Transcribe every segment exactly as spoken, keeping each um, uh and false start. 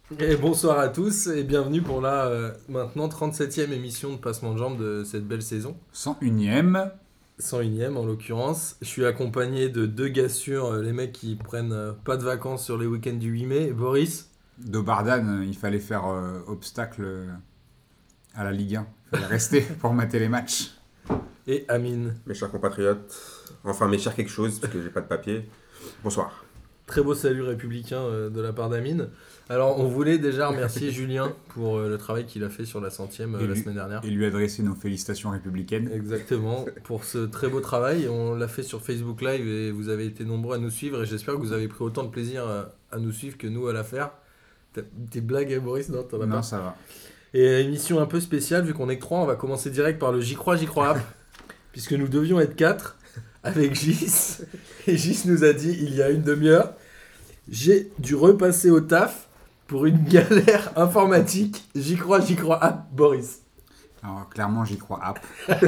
Et bonsoir à tous et bienvenue pour la euh, maintenant trente-septième émission de Passement de Jambes de cette belle saison. cent unième. cent unième en l'occurrence. Je suis accompagné de deux gars sûrs, euh, les mecs qui prennent euh, pas de vacances sur les week-ends du huit mai. Boris. De Bardan, il fallait faire euh, obstacle euh, à la Ligue un. Il fallait rester pour mater les matchs. Et Amine. Mes chers compatriotes, enfin mes chers quelque chose, parce que j'ai pas de papier. Bonsoir. Très beau salut républicain euh, de la part d'Amine. Alors, on voulait déjà remercier Julien pour euh, le travail qu'il a fait sur la centième euh, Et la lui- semaine dernière. Et lui adresser nos félicitations républicaines. Exactement, pour ce très beau travail. On l'a fait sur Facebook Live et vous avez été nombreux à nous suivre et j'espère que vous avez pris autant de plaisir à, à nous suivre que nous à la faire. T'as- Tes blagues, hein, Boris? Non, t'en as Non, pas. ça va. Et émission un peu spéciale, vu qu'on est que trois, on va commencer direct par le J'y crois, J'y crois app, puisque nous devions être quatre avec Gis. Et Gis nous a dit il y a une demi-heure, j'ai dû repasser au taf pour une galère informatique. J'y crois, J'y crois app, Boris. Alors, clairement, j'y crois app.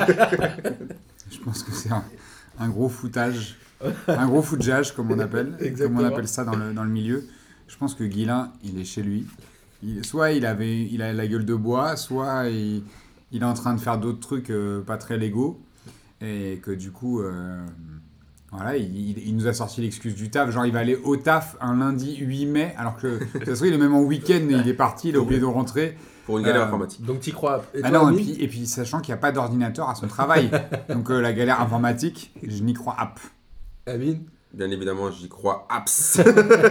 Je pense que c'est un, un gros foutage. Un gros foutjage, comme on appelle. Exactement. Comme on appelle ça dans le, dans le milieu. Je pense que Guilain, il est chez lui. Il- soit il, avait, il a la gueule de bois, soit il, il est en train de faire d'autres trucs euh, pas très légaux. Et que du coup, euh, voilà, il, il- il nous a sorti l'excuse du taf. Genre, il va aller au taf un lundi huit mai, alors que ça se trouve, il est même en week-end et il est parti, il est oublié de rentrer. Pour une galère Euh, informatique. Donc t'y crois app. Et Ah toi, non, et Amine puis, et puis sachant qu'il n'y a pas d'ordinateur à son travail. Donc euh, la galère informatique, je n'y crois app. Amine. Bien évidemment, j'y crois abs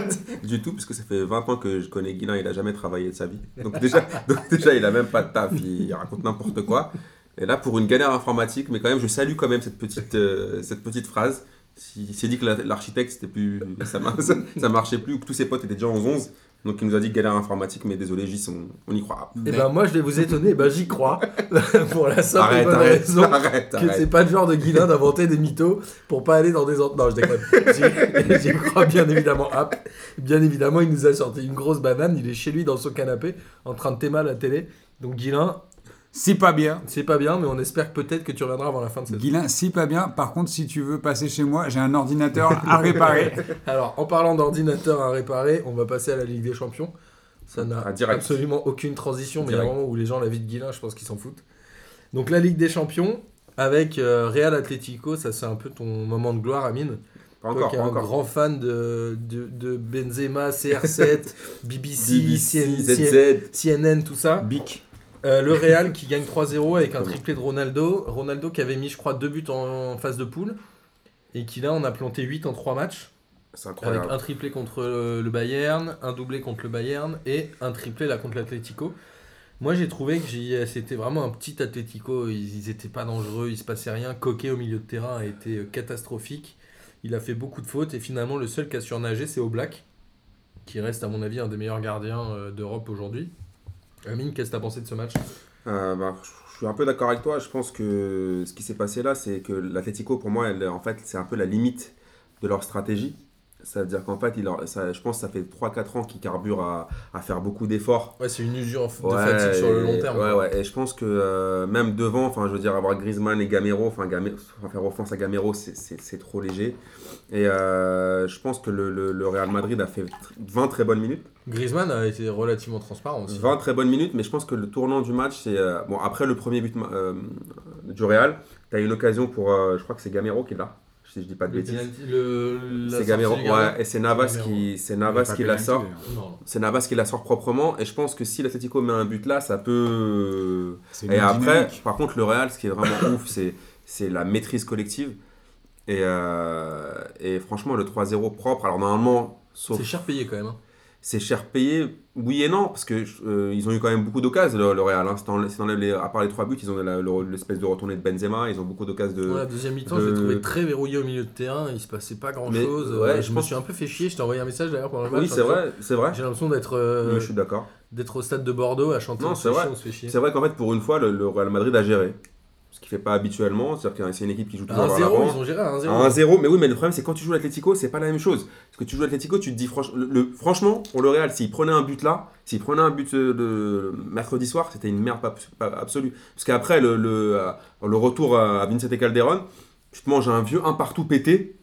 du tout, parce que ça fait vingt ans que je connais Guilain, il a jamais travaillé de sa vie. Donc déjà, donc déjà il a même pas de taf, il, il raconte n'importe quoi. Et là, pour une galère informatique, mais quand même, je salue quand même cette petite, euh, cette petite phrase. Il s'est dit que la- l'architecte, c'était plus, ça, mar- ça, ça marchait plus, ou que tous ses potes étaient déjà en onze. Donc il nous a dit galère informatique, mais désolé, Gis, on, on y croit. Et ben moi je vais vous étonner, ben j'y crois, pour la simple et Arrête, bonne arrête, raison arrête, que arrête. c'est pas le genre de Guilin d'inventer des mythos pour pas aller dans des... en- Non, je déconne. J'y, j'y crois bien évidemment app. Bien évidemment, il nous a sorti une grosse banane, il est chez lui dans son canapé, en train de t'aimer à la télé. Donc Guilin, Si pas bien. c'est pas bien, mais on espère peut-être que tu reviendras avant la fin de cette... Guilain, si pas bien. Par contre, si tu veux passer chez moi, j'ai un ordinateur à réparer. Alors, en parlant d'ordinateur à réparer, on va passer à la Ligue des Champions. Ça n'a Ah, direct. absolument aucune transition, mais il y a un Direct. moment où les gens, la vie de Guilin, je pense qu'ils s'en foutent. Donc la Ligue des Champions, avec euh, Real Atlético, ça c'est un peu ton moment de gloire, Amine. Pas Toi encore, qui es pas un encore. grand fan de, de, de Benzema, C R sept, B B C, B B C, C N- Z Z. C N N, tout ça. Bic. Euh, le Real qui gagne trois zéro avec un triplé de Ronaldo. Ronaldo qui avait mis, je crois, deux buts en, en phase de poule. Et qui là, on a planté huit en trois matchs. C'est Avec incroyable. un triplé contre le le Bayern, un doublé contre le Bayern et un triplé là contre l'Atlético. Moi j'ai trouvé que j'ai- c'était vraiment un petit Atlético, ils, ils étaient pas dangereux, il se passait rien. Coquet au milieu de terrain a été euh, catastrophique. Il a fait beaucoup de fautes et finalement le seul qui a surnagé c'est Oblak, qui reste à mon avis un des meilleurs gardiens euh, d'Europe aujourd'hui. Amine, qu'est-ce que t'as pensé de ce match? Euh, bah, je suis un peu d'accord avec toi. Je pense que ce qui s'est passé là, c'est que l'Atlético, pour moi, elle, en fait, c'est un peu la limite de leur stratégie. C'est-à-dire qu'en fait, il leur- ça, je pense que ça fait trois quatre ans qu'ils carburent à, à faire beaucoup d'efforts. Ouais, c'est une usure de Ouais, fatigue sur le long et- terme. Ouais, quoi. ouais. Et je pense que euh, même devant, enfin, je veux dire, avoir Griezmann et Gamero, enfin, Game- enfin, faire offense à Gamero, c'est- c'est c'est trop léger. Et euh, je pense que le, le- le Real Madrid a fait vingt très bonnes minutes. Griezmann a été relativement transparent aussi. vingt très bonnes minutes, mais je pense que le tournant du match, c'est. euh, bon, après le premier but euh, du Real, tu as eu une occasion pour. euh, je crois que c'est Gamero qui l'a, si je dis pas de Le bêtises. penalty- le- la C'est sortie Gamero, du gardien. ouais, et c'est Navas Gamero. qui, c'est Il y a Navas pas qui la pénalty, sort. d'ailleurs. Non, non. C'est Navas qui la sort proprement, et je pense que si l'Atlético met un but là, ça peut. C'est Et une après, dynamique. par contre, le Real, ce qui est vraiment ouf, c'est, c'est la maîtrise collective. Et, euh, et franchement, le trois zéro propre, alors normalement, sauf. C'est cher payé quand même. hein. C'est cher payé, oui et non, parce que euh, ils ont eu quand même beaucoup d'occasions, le, le Real. Hein. Si t'enlèves- si t'enlèves les- à part les trois buts, ils ont la- le- l'espèce de retournée de Benzema, ils ont beaucoup d'occasions de. Ouais, la deuxième mi-temps, de- je l'ai trouvé très verrouillé au milieu de terrain. Il se passait pas grand Mais, chose. ouais, je je me pense- suis un peu fait chier. Je t'ai envoyé un message d'ailleurs pendant le match. Oui, c'est en disant, vrai, c'est vrai. J'ai l'impression d'être euh, Oui, je suis d'accord. d'être au stade de Bordeaux à chanter. Non, on c'est se fait vrai. chier, on se fait chier. C'est vrai qu'en fait, pour une fois, le, le Real Madrid a géré. Ce qu'il fait pas habituellement, c'est-à-dire que c'est une équipe qui joue toujours À vers un zéro, l'avant. ils ont géré à un zéro. À un zéro, mais oui, mais le problème c'est quand tu joues l'Atlético, c'est pas la même chose. Parce que tu joues l'Atlético, tu te dis franch- le, le- franchement, pour le Real, s'il prenait un but là, s'il prenait un but euh, le mercredi soir, c'était une merde pas, pas absolue. Parce qu'après le, le, euh, le retour à Vicente Calderón, tu te manges un vieux un partout pété.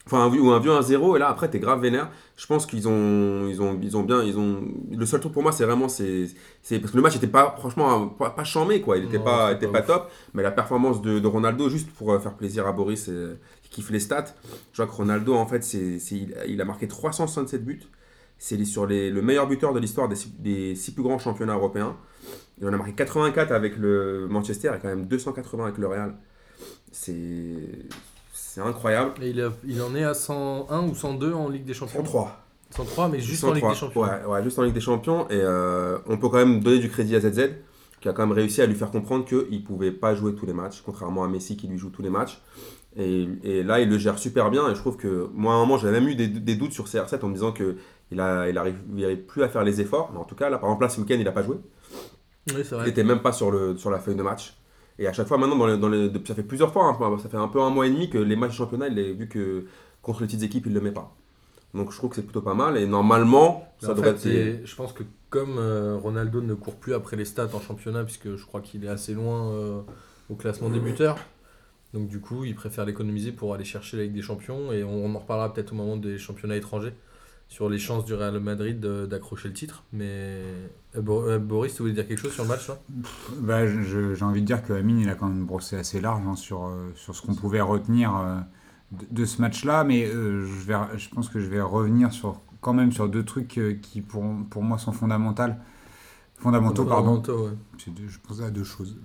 Enfin, un, ou un vieux un zéro, et là, après, t'es grave vénère. Je pense qu'ils ont, ils ont, ils ont bien. Ils ont... Le seul truc pour moi, c'est vraiment. C'est, c'est... Parce que le match était pas, franchement, pas, pas charmé, quoi. Il était Non, pas, c'est était pas pas ouf. top. Mais la performance de, de Ronaldo, juste pour euh, faire plaisir à Boris, euh, qui kiffe les stats, je vois que Ronaldo, en fait, c'est, c'est, il, il a marqué trois cent soixante-sept buts. C'est les- sur les, le meilleur buteur de l'histoire des, six- des six plus grands championnats européens. Il en a marqué quatre-vingt-quatre avec le Manchester et quand même deux cent quatre-vingts avec le Real. C'est, c'est incroyable. Et il, a- il en est à cent un ou cent deux en Ligue des Champions. trente-trois. cent trois, mais juste en Ligue des Champions. Ouais, ouais, juste en Ligue des Champions. Et euh, on peut quand même donner du crédit à Z Z, qui a quand même réussi à lui faire comprendre qu'il ne pouvait pas jouer tous les matchs, contrairement à Messi qui lui joue tous les matchs. Et, et là, il le gère super bien. Et je trouve que, moi, à un moment, j'avais même eu des, des doutes sur C R sept en me disant qu'il n'arrive il arrive, il arrive plus à faire les efforts. Mais en tout cas, là, par exemple, là, ce week-end, il n'a pas joué. Oui, c'est Il vrai. n'était même pas sur, le, sur la feuille de match. Et à chaque fois, maintenant, dans les, dans les, depuis- ça fait plusieurs fois, hein, ça fait un peu un mois et demi que les matchs de championnat, il est, vu que contre les petites équipes, il ne le met pas. Donc je trouve que c'est plutôt pas mal. Et normalement, Mais ça en devrait fait, être. c'est- je pense que comme euh, Ronaldo ne court plus après les stats en championnat, puisque je crois qu'il est assez loin euh, au classement des buteurs, donc du coup, il préfère l'économiser pour aller chercher la Ligue des Champions. Et on, on en reparlera peut-être au moment des championnats étrangers, sur les chances du Real Madrid de- d'accrocher le titre. Mais euh, Bo- euh, Boris, tu voulais dire quelque chose sur le match là? Bah, je- j'ai envie de dire que Amine, il a quand même brossé assez large hein, sur, euh, sur ce qu'on pouvait retenir euh, de, de ce match-là, mais euh, je, vais, je pense que je vais revenir sur, quand même sur deux trucs euh, qui, pour, pour moi, sont fondamentaux. Fondamentaux, pardon. Fondamentaux, ouais. C'est deux- je pensais à deux choses.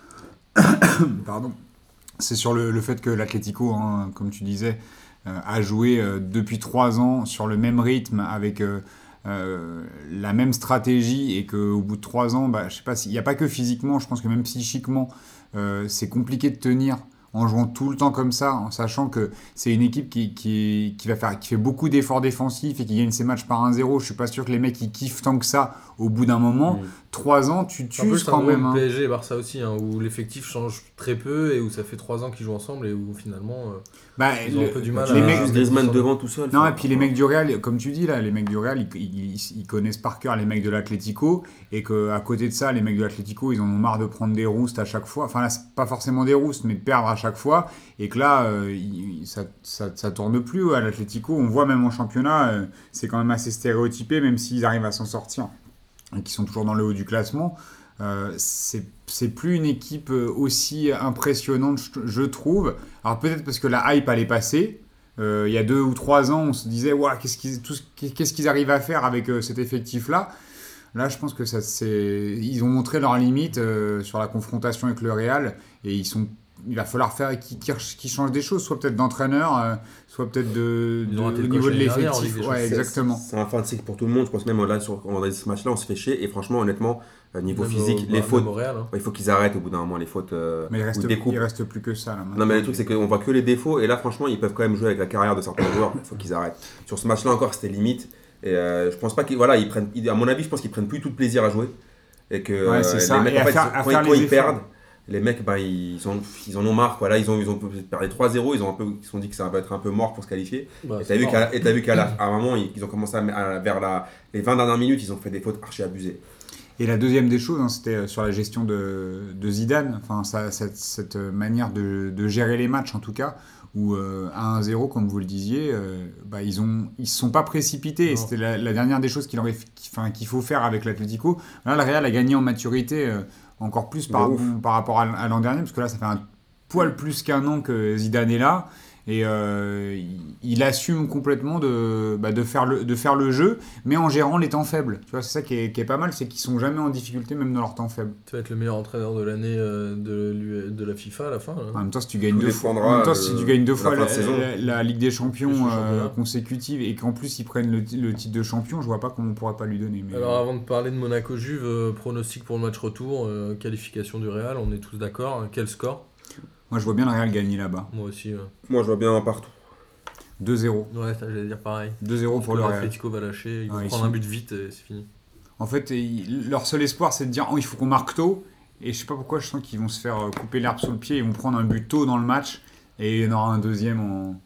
Pardon. C'est sur le, le fait que l'Atlético, hein, comme tu disais, euh, a joué euh, depuis trois ans sur le même rythme, avec euh, euh, la même stratégie, et qu'au bout de trois ans, bah, je sais pas, s'il n'y a pas que physiquement, je pense que même psychiquement, euh, c'est compliqué de tenir en jouant tout le temps comme ça, en sachant que c'est une équipe qui, qui, qui, va faire, qui fait beaucoup d'efforts défensifs et qui gagne ses matchs par un zéro. Je suis pas sûr que les mecs ils kiffent tant que ça au bout d'un moment. Mm. Trois ans, tu C'est un peu le tues quand syndrome même. Hein. P S G et Barça aussi, hein, où l'effectif change très peu et où ça fait trois ans qu'ils jouent ensemble et où finalement euh, Bah, ils ont le- un peu du mal Tu les à. mets mecs- juste Griezmann devant tout seul. Non, enfin, et puis les mecs du Real, comme tu dis là, les mecs du Real, ils, ils- ils connaissent par cœur les mecs de l'Atlético, et qu'à côté de ça, les mecs de l'Atlético, ils en ont marre de prendre des roustes à chaque fois. Enfin là, c'est pas forcément des roustes, mais de perdre à chaque fois, et que là, euh, il- ça, ça, ça tourne plus ouais, à l'Atlético. On voit même en championnat, euh, c'est quand même assez stéréotypé, même s'ils arrivent à s'en sortir, et qu'ils sont toujours dans le haut du classement. Euh, c'est c'est plus une équipe euh, aussi impressionnante, je, je trouve. Alors peut-être parce que la hype allait passer. Euh, il y a deux ou trois ans, on se disait Ouah, qu'est-ce qu'ils tout ce- qu'est-ce qu'ils arrivent à faire avec euh, cet effectif-là. Là, je pense que ça, c'est... ils ont montré leurs limites euh, sur la confrontation avec le Real, et ils sont... il va falloir faire qu'ils, qu'ils qu'ils changent des choses, soit peut-être d'entraîneur, euh, soit peut-être de, Ils de- ont raté au le niveau coche de l'année dernière en l'effectif. Ligue des Ouais, Champions. exactement. C'est un fin de cycle pour tout le monde. Je pense même là, sur, on a dit ce match-là, on se fait chier. Et franchement, honnêtement, euh, niveau Même physique, au- les bah, fautes, même au Real, hein. il faut qu'ils arrêtent au bout d'un moment les fautes. Euh, Mais il ou reste, découpes. il reste plus que ça là. Non, mais le truc, c'est qu'on voit que les défauts. Et là, franchement, ils peuvent quand même jouer avec la carrière de certains joueurs. Il faut qu'ils arrêtent. Sur ce match-là, encore, c'était limite. Et euh, je pense pas qu'ils. Voilà, ils prennent. À mon avis, je pense qu'ils prennent plus tout le plaisir à jouer. Et que Ouais, c'est euh, ça. les mecs, Et en à fait, faire- ils- à quand, faire ils, quand les ils efforts. perdent, les mecs, ben, ils, ont, ils en ont marre. Quoi. Là, ils ont, ils ont perdu trois zéro. Ils ont un peu, ils se sont dit que ça va être un peu mort pour se qualifier. Bah, Et c'est t'as vu fort. qu'à, et t'as vu qu'à la- à un moment, ils, ils ont commencé à, à- vers la, les vingt dernières minutes, ils ont fait des fautes archi abusées. Et la deuxième des choses, hein, c'était sur la gestion de, de Zidane, enfin, ça- cette, cette manière de, de gérer les matchs en tout cas, où euh, à un zéro, comme vous le disiez, euh, bah, ils ne ils se sont pas précipités. Et Non. c'était la, la dernière des choses qu'il, aurait, qu'il, enfin, qu'il faut faire avec l'Atlético. Là, le Real a gagné en maturité euh, encore plus par, De ouf. par rapport à, à l'an dernier, parce que là, ça fait un poil plus qu'un an que Zidane est là. Et euh, il, il assume complètement de, bah, de, faire le, de faire le jeu, mais en gérant les temps faibles. Tu vois, c'est ça qui est, qui est pas mal, c'est qu'ils sont jamais en difficulté, même dans leurs temps faibles. Tu vas être le meilleur entraîneur de l'année euh, de, l'U- de la FIFA à la fin. là. En même temps, si tu gagnes Tout deux fois, dépendra, en même temps, euh, si tu gagnes deux de fois la la, fin de saison. la- la Ligue des Champions Plus le euh, championnat. consécutive, et qu'en plus ils prennent le, le titre de champion, je vois pas comment on pourrait pas lui donner. Mais... Alors avant de parler de Monaco-Juve, euh, pronostic pour le match retour, euh, qualification du Real, on est tous d'accord. hein. Quel score? Moi, je vois bien le Real gagner là-bas. Moi aussi. ouais. Moi, je vois bien un partout. deux zéro. Ouais, ça, j'allais dire pareil. deux zéro pour le Real. L'Atlético va lâcher, ils vont Ouais, ils prendre sont- un but vite et c'est fini. En fait, ils- leur seul espoir, c'est de dire oh, il faut qu'on marque tôt. Et je sais pas pourquoi, je sens qu'ils vont se faire euh, couper l'herbe sous le pied. Ils vont prendre un but tôt dans le match. Et il y en aura un deuxième en,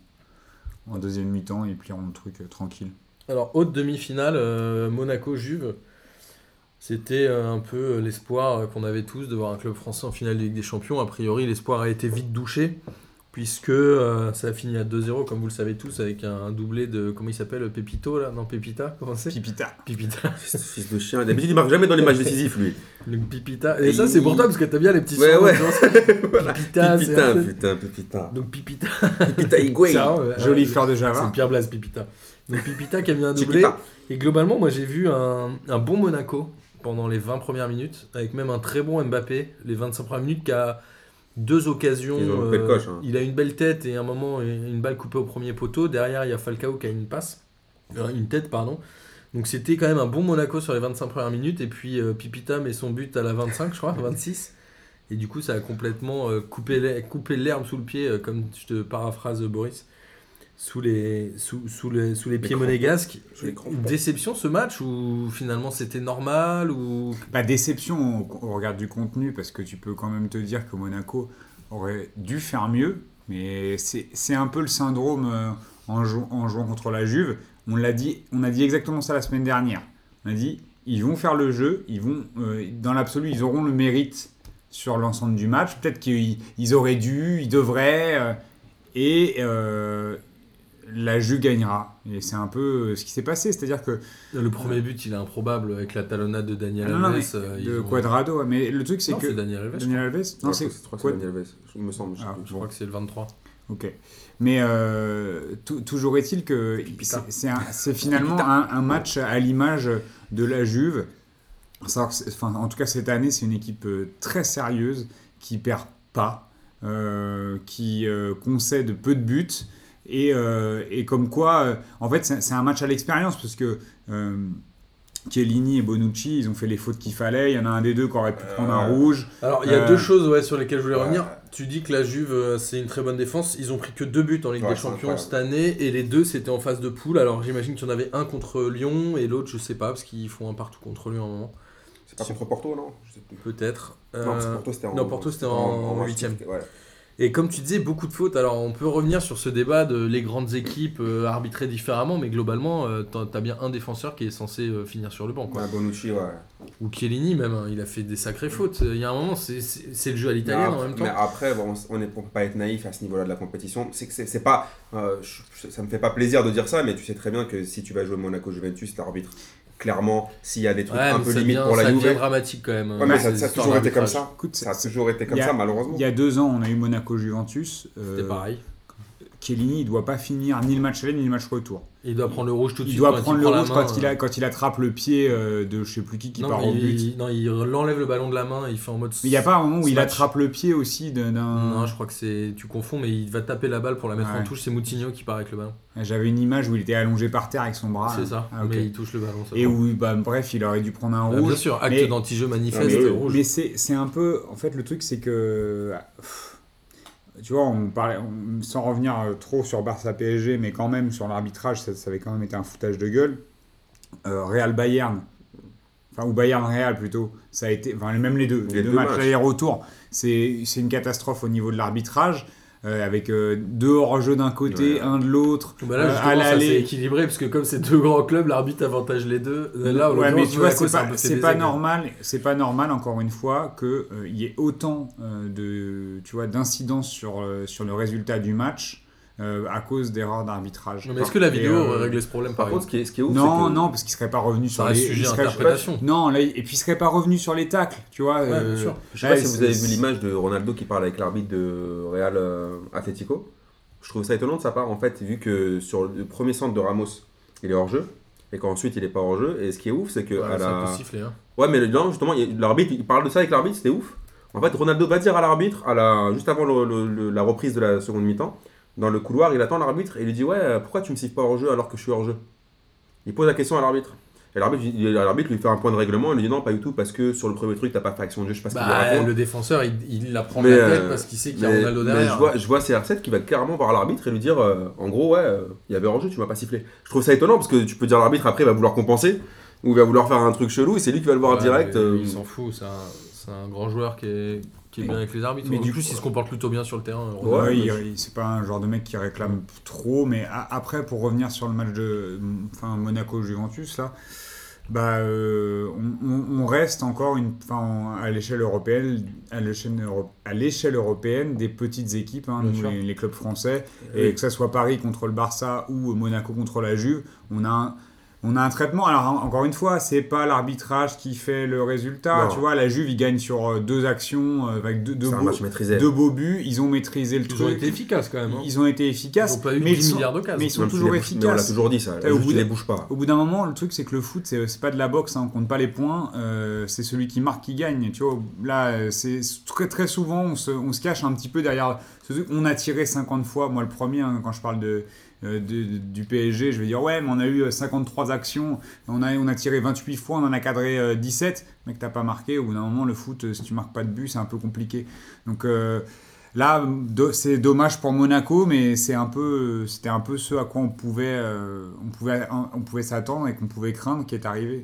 en deuxième mi-temps. Et puis on le truc euh, tranquille. Alors, haute demi-finale, euh, Monaco-Juve. C'était euh, un peu euh, l'espoir euh, qu'on avait tous de voir un club français en finale de Ligue des Champions. A priori, l'espoir a été vite douché. puisque euh, ça a fini à deux zéro, comme vous le savez tous, avec un, un doublé de, comment il s'appelle, Pepito, là, non, Pepita, comment c'est Pipita. Pipita. Fils de chien. D'habitude, il marque jamais dans les matchs décisifs, lui. Le Pipita. Et Et ça, c'est il- pour toi, parce que t'as bien les petits Ouais, sons. ouais. genre, Voilà. Pipita, c'est Pipita, un peu- putain, Pipita. Donc Pipita. Pipita Higuain. Ça, ouais, Jolie ouais, fleur de C'est le Java. Pierre Blaise, Pipita. Donc Pipita qui a mis un doublé. Chiquita. Et globalement, moi j'ai vu un, un bon Monaco pendant les vingt premières minutes, avec même un très bon Mbappé, les vingt-cinq premières minutes, qui a deux occasions. Ils ont loupé le coche, hein. Il a une belle tête et à un moment une balle coupée au premier poteau. Derrière, il y a Falcao qui a une passe, euh, une tête, pardon. Donc c'était quand même un bon Monaco sur les vingt-cinq premières minutes. Et puis euh, Pipita met son but à la vingt-cinq, je crois, vingt-six. Et du coup, ça a complètement euh, coupé l'her- coupé l'herbe sous le pied, euh, comme je te paraphrase Boris, sous les, sous, sous les, sous les pieds crampons. monégasques. Sous les crampons. Une déception ce match ou finalement c'était normal ou... Bah, déception au, au regard du contenu, parce que tu peux quand même te dire que Monaco aurait dû faire mieux, mais c'est c'est un peu le syndrome euh, en, jou- en jouant contre la Juve. On l'a dit, on a dit exactement ça la semaine dernière. On a dit, ils vont faire le jeu, ils vont, euh, dans l'absolu, ils auront le mérite sur l'ensemble du match. Peut-être qu'ils ils auraient dû, ils devraient, euh, et euh, la Juve gagnera. Et c'est un peu ce qui s'est passé, c'est-à-dire que Le premier but il est improbable avec la talonnade de Daniel Ah non, non, Alves. mais euh, ils de ont- Quadrado, mais le truc c'est Non, que c'est Daniel Alves. Daniel Alves, non Non, c'est c'est trois, c'est Quad- Daniel Alves, il me semble. je sais Ah, plus. Je crois que c'est le vingt-trois. Ok. Mais euh, tou- toujours est-il que Pipita. c'est- c'est un- c'est finalement un, un match à l'image de la Juve. À savoir que c'est- Enfin, en tout cas, cette année, c'est une équipe euh, très sérieuse qui perd pas, euh, qui euh, concède peu de buts. Et, euh, et comme quoi, euh, en fait, c'est c'est un match à l'expérience parce que euh, Chiellini et Bonucci, ils ont fait les fautes qu'il fallait. Il y en a un des deux qui aurait pu prendre un Euh, rouge. Alors il y a Euh, deux choses ouais, sur lesquelles je voulais ouais. revenir. Tu dis que la Juve euh, c'est une très bonne défense. Ils ont pris que deux buts en Ligue Ouais, des c'est Champions incroyable. cette année et les deux c'était en phase de poule. Alors j'imagine qu'il y en avait un contre Lyon et l'autre je sais pas parce qu'ils font un partout contre Lyon à un moment. C'est pas contre Porto, non? Je sais plus. Peut-être. Non, parce que Euh, Porto, c'était en non, Porto, c'était en match huitième. qualifié, ouais. Et comme tu disais, beaucoup de fautes. Alors, on peut revenir sur ce débat de les grandes équipes euh, arbitrées différemment, mais globalement, euh, t'as t'as bien un défenseur qui est censé euh, finir sur le banc. Quoi. Ouais, Bonucci, ouais. Ou Chiellini, même, hein, il a fait des sacrées fautes. Il y a un moment, c'est c'est- c'est le jeu à l'italienne mais, en après, même temps. mais après, bon, on ne peut pas être naïf à ce niveau-là de la compétition. C'est que c'est c'est pas, euh, je- ça me fait pas plaisir de dire ça, mais tu sais très bien que si tu vas jouer Monaco-Juventus, l'arbitre, clairement, s'il y a des trucs Ouais, un mais peu ça limites devient- pour la ça devient Juve, dramatique quand même. ouais, mais euh, ça, ces ça a histoires toujours été comme d'arbitrage. ça. Écoute, Ça a c'est- toujours été comme il y a- ça, malheureusement. Il y a deux ans, on a eu Monaco-Juventus. euh, C'était pareil. Chiellini, il doit pas finir ni le match aller ni le match retour. Il doit prendre le rouge tout de Il suite. doit quand prendre le prend la rouge main, quand, il euh. a, quand il attrape le pied euh, de je sais plus qui qui Non, part mais au but. il, non, il enlève le ballon de la main, il fait en mode. Mais il n'y a pas un moment où il smash. attrape le pied aussi d'un. d'un- Non, je crois que c'est. Tu confonds, mais il va taper la balle pour la mettre en Ouais. touche. C'est Moutinho qui part avec le ballon. J'avais une image où il était allongé par terre avec son bras. c'est là. ça. Ah, ok. Mais il touche le ballon. ça Et va. où, bah, bref, il aurait dû prendre un Ah, rouge. bien sûr, acte mais- d'anti-jeu manifeste, mais- rouge. Mais c'est c'est un peu. En fait, le truc, c'est que. pff, Tu vois, on parlait, on- sans revenir euh, trop sur Barça-P S G, mais quand même sur l'arbitrage, ça, ça avait quand même été un foutage de gueule. Euh, Real-Bayern, enfin, ou Bayern-Real plutôt, ça a été. Enfin, même les deux, les, Les deux deux matchs, matchs. aller-retour, c'est c'est une catastrophe au niveau de l'arbitrage. euh, avec euh, deux hors-jeu d'un côté, Ouais. un de l'autre. Bah là, euh, justement, à ça l'aller. s'est équilibré parce que comme c'est deux grands clubs, l'arbitre avantage les deux. Là, en Ouais, mais l'occurrence, tu vois, Monaco, c'est ça a un pas, peu fait c'est des pas aigles. normal, c'est pas normal encore une fois que euh, il y ait autant euh, de, tu vois, d'incidence sur euh, sur le résultat du match euh, à cause d'erreurs d'arbitrage. Non, mais est-ce que la Et, vidéo euh, aurait réglé ce problème Par par contre, ce exemple qui est, ce qui est ouf, Non, c'est que... non, parce qu'il serait pas revenu sur Ça les. reste sujet il à serait- interprétation. Non, là, et puis il serait pas revenu sur les tacles, tu vois. Ouais, euh, bien sûr. Je sais pas là, si vous c'est- avez vu l'image de Ronaldo qui parle avec l'arbitre de Real euh, Atlético. Je trouve ça étonnant de sa part, en fait, vu que sur le premier centre de Ramos, il est hors jeu, et qu'ensuite il est pas hors jeu. Et ce qui est ouf, c'est que Ouais, à ça la... peut siffler. Hein. Ouais, mais non, justement, il y a- l'arbitre, il parle de ça avec l'arbitre, c'était ouf. En fait, Ronaldo va dire à l'arbitre, à la... juste avant le- le- le- la reprise de la seconde mi-temps, dans le couloir, il attend l'arbitre et il lui dit: ouais, pourquoi tu me siffles pas hors jeu alors que je suis hors jeu? Il pose la question à l'arbitre. Et l'arbitre, il- l'arbitre lui fait un point de règlement, il lui dit: non, pas du tout, parce que sur le premier truc, t'as pas fait action de jeu, je sais pas ce qu'il lui Bah, raconte. le défenseur, il, il la prend Mais, de la tête euh, parce qu'il sait qu'il y a Mais, Ronaldo mais derrière. je vois, je vois C R sept qui va clairement voir l'arbitre et lui dire euh, en gros, ouais, euh, il y avait hors jeu, tu m'as pas sifflé. Je trouve ça étonnant parce que tu peux dire l'arbitre après il va vouloir compenser ou il va vouloir faire un truc chelou et c'est lui qui va le voir Ouais, direct. mais euh, lui, il s'en fout, c'est un, c'est un grand joueur qui est, qui est bien avec les arbitres. mais Mais du du coup, coup- il se comporte plutôt bien sur le terrain. Ouais, Ouais, il- mais il- c'est pas un genre de mec qui réclame trop, mais a- après, pour revenir sur le match de enfin, Monaco-Juventus, là, Bah, euh, on, on- on reste encore une, enfin, à l'échelle européenne, à l'échelle, euro- à l'échelle européenne des petites équipes, hein, Bien nous, sûr. les, les clubs français, et Oui. que ça soit Paris contre le Barça ou Monaco contre la Juve, on a un, on a un traitement. Alors en- encore une fois, c'est pas l'arbitrage qui fait le résultat. Non. Tu vois, la Juve, ils gagnent sur euh, deux actions euh, avec deux, deux C'est un beaux, match maîtrisé. deux beaux buts. Ils ont maîtrisé le Ils truc. ont été efficaces quand même. hein. Ils ont été efficaces. Ils ont pas eu mais ils dix sont- milliards d'occasions. Mais ils sont Même s'il toujours les bouge- efficaces. Mais on l'a toujours dit ça. Et au Juste, bout il de- les bouge pas. Au bout d'un moment, le truc, c'est que le foot, c'est, c'est pas de la boxe, hein, on compte pas les points, euh, c'est celui qui marque qui gagne. Tu vois, là, euh, c'est très, très souvent, on se, on se cache un petit peu derrière ce truc. On a tiré cinquante fois, moi le premier, hein, quand je parle de, euh, de- de- du P S G, je vais dire, ouais, mais on a eu euh, cinquante-trois actions, on a, on a tiré vingt-huit fois, on en a cadré euh, dix-sept, mec, t'as pas marqué. Au bout d'un moment, le foot, euh, si tu marques pas de but, c'est un peu compliqué. Donc. Euh, Là, do- c'est dommage pour Monaco, mais c'est un peu, c'était un peu ce à quoi on pouvait, euh, on pouvait, on pouvait s'attendre et qu'on pouvait craindre qui est arrivé.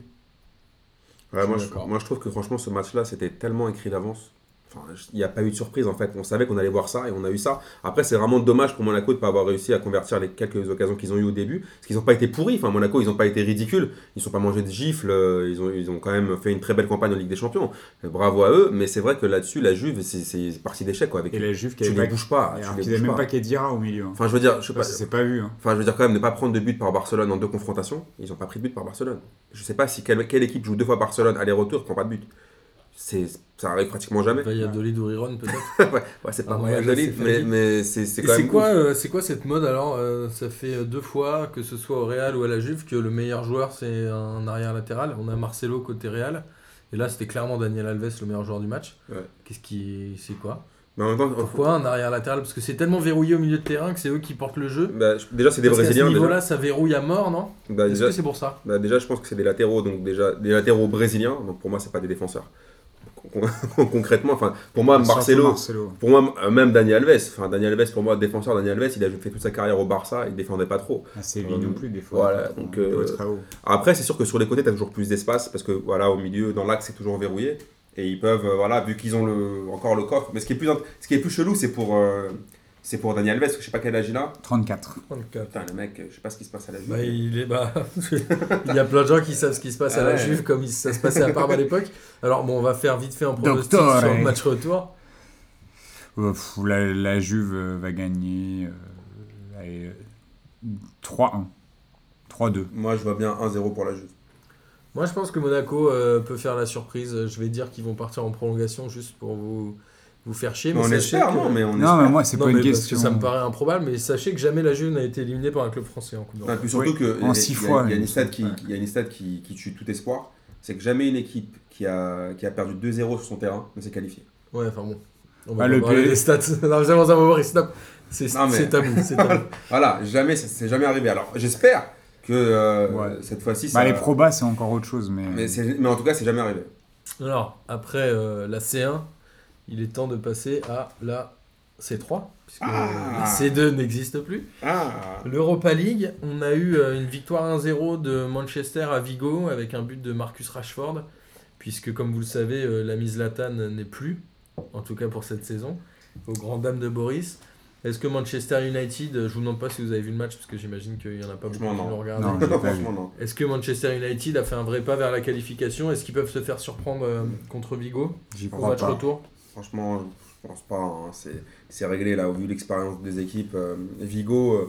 Ouais, Je suis moi, je, d'accord. moi, je trouve que franchement, ce match-là, c'était tellement écrit d'avance. Enfin, je- il n'y a pas eu de surprise en fait. On savait qu'on allait voir ça et on a eu ça. Après, c'est vraiment dommage pour Monaco de ne pas avoir réussi à convertir les quelques occasions qu'ils ont eues au début. Parce qu'ils n'ont pas été pourris. Enfin, Monaco, ils n'ont pas été ridicules. Ils ne sont pas mangés de gifles. euh, Ils ont, ils ont quand même fait une très belle campagne en Ligue des Champions. Euh, Bravo à eux. Mais c'est vrai que là-dessus, la Juve, c'est c'est partie d'échec. Quoi, avec Et la Juve qui tu avait les pas, bouges pas. et Tu alors les qu'ils avaient bouges même pas. pas Kedira au milieu. hein. Enfin, je veux dire, je sais Ça, pas. ça s'est pas vu. hein. Enfin, je veux dire quand même ne pas prendre de but par Barcelone en deux confrontations. Ils n'ont pas pris de but par Barcelone. Je sais pas si quelle, quelle équipe joue deux fois Barcelone aller-retour et prend pas de but. C'est, ça arrive pratiquement jamais. Valladolid ou Riron peut-être. ouais, ouais, c'est pas Ah, bon, ouais, Valladolid, c'est mais, failli. mais c'est, c'est Et quand c'est même quoi, ouf. euh, c'est quoi cette mode alors euh, Ça fait euh, deux fois, que ce soit au Real ou à la Juve, que le meilleur joueur c'est un arrière latéral. On a Marcelo côté Real. Et là c'était clairement Daniel Alves le meilleur joueur du match. Ouais. Qu'est-ce qui. C'est quoi Mais en même temps, Pourquoi un arrière latéral Parce que c'est tellement verrouillé au milieu de terrain que c'est eux qui portent le jeu. bah, je- déjà c'est des Parce qu'à ce Brésiliens. niveau-là, Déjà. ça verrouille à mort, non Bah, Est-ce déjà, que c'est pour ça bah, déjà, je pense que c'est des latéraux, donc déjà des latéraux brésiliens. Donc pour moi, c'est pas des défenseurs. Con- con- Concrètement, enfin, pour moi, Surtout Marcelo. Marcelo. Pour moi, euh, même Daniel Alves, enfin Daniel Alves, pour moi, défenseur Daniel Alves, il a fait toute sa carrière au Barça, il défendait pas trop. Ah, c'est lui Euh, non plus des fois. voilà, On donc, peut euh, être très haut. Après, c'est sûr que sur les côtés, tu as toujours plus d'espace parce que voilà, au milieu, dans l'axe, c'est toujours verrouillé. Et ils peuvent, euh, voilà, vu qu'ils ont le, encore le coffre. Mais ce qui est plus, int- ce qui est plus chelou, c'est pour, euh, c'est pour Daniel Alves, parce que je sais pas quel âge il a. trente-quatre. Putain, le mec, je sais pas ce qui se passe à la Juve. Bah, il, est, bah, il y a plein de gens qui savent ce qui se passe à la Ouais. Juve comme il- ça se passait à Parme à l'époque. Alors bon, on va faire vite fait un pronostic Docteur, sur le eh. match retour. Euh, pff, la, la Juve euh, va gagner euh, allez, euh, trois un. trois deux. Moi, je vois bien un zéro pour la Juve. Moi, je pense que Monaco euh, peut faire la surprise. Je vais dire qu'ils vont partir en prolongation juste pour vous, vous faire chier. Mais on sachez espère, que- non Mais on Non, espère. mais moi, c'est Non, pas mais une parce question. que ça me paraît improbable, mais sachez que jamais la Juve n'a été éliminée par un club français en Coupe Non, et d'Europe. puis surtout Oui, que en il y a- six il y a- fois, il y a il une me stat semble. qui, il y a une stat qui, qui tue tout espoir, c'est que jamais une équipe qui a, qui a perdu deux zéro sur son terrain ne s'est qualifiée. Ouais, enfin bon. On Bah, va le pas parler P- des stats. Non, jamais on va stop. C'est Non, mais- c'est tabou. C'est tabou. Voilà, jamais, ça c'est jamais arrivé. Alors, j'espère que euh, Ouais. cette fois-ci, Bah, ça... les probas, c'est encore autre chose. Mais, mais, c'est- mais en tout cas, c'est jamais arrivé. Alors, après euh, la C un, il est temps de passer à la C trois, puisque Ah. euh, la C deux n'existe plus. Ah L'Europa League, on a eu euh, une victoire un zéro de Manchester à Vigo avec un but de Marcus Rashford, puisque comme vous le savez, euh, l'ami Zlatan n'est plus, en tout cas pour cette saison, aux grandes dames de Boris. Est-ce que Manchester United, je vous demande pas si vous avez vu le match, parce que j'imagine qu'il n'y en a pas beaucoup Franchement, qui non. l'ont regardé. Non, j'ai pas vu. Franchement, non. Est-ce que Manchester United a fait un vrai pas vers la qualification? Est-ce qu'ils peuvent se faire surprendre euh, contre Vigo J'y au crois match pas. retour? Franchement, je pense pas. hein. C'est, c'est réglé, là, au vu de l'expérience des équipes. Euh, Vigo, euh,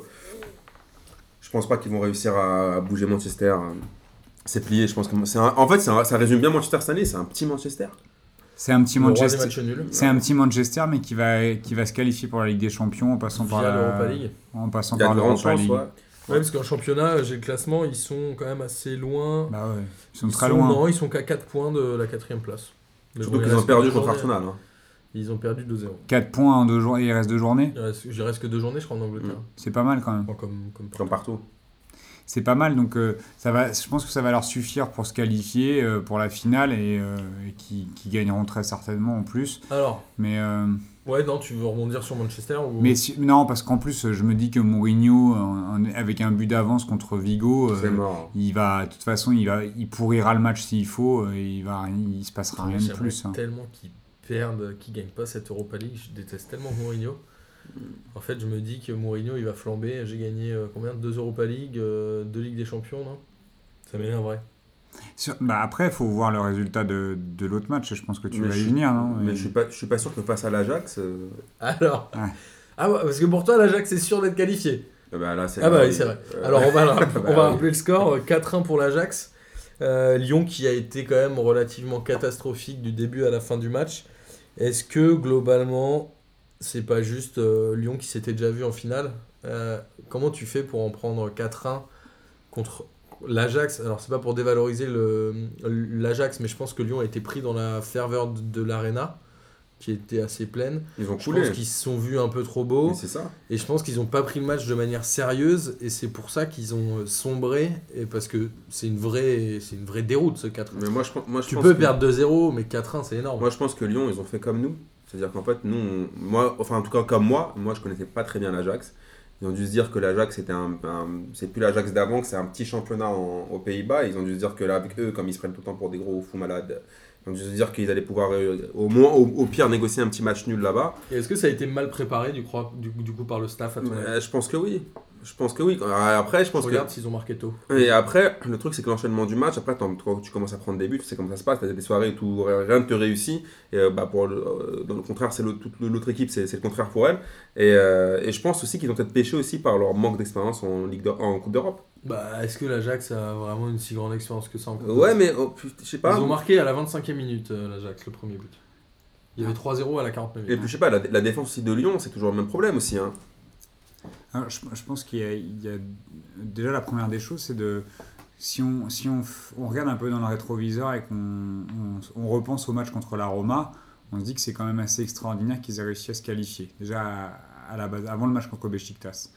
je pense pas qu'ils vont réussir à, à bouger Manchester. euh. C'est plié, je pense que... C'est un- en fait, c'est un- ça résume bien Manchester cette année, c'est un petit Manchester. C'est un petit Le roi des Manchester. matchs nuls. C'est un petit Manchester, mais qui va, qui va se qualifier pour la Ligue des Champions en passant par Via la- l'Europa League. En passant Il y a par de grandes l'Europa chances, League. ouais. Ouais, parce qu'en championnat, j'ai le classement, ils sont quand même assez loin. Bah ouais, ils sont Ils très sont- loin. Non, ils sont qu'à quatre points de la quatrième place. Mais Surtout bon, il qu'ils ont reste perdu deux contre journées. Arsenal. hein. Ils ont perdu deux zéro. quatre points en deux jours, il reste deux journées. Il reste, il reste que deux journées, je crois, en Angleterre. Mm. C'est pas mal quand même. Enfin, comme, comme Comme partout. C'est pas mal, donc euh, ça va, je pense que ça va leur suffire pour se qualifier euh, pour la finale et, euh, et qui, qui gagneront très certainement en plus. Alors, Mais, euh, ouais, non, tu veux rebondir sur Manchester ou... mais si- non, parce qu'en plus, je me dis que Mourinho, en- en- avec un but d'avance contre Vigo, euh, C'est mort. il va, de toute façon, il, va, il pourrira le match s'il faut, euh, il, va, il se passera rien de J'aimerais plus. hein. tellement qu'ils perdent, qu'ils gagnent pas cette Europa League. Je déteste tellement Mourinho. En fait, je me dis que Mourinho, il va flamber. J'ai gagné euh, combien? Deux Europa League, euh, deux Ligues des Champions, non? Ça m'énerverait. Sur- bah après, il faut voir le résultat de, de l'autre match. Je pense que tu Mais vas y je- venir, non Mais Et- je suis pas, je suis pas sûr que face à l'Ajax, euh, Alors. Ouais. Ah ouais, parce que pour toi, l'Ajax est sûr d'être qualifié. eh ben là, c'est. Ah bah oui, c'est vrai. Euh, Alors on va, le- on bah va oui. rappeler le score, euh, quatre un pour l'Ajax. Euh, Lyon qui a été quand même relativement catastrophique du début à la fin du match. Est-ce que globalement, c'est pas juste euh, Lyon qui s'était déjà vu en finale? Euh, Comment tu fais pour en prendre quatre un contre l'Ajax? Alors c'est pas pour dévaloriser le, l'Ajax, mais je pense que Lyon a été pris dans la ferveur de, de l'Arena, qui était assez pleine. Ils ont Je coulé. pense qu'ils se sont vus un peu trop beaux. Mais c'est ça. Et je pense qu'ils n'ont pas pris le match de manière sérieuse et c'est pour ça qu'ils ont euh, sombré et parce que c'est une vraie, c'est une vraie déroute ce quatre un. Mais moi, je, pense- moi, je Tu pense peux que- perdre deux zéro mais quatre un c'est énorme. Moi, je pense que Lyon, ils ont fait comme nous. C'est-à-dire qu'en fait, nous, on- moi, enfin, en tout cas, comme moi, moi, je connaissais pas très bien l'Ajax. Ils ont dû se dire que l'Ajax, c'était un, un- c'est plus l'Ajax d'avant, que c'est un petit championnat en- aux Pays-Bas. Ils ont dû se dire que là, avec eux, comme ils se prennent tout le temps pour des gros fous malades, ils ont dû se dire qu'ils allaient pouvoir, euh, au moins, au, au pire, négocier un petit match nul là-bas. Et est-ce que ça a été mal préparé du, crois- du, du coup par le staff à ton avis? Euh, je pense que oui. Je pense que oui. Après, je pense que. Regarde s'ils ont marqué tôt. Et après, le truc, c'est que l'enchaînement du match, après, t'en- toi, tu commences à prendre des buts, tu sais comment ça se passe, t'as des soirées où tout, rien ne te réussit. Et euh, bah, pour le, euh, dans le contraire, c'est l'autre, toute l'autre équipe, c'est, c'est le contraire pour elle. Et, euh, et je pense aussi qu'ils ont peut-être pêché aussi par leur manque d'expérience en, Ligue d'Eu- en Coupe d'Europe. Bah, est-ce que l'Ajax a vraiment une si grande expérience que ça en Coupe Ouais, mais oh, putain, je sais Ils pas. ont marqué à la vingt-cinquième minute euh, l'Ajax, le premier but. Il y avait trois zéro à la quarante-neuvième. Et puis, je sais pas, la, la défense aussi de Lyon, c'est toujours le même problème aussi. Hein. Alors, je, je pense qu'il y a, il y a- déjà la première des choses, c'est de si on si on, f- on regarde un peu dans le rétroviseur et qu'on on, on repense au match contre la Roma, on se dit que c'est quand même assez extraordinaire qu'ils aient réussi à se qualifier. Déjà à, à la base, avant le match contre Beşiktaş.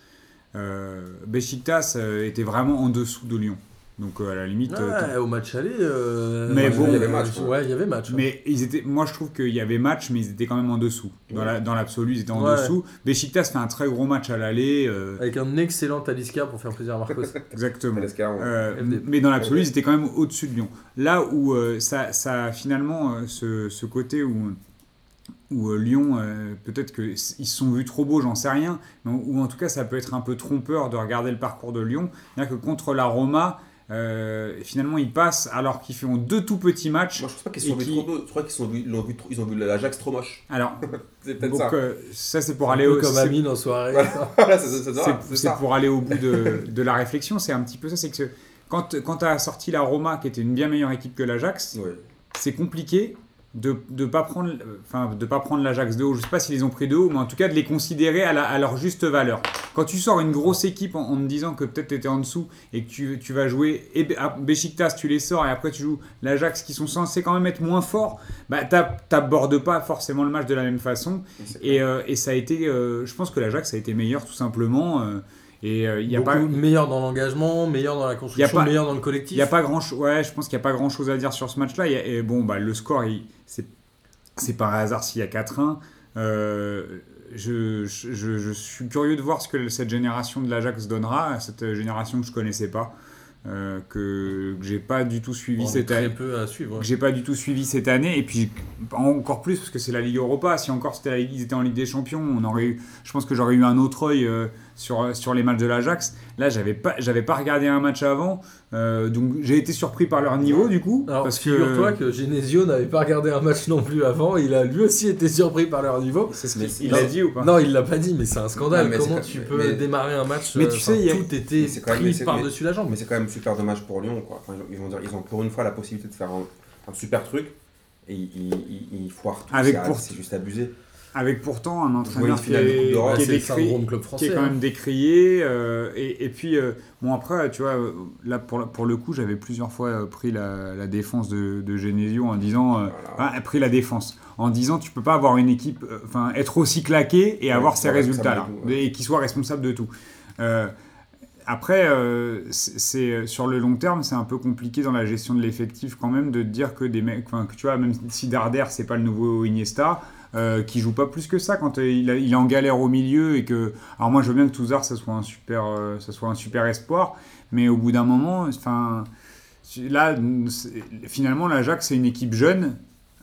Euh, Beşiktaş euh, était vraiment en dessous de Lyon. Donc euh, à la limite. euh, Ouais, au match aller. euh, Mais ouais, bon, il y avait match, Ouais, quoi. il y avait match. ouais. Mais ils étaient, moi je trouve qu'il y avait match, mais ils étaient quand même en dessous. Dans, Ouais. la, dans l'absolu, ils étaient en Ouais. dessous. Beşiktaş fait un très gros match à l'aller. euh, Avec un excellent Talisca pour faire plaisir à Marcos. exactement. L S K, on- Euh, F D. mais dans l'absolu, ils étaient quand même au-dessus de Lyon. Là où euh, ça, ça a finalement euh, ce, ce côté où, où euh, Lyon, euh, peut-être qu'ils se sont vus trop beaux, j'en sais rien, mais ou en tout cas ça peut être un peu trompeur de regarder le parcours de Lyon. C'est-à-dire que contre la Roma, euh, finalement ils passent alors qu'ils font deux tout petits matchs. Moi, je pense pas qu'ils se sont Et vus qui- trop beaux. Je crois qu'ils sont vus- ils l'ont vu trop- ils ont vu l'Ajax trop moche. Alors, C'est peut-être donc ça. euh, ça c'est pour Un aller peu au comme c'est- Amine en soirée. Voilà, c'est, c'est, c'est ça. c'est, c'est c'est ça. pour aller au bout de, de la réflexion, c'est un petit peu ça, c'est que quand, quand tu as sorti la Roma, qui était une bien meilleure équipe que l'Ajax, Ouais. c'est compliqué de ne pas prendre, enfin, de pas prendre l'Ajax de haut. Je sais pas s'ils les ont pris de haut, mais en tout cas de les considérer à, la- à leur juste valeur. Quand tu sors une grosse équipe en, en me disant que peut-être tu étais en dessous et que tu, tu vas jouer et Be- à Beşiktaş, tu les sors et après tu joues l'Ajax qui sont censés quand même être moins forts, bah t'abordes pas forcément le match de la même façon. C'est Et, clair. euh, et ça a été, euh, je pense que l'Ajax a été meilleur tout simplement. euh, et il n'y a Beaucoup pas, meilleur dans l'engagement, meilleur dans la construction, pas- meilleur dans le collectif. il y a pas grand chose. Ouais, je pense qu'il n'y a pas grand chose à dire sur ce match-là. Il y a- Et bon, bah, le score, il- c'est, c'est par hasard s'il y a quatre un. Euh, je, je, je- je suis curieux de voir ce que cette génération de l'Ajax donnera, cette génération que je connaissais pas, euh, que, que j'ai pas du tout suivi On est cette très année. peu à suivre. Que j'ai pas du tout suivi cette année, et puis encore plus parce que c'est la Ligue Europa. Si encore c'était la Ligue- ils étaient en Ligue des Champions, on aurait eu, je pense que j'aurais eu un autre œil euh, sur, sur les matchs de l'Ajax. Là, j'avais pas, j'avais pas regardé un match avant, euh, donc j'ai été surpris par leur niveau du coup. Alors, parce figure-toi que que Genesio n'avait pas regardé un match non plus avant, il a lui aussi été surpris par leur niveau. c'est ce Mais qu'il c'est- il non, a dit ou pas? Non, il l'a pas dit, mais c'est un scandale. Non, mais c'est Comment quand- tu mais- peux mais- démarrer un match Mais euh, tu enfin, sais, il y a- tout était mais c'est quand même- mais pris c'est- par-dessus la jambe. Mais c'est quand même super dommage pour Lyon, quoi. Enfin, ils, vont dire, ils ont pour une fois la possibilité de faire un, un super truc et ils, ils, ils foirent tout. Avec c'est, pour- c'est juste abusé. Avec pourtant un Jouer une entraîneur qui finale de Coupe est, d'Europe, qui est c'est le décrit- syndrome club qui français. est quand hein. même décrié. euh, et, et puis, euh, bon, après, tu vois, euh, là, pour, pour le coup, j'avais plusieurs fois euh, pris la, la défense de, de Genesio en disant. euh, Voilà. enfin, pris la défense. En disant, tu peux pas avoir une équipe. euh, Enfin, être aussi claqué et avoir Ouais, ces soit résultats-là. responsable de tout, ouais. Et qui soit responsable de tout. Euh, après, euh, c'est c'est- sur le long terme, c'est un peu compliqué dans la gestion de l'effectif quand même de te dire que des mecs, enfin, que tu vois, même si Darder c'est pas le nouveau Iniesta, euh, qui joue pas plus que ça quand euh, il, a- il est en galère au milieu et que, alors moi je veux bien que Touzard ça soit un super, euh, ça soit un super espoir, mais au bout d'un moment, enfin, là c'est- finalement l'Ajax c'est une équipe jeune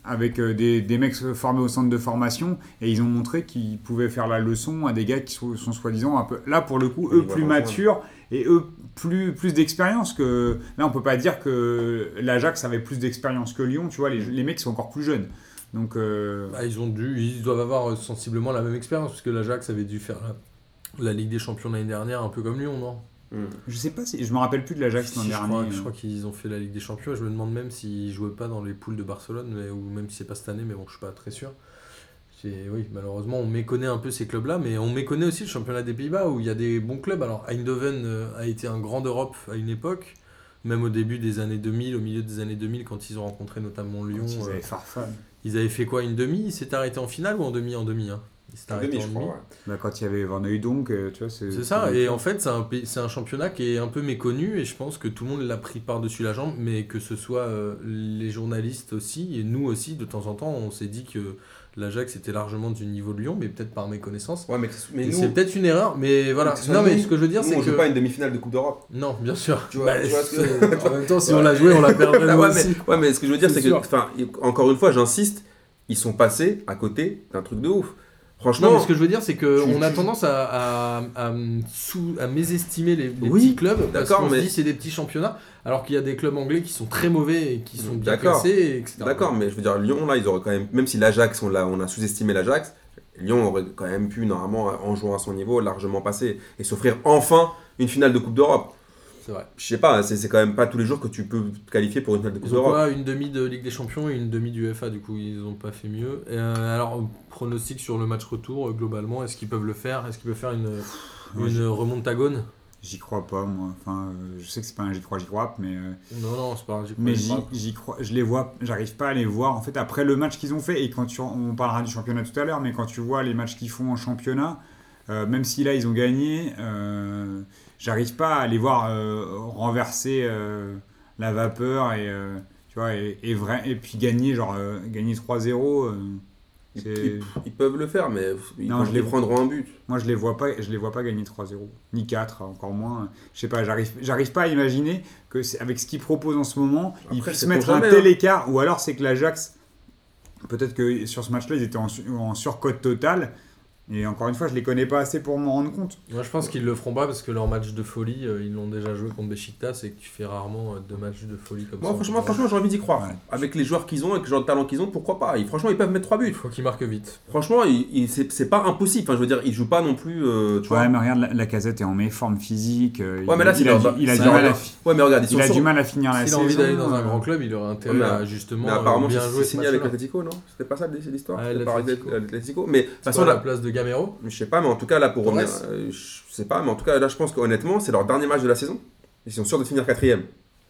avec euh, des, des mecs formés au centre de formation, et ils ont montré qu'ils pouvaient faire la leçon à des gars qui sont, sont soi-disant un peu, là pour le coup, eux plus matures, et eux plus, plus d'expérience que... Là on peut pas dire que l'Ajax avait plus d'expérience que Lyon, tu vois, les, les mecs sont encore plus jeunes. Donc, euh... bah, ils, ont dû, ils doivent avoir sensiblement la même expérience, parce que l'Ajax avait dû faire la, la Ligue des Champions l'année dernière, un peu comme Lyon, non ? Mmh. Je sais pas si je me rappelle plus de l'Ajax si, l'an si, dernier. Je crois, euh... je crois qu'ils ont fait la Ligue des Champions et je me demande même s'ils jouaient pas dans les poules de Barcelone mais, ou même si c'est pas cette année mais bon je suis pas très sûr. C'est, oui malheureusement on méconnaît un peu ces clubs là mais on méconnaît aussi le championnat des Pays-Bas où il y a des bons clubs. Alors Eindhoven euh, a été un grand d'Europe à une époque même au début des années deux mille, au milieu des années deux mille quand ils ont rencontré notamment Lyon. Ils euh, avaient Farfan. Ils avaient fait quoi une demi? Ils s'étaient arrêtés en finale ou en demi en demi hein C'est un demi, je crois, ouais. Bah, quand il y avait Van Hooijdonk, tu vois, c'est... C'est ça, et en fait, c'est un, c'est un championnat qui est un peu méconnu, et je pense que tout le monde l'a pris par-dessus la jambe, mais que ce soit euh, les journalistes aussi, et nous aussi, de temps en temps, on s'est dit que l'Ajax était largement du niveau de Lyon, mais peut-être par méconnaissance. Ouais, mais, mais Et nous, c'est peut-être une erreur, mais voilà. Mais non, nous, mais ce que je veux dire, nous, c'est on que... joue pas une demi-finale de Coupe d'Europe. Non, bien sûr. Tu vois, Bah, tu vois ce que... En même temps, si on l'a joué, on l'a perdu ah, ouais, aussi. mais, ouais, mais ce que je veux dire, C'est c'est, sûr. que, enfin, encore une fois, j'insiste, ils sont passés à côté d'un truc de ouf. Franchement, Non, mais ce que je veux dire, c'est qu'on tu- a tu- tendance à, à, à, sous, à mésestimer les, les Oui, petits clubs parce d'accord, qu'on mais- se dit c'est des petits championnats, alors qu'il y a des clubs anglais qui sont très mauvais et qui sont bien D'accord. classés, et cetera. d'accord, mais je veux dire, Lyon, là, ils auraient quand même, même si l'Ajax, on, l'a, on a sous-estimé l'Ajax, Lyon aurait quand même pu, normalement, en jouant à son niveau, largement passer et s'offrir enfin une finale de Coupe d'Europe. C'est vrai. Je sais pas, c'est, c'est quand même pas tous les jours que tu peux te qualifier pour une finale de Coupe Ils ont d'Europe. quoi, une demi de Ligue des Champions et une demi du F A, du coup ils ont pas fait mieux. Et, euh, alors, pronostic sur le match retour, euh, globalement, est-ce qu'ils peuvent le faire? Est-ce qu'ils peuvent faire une, moi, une j'y- remontagone? J'y crois pas, moi. Enfin, euh, je sais que c'est pas un j'y crois, j'y crois, mais... euh, Non, non, c'est pas un j'y crois, Mais j'y j'y, crois. j'y crois, je les vois, j'arrive pas à les voir. En fait, après le match qu'ils ont fait, et quand tu, on parlera du championnat tout à l'heure, mais quand tu vois les matchs qu'ils font en championnat, euh, même si là ils ont gagné, euh, j'arrive pas à les voir euh, renverser euh, la vapeur et, euh, tu vois, et, et, vrai, et puis gagner, genre euh, gagner trois zéro. Euh, Ils, c'est... ils- ils peuvent le faire, mais ils, Non, je ils les- prendront un but. Moi, je les vois pas, je les vois pas gagner trois zéro, ni quatre, encore moins. Je sais pas, j'arrive, j'arrive pas à imaginer que c'est, avec ce qu'ils proposent en ce moment, ils Après, puissent c'est mettre pour un jamais, tel hein. écart, ou alors c'est que l'Ajax, peut-être que sur ce match-là, ils étaient en, su- en surcote totale. Et encore une fois, je les connais pas assez pour m'en rendre compte. Moi je pense qu'ils le feront pas parce que leur match de folie, euh, ils l'ont déjà joué contre Beşiktaş et que tu fais rarement euh, deux matchs de folie comme Moi, ça. franchement, franchement, j'ai envie d'y croire. Ouais. Avec les joueurs qu'ils ont, avec le genre de talent qu'ils ont, pourquoi pas? Ils- franchement, ils peuvent mettre trois buts. Il faut qu'ils marquent vite. Franchement, il- il- c'est, c'est pas impossible. Enfin, je veux dire, ils jouent pas non plus. euh, tu vois. Ouais, mais regarde, la, la Casette est en méforme physique. euh, Ouais, il, mais là, c'est il, a, leur- du, il a c'est du leur- mal à, fi- Ouais, mais regarde, ils sont il a sur- du mal à finir la S'il saison. a envie d'aller dans un euh, grand club, il aurait intérêt Ouais, mais- à justement Mais euh, apparemment, bien c'est, jouer c'est ce signé avec match-là. l'Atlético, non? C'était pas ça l'histoire? Ouais, C'était pas avec l'Atlético. l'Atlético. Mais de toute C'est façon, quoi, la là, place de Gamero. je sais pas, mais en tout cas, là, pour Torres. revenir. euh, je sais pas, mais en tout cas, là, je pense qu'honnêtement, c'est leur dernier match de la saison. Ils sont sûrs de finir quatrième.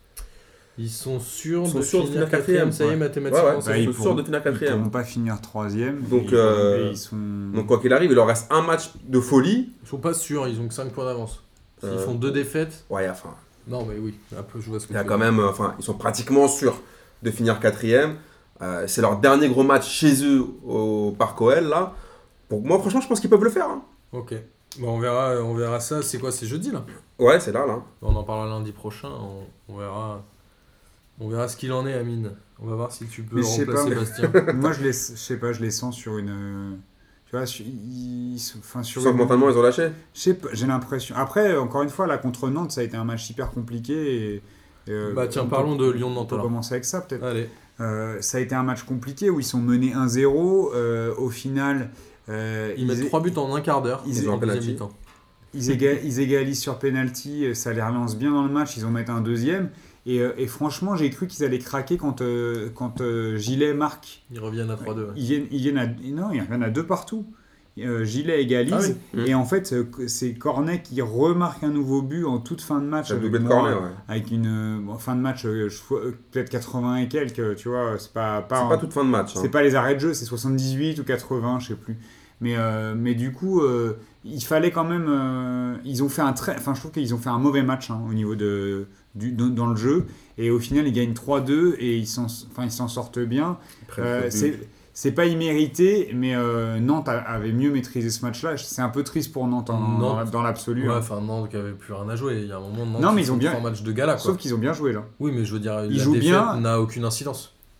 Ils sont sûrs Ils sont de sûrs de finir finir quatrième, quatrième, ça y est, ouais. mathématiquement. Ouais, ouais, c'est bah, fait. ils ils sont pourront- sûrs de finir Ils quatrième. pourront pas finir troisième. Donc, et, euh, et ils sont... Donc, quoi qu'il arrive, il leur reste un match de folie. Ils sont pas sûrs, ils ont que cinq points d'avance. S'ils Euh, font deux défaites. Ouais, enfin, Non, mais oui, un peu, je vois ce que il y a tu quand veux même. euh, Enfin, ils sont pratiquement sûrs de finir quatrième. Euh, c'est leur dernier gros match chez eux au Parc O L, là. Pour moi, franchement, je pense qu'ils peuvent le faire. hein. Ok. Bon, on verra, on verra ça. C'est quoi, c'est jeudi là? Ouais, c'est là, là. On en parlera lundi prochain. On, on verra. On verra ce qu'il en est, Amine. On va voir si tu peux Mais je sais remplacer pas, Bastien. Moi, je les, je sais pas, je les sens sur une... euh, Tu vois, sur- ils, sont- enfin, Tu sur sens que une- mentalement, ils ont lâché. Je sais pas, j'ai l'impression. Après, encore une fois, là, contre Nantes, ça a été un match hyper compliqué. Et, et, euh, Bah tiens, on parlons peut- de Lyon On Nantes peut alors. commencer avec ça, peut-être. Allez. Euh, ça a été un match compliqué où ils sont menés un zéro. euh, au final, euh, Ils mettent é- trois buts en un quart d'heure. ils en ont un deuxième penalty. mi-temps. ils, éga- ils égalisent sur penalty. Ça les relance bien dans le match. Ils en mettent un deuxième. Et, euh, et franchement, j'ai cru qu'ils allaient craquer quand, euh, quand euh, Gilet marque. Ils reviennent à trois deux. ouais. Ils viennent, ils viennent à, non, il y en a deux partout. Euh, Gilet égalise. Ah oui. Et en fait, euh, c'est Cornet qui remarque un nouveau but en toute fin de match. Ça a avec doublé de moi, corner, ouais. Avec une euh, bon, fin de match, euh, je vois, euh, peut-être quatre-vingts et quelques, tu vois. C'est pas, pas, C'est un- pas toute fin de match. hein. c'est pas les arrêts de jeu, c'est soixante-dix-huit ou quatre-vingts, je sais plus. Mais, euh, mais du coup, euh, il fallait quand même. euh, ils ont fait un très. Enfin, je trouve qu'ils ont fait un mauvais match hein, au niveau de, du, dans, dans le jeu. Et au final, ils gagnent trois deux et ils s'en, enfin, ils s'en sortent bien. Ils prennent Euh, le but. c'est, c'est pas immérité, mais euh, Nantes a- avait mieux maîtrisé ce match-là. C'est un peu triste pour Nantes, en- Nantes. dans, dans l'absolu. Ouais, hein. enfin Nantes qui avait plus rien à jouer. Il y a un moment Nantes Non, mais qui ils ont font bien- un match de gala quoi. Sauf qu'ils ont bien joué là. Oui, mais je veux dire, Ils la jouent défaite bien. n'a aucune incidence.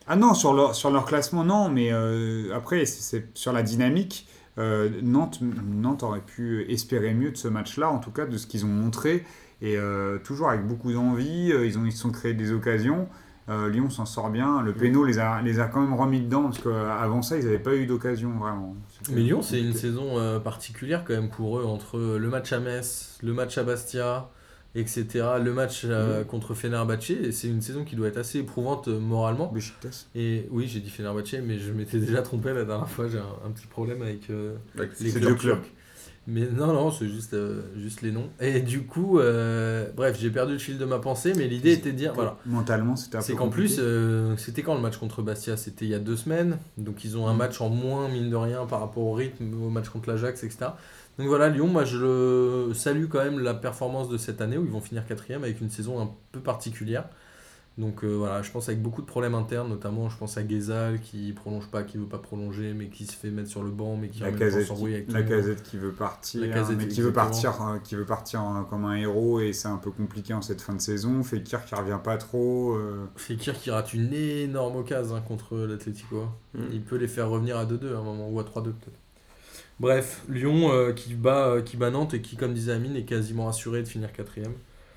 Ah non, sur leur, sur leur classement, non, mais euh, après, c'est, c'est sur la dynamique. euh, Nantes, Nantes aurait pu espérer mieux de ce match-là, en tout cas de ce qu'ils ont montré. Et euh, toujours avec beaucoup d'envie, euh, ils, ont, ils se sont créés des occasions. Euh, Lyon s'en sort bien. Le péno les a, les a quand même remis dedans, parce qu'avant ça, ils n'avaient pas eu d'occasion vraiment. C'était Mais Lyon, c'est une compliqué. saison euh, particulière quand même pour eux, entre le match à Metz, le match à Bastia, et cetera. Le match euh, Mhm. contre Fenerbahçe, et c'est une saison qui doit être assez éprouvante euh, moralement. Beşiktaş. Et oui, j'ai dit Fenerbahçe, mais je m'étais déjà trompé la dernière fois, j'ai un, un petit problème avec euh, Avec- les C'est clubs deux clubs. turcs. Mais non, non, c'est juste, euh, juste les noms. Et du coup, euh, bref, j'ai perdu le fil de ma pensée, mais l'idée était de dire, voilà, Mentalement, c'était un peu c'est qu'en compliqué. plus, euh, c'était quand le match contre Bastia? C'était il y a deux semaines. Donc ils ont un Mm. match en moins, mine de rien, par rapport au rythme, au match contre l'Ajax, et cetera. Donc voilà, Lyon, moi je le salue quand même la performance de cette année où ils vont finir quatrième avec une saison un peu particulière. Donc euh, voilà, je pense avec beaucoup de problèmes internes, notamment je pense à Guézal qui prolonge pas, qui veut pas prolonger, mais qui se fait mettre sur le banc, mais qui en La même temps Casette, s'embrouille qui, avec tout la le monde. Casette qui veut partir, La Casette, mais qui veut exactement. partir, euh, qui veut partir en- comme un héros, et c'est un peu compliqué en cette fin de saison. Fekir qui revient pas trop. euh, Fekir qui rate une énorme occasion hein, contre l'Atlético. Mm. Il peut les faire revenir à deux deux à un moment, ou à trois deux peut-être. Bref, Lyon euh, qui, bat, euh, qui bat Nantes et qui, comme disait Amine, est quasiment assuré de finir quatrième.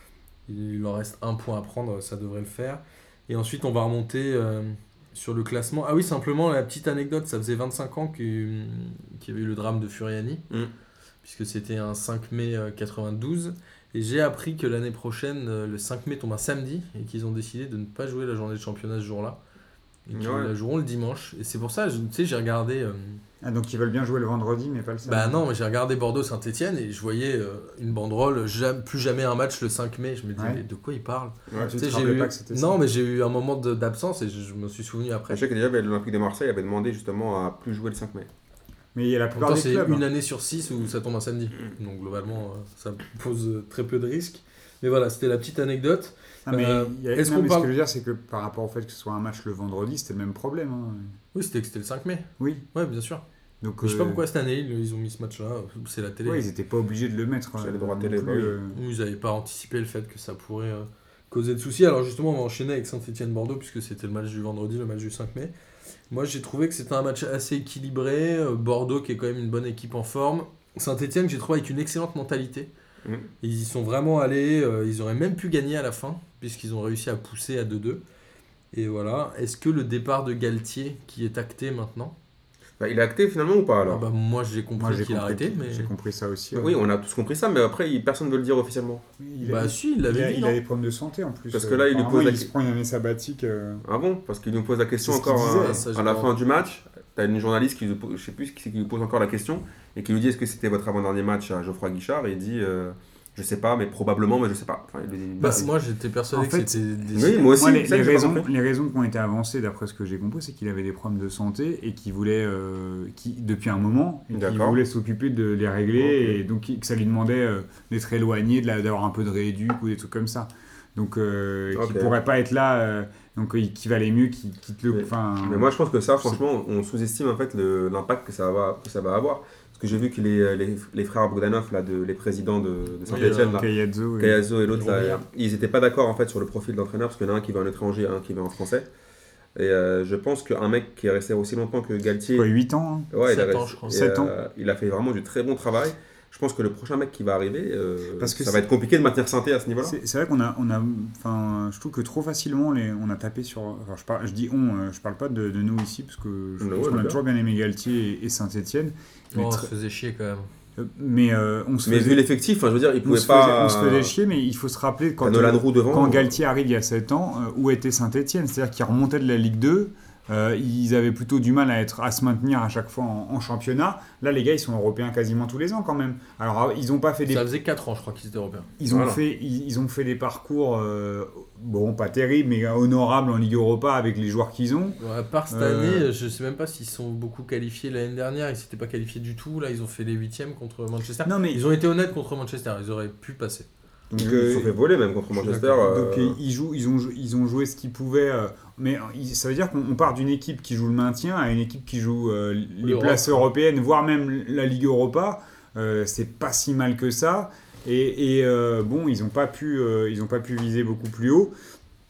Il leur reste un point à prendre, ça devrait le faire. Et ensuite, on va remonter euh, sur le classement. Ah oui, simplement, la petite anecdote, ça faisait vingt-cinq ans que- qu'il y avait eu le drame de Furiani, Mm. puisque c'était un cinq mai euh, quatre-vingt-douze. Et j'ai appris que l'année prochaine, euh, le cinq mai tombe un samedi, et qu'ils ont décidé de ne pas jouer la journée de championnat ce jour-là. Et qu'ils Ouais. la joueront le dimanche. Et c'est pour ça, je- tu sais, j'ai regardé... euh, Ah, donc ils veulent bien jouer le vendredi, mais pas le samedi. bah non, mais j'ai regardé Bordeaux-Saint-Etienne et je voyais euh, une banderole, jam- plus jamais un match le cinq mai. Je me disais, Ouais. mais de quoi il parle? Ouais. Ah, tu Tu sais, te j'ai rappelais eu... pas que c'était Non, ça. mais j'ai eu un moment de- d'absence et je, je me suis souvenu Je après. sais que déjà l'Olympique de Marseille avait demandé justement à plus jouer le cinq mai. Mais il y a la En plupart même temps, des c'est clubs. une hein. année sur six où ça tombe un samedi. Donc globalement, euh, ça pose euh, très peu de risques. Mais voilà, c'était la petite anecdote. Ah, mais Euh, il y a- est-ce non, qu'on mais parle- ce que je veux dire, c'est que par rapport au fait que ce soit un match le vendredi, c'était le même problème. hein. Oui, c'était que c'était le cinq mai. Oui. Ouais, bien sûr. Donc, Mais je sais pas euh, pourquoi cette année, ils, ils ont mis ce match-là. C'est la télé. ouais, ils n'étaient pas obligés de le mettre. C'est euh, les droits non télé, plus, bah oui. euh. Ou ils n'avaient pas anticipé le fait que ça pourrait euh, causer de soucis. Alors justement, on va enchaîner avec Saint-Etienne-Bordeaux, puisque c'était le match du vendredi, le match du cinq mai. Moi, j'ai trouvé que c'était un match assez équilibré. Euh, Bordeaux, qui est quand même une bonne équipe en forme. Saint-Etienne, que j'ai trouvé avec une excellente mentalité. Mm. Ils y sont vraiment allés. euh, ils auraient même pu gagner à la fin, puisqu'ils ont réussi à pousser à deux deux. Et voilà. Est-ce que le départ de Galtier, qui est acté maintenant, Bah, il est acté finalement ou pas ah alors bah, moi j'ai compris Moi, j'ai qu'il a compris, arrêté, qu'il- mais... j'ai compris ça aussi. ouais. Oui, on a tous compris ça, mais après il- personne ne veut le dire officiellement. Il a- Bah si, il il l'avait a, dit, il non a des problèmes de santé en plus. Parce que là, il lui Apparemment, pose la il que- se prend une année sabbatique. euh. Ah bon? Parce qu'il nous pose la question C'est ce qu'il encore disait. euh, Ça, j'ai à la pas fin du match. T'as une journaliste qui lui pose, je sais plus qui c'est qui lui pose encore la question et qui lui dit est-ce que c'était votre avant-dernier match à Geoffroy Guichard et il dit euh, je sais pas, mais probablement, mais je sais pas. Enfin, il lui dit- Bah, il- moi j'étais persuadé En fait, que c'était Oui, décidé. moi aussi. Moi, les, c'est ça les que j'ai pas raisons, compris. les raisons qui ont été avancées, d'après ce que j'ai compris, c'est qu'il avait des problèmes de santé et qu'il voulait, euh, qui, depuis un moment, et qu'il D'accord. voulait s'occuper de les régler Ok. et donc que ça lui demandait euh, d'être éloigné, de la- d'avoir un peu de rééduc ou des trucs comme ça. Donc, euh, Ok. qu'il pourrait pas être là, euh, donc euh, qu'il valait mieux qu'il quitte le. Mais- Enfin, Mais moi, je pense que ça, franchement, on sous-estime en fait le- l'impact que ça va, que ça va avoir. Parce que j'ai vu que les, les, les frères Bogdanov, là, de, les présidents de, de Saint-Etienne, euh, Caiazzo et- Caiazzo et l'autre, là, Robiliard. ils n'étaient pas d'accord en fait sur le profil d'entraîneur parce qu'il y en a un qui va en étranger, un qui va en français. Et euh, je pense qu'un mec qui est resté aussi longtemps que Galtier, quoi, huit ans. hein. ouais, il, a sept ans, resté- je crois. et, sept ans. euh, il a fait vraiment du très bon travail. Je pense que le prochain mec qui va arriver, euh, Parce que ça c'est- va être compliqué de maintenir Saint-Etienne à ce niveau-là. C'est c'est vrai qu'on a, on a, enfin, je trouve que trop facilement, les, on a tapé sur. Enfin, je, parle, je dis on, euh, je parle pas de, de nous ici, parce que je Non, pense ouais, qu'on a d'accord. toujours bien aimé Galtier et, et Saint-Etienne. Mais, Oh, on tr- se faisait chier quand même. euh, mais euh, on se Mais faisait, vu l'effectif, enfin, je veux dire, il on pouvait se pas. faisait, on se faisait chier, mais il faut se rappeler quand, Quand Nolan euh, Roux devant. quand Galtier arrive il y a sept ans, euh, où était Saint-Etienne? C'est-à-dire qu'ils remontaient de la Ligue deux. Euh, ils avaient plutôt du mal à, être, à se maintenir à chaque fois en, en championnat. Là, les gars, ils sont européens quasiment tous les ans quand même. Alors, ils n'ont pas fait des Ça faisait quatre ans, je crois, qu'ils étaient européens. Ils ont, Voilà. fait, ils, ils ont fait des parcours, euh, bon, pas terribles, mais honorables en Ligue Europa avec les joueurs qu'ils ont. Ouais, à part cette Euh, année, je sais même pas s'ils sont beaucoup qualifiés l'année dernière. Ils s'étaient pas qualifiés du tout. Là, ils ont fait les huitièmes contre Manchester. Non, mais Ils ont été honnêtes contre Manchester. Ils auraient pu passer. donc, Ils euh, se sont fait voler même contre je suis Manchester. d'accord. euh, donc, ils, jouent, ils, ont, jou- ils ont joué ce qu'ils pouvaient. euh, mais euh, il- ça veut dire qu'on on part d'une équipe qui joue le maintien à une équipe qui joue euh, les L'Europe. places européennes, voire même la Ligue Europa. Euh, c'est pas si mal que ça. Et, et, euh, bon, ils n'ont pas, pu, euh, ils ont pas pu viser beaucoup plus haut.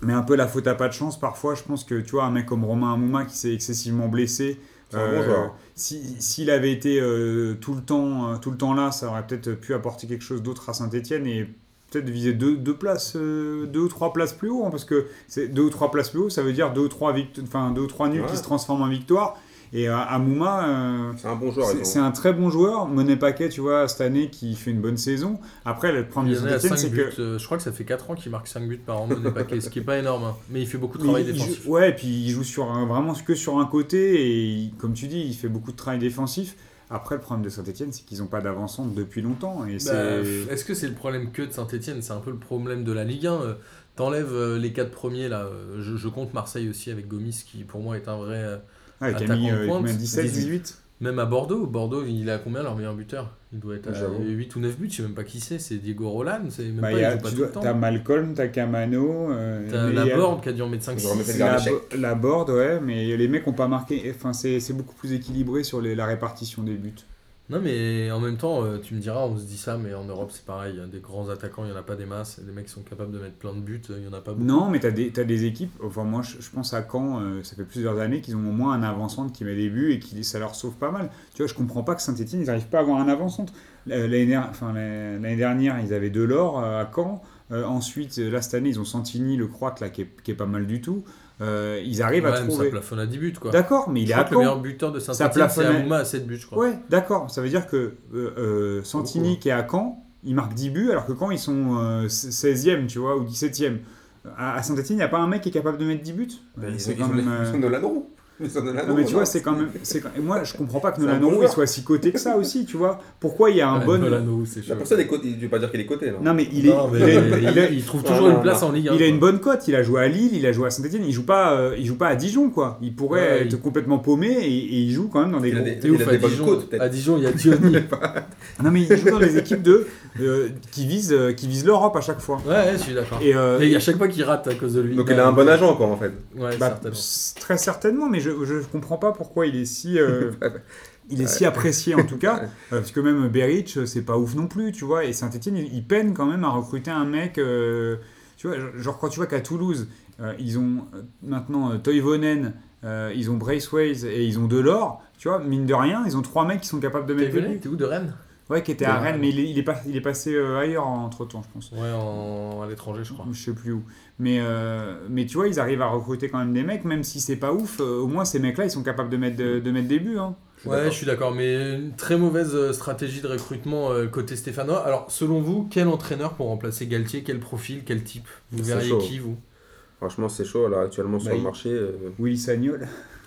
mais un peu la faute à pas de chance parfois. Je pense que tu vois un mec comme Romain Amouma qui s'est excessivement blessé. C'est un bon joueur. Si, s'il avait été euh, tout, le temps, euh, tout le temps là, ça aurait peut-être pu apporter quelque chose d'autre à Saint-Etienne et peut-être viser deux, deux places, euh, deux ou trois places plus haut, hein, parce que c'est deux ou trois places plus haut, ça veut dire deux ou trois, vict- enfin, deux ou trois nuls Ouais. qui se transforment en victoire. Et euh, Amouma, euh, C'est un bon joueur. c'est, ils ont- c'est un très bon joueur. Monet Paquet, tu vois, cette année qui fait une bonne saison. Après, le problème Il de y en a à Saint-Etienne, cinq c'est buts. que euh, je crois que ça fait quatre ans qu'il marque cinq buts par an, Monet Paquet, ce qui est pas énorme. hein. Mais il fait beaucoup de Mais travail il- il défensif. joue- ouais, et puis il joue sur un- vraiment que sur un côté et il- comme tu dis, il fait beaucoup de travail défensif. Après, le problème de Saint-Etienne, c'est qu'ils n'ont pas d'avancante depuis longtemps. Et Bah, c'est... Est-ce que c'est le problème que de Saint-Etienne? C'est un peu le problème de la Ligue un. euh, T'enlèves euh, les quatre premiers là. euh, Je, je compte Marseille aussi avec Gomis qui pour moi est un vrai. euh, Ah, il a attaquant mis de euh, pointe, combien, dix-sept, dix-huit. dix-huit Même à Bordeaux, Bordeaux, il a combien leur meilleur buteur? Il doit être à J'avoue. huit ou neuf buts, je sais même pas qui c'est, c'est Diego Roland, c'est même Bah, pas, il y il a- joue pas tu tout dois- le temps. t'as Malcolm, t'as Camano. euh, T'as mais la il y a- Borde qui a dû en mettre cinq J'aurais mis six. fait La, garder chèque. bo- la board, ouais, mais les mecs ont pas marqué. Enfin, c'est, c'est beaucoup plus équilibré sur les- la répartition des buts. Non mais en même temps, euh, tu me diras, on se dit ça, mais en Europe c'est pareil, des grands attaquants, il n'y en a pas des masses, des mecs qui sont capables de mettre plein de buts, il n'y en a pas beaucoup. Non, mais t'as des, t'as des équipes. Enfin, moi, je, je pense à Caen, euh, ça fait plusieurs années qu'ils ont au moins un avant-centre qui met des buts et qui ça leur sauve pas mal. Tu vois, je comprends pas que Saint-Etienne, ils n'arrivent pas à avoir un avant-centre. Euh, L'année, der- enfin, la- l'année dernière, ils avaient Delors euh, à Caen. Euh, ensuite, euh, là, cette année, ils ont Santini, le Croate, là, qui est, qui est pas mal du tout. Euh, ils arrivent Ouais, à mais trouver. ça plafonne à dix buts quoi. D'accord, mais il Je est crois à que le meilleur Caen. buteur de Ça Saint-Etienne c'est plafonnait. Amouma à sept buts je crois. Ouais, d'accord. Ça veut dire que euh, euh, Santini, Beaucoup, hein. qui est à Caen, il marque dix buts, alors que Caen, ils sont euh, seizième, tu vois, ou dix-septième. À, à Saint-Etienne, il n'y a pas un mec qui est capable de mettre dix buts. Bah, Euh, Ils c'est ont- quand ils ont- même, ils euh, ont Nolan Roux. Ils ont Nolan Non, mais Roux, tu vois, non c'est quand même. C'est quand... et moi, je comprends pas que C'est un Nolan bon Roux il joueur. soit si coté que ça aussi, tu vois. Pourquoi il y a un Ouais, bon. Nolan Roux, c'est chaud. La personne est côté. Je vais pas dire qu'il est côté là. Non, mais il, est... Non, mais il, a une... il a- il trouve Non, toujours non, une place non. en Ligue un. il a une quoi. bonne cote. Il a joué à Lille, il a joué à Saint-Etienne. Il joue pas, euh, il joue pas à Dijon, quoi. Il pourrait Ouais, être il- complètement paumé et... et il joue quand même dans des Il a gros. des- T'es ouf, il a à des bonnes Dijon, côtes, peut-être. à Dijon, il y a Diony. Non, mais il joue dans des équipes de euh, qui visent euh, qui visent l'Europe à chaque fois. Ouais, ouais, je suis d'accord. Et, euh, Et à chaque fois qu'il rate à cause de lui. Donc il a un bon agent quoi en fait. Ouais, Bah, certainement. c- très certainement, mais je je comprends pas pourquoi il est si euh, il est si apprécié en tout cas, euh, parce que même Beric euh, c'est pas ouf non plus, tu vois. Et Saint-Etienne il, il peine quand même à recruter un mec, euh, tu vois, genre quand tu vois qu'à Toulouse euh, ils ont euh, maintenant euh, Toivonen, euh, ils ont Braithwaite et ils ont Delors, tu vois, mine de rien ils ont trois mecs qui sont capables de T'es mettre des venu buts. T'es où de Rennes? Ouais, qui était De à Rennes, Rennes. mais il est, il est, pas, il est passé euh, ailleurs entre temps, je pense. Ouais, en... à l'étranger, je crois. Je sais plus où. Mais, euh, mais tu vois, ils arrivent à recruter quand même des mecs, même si c'est pas ouf. euh, au moins, ces mecs-là, ils sont capables de mettre, de, de mettre des buts. Hein. Je suis Ouais, d'accord. je suis d'accord, mais une très mauvaise euh, stratégie de recrutement euh, côté stéphanois. Alors, selon vous, quel entraîneur pour remplacer Galtier? Quel profil? Quel type? Vous C'est verriez chaud. qui, vous? Franchement c'est chaud là actuellement sur Bah, le il- marché. euh, Willy Sagnol.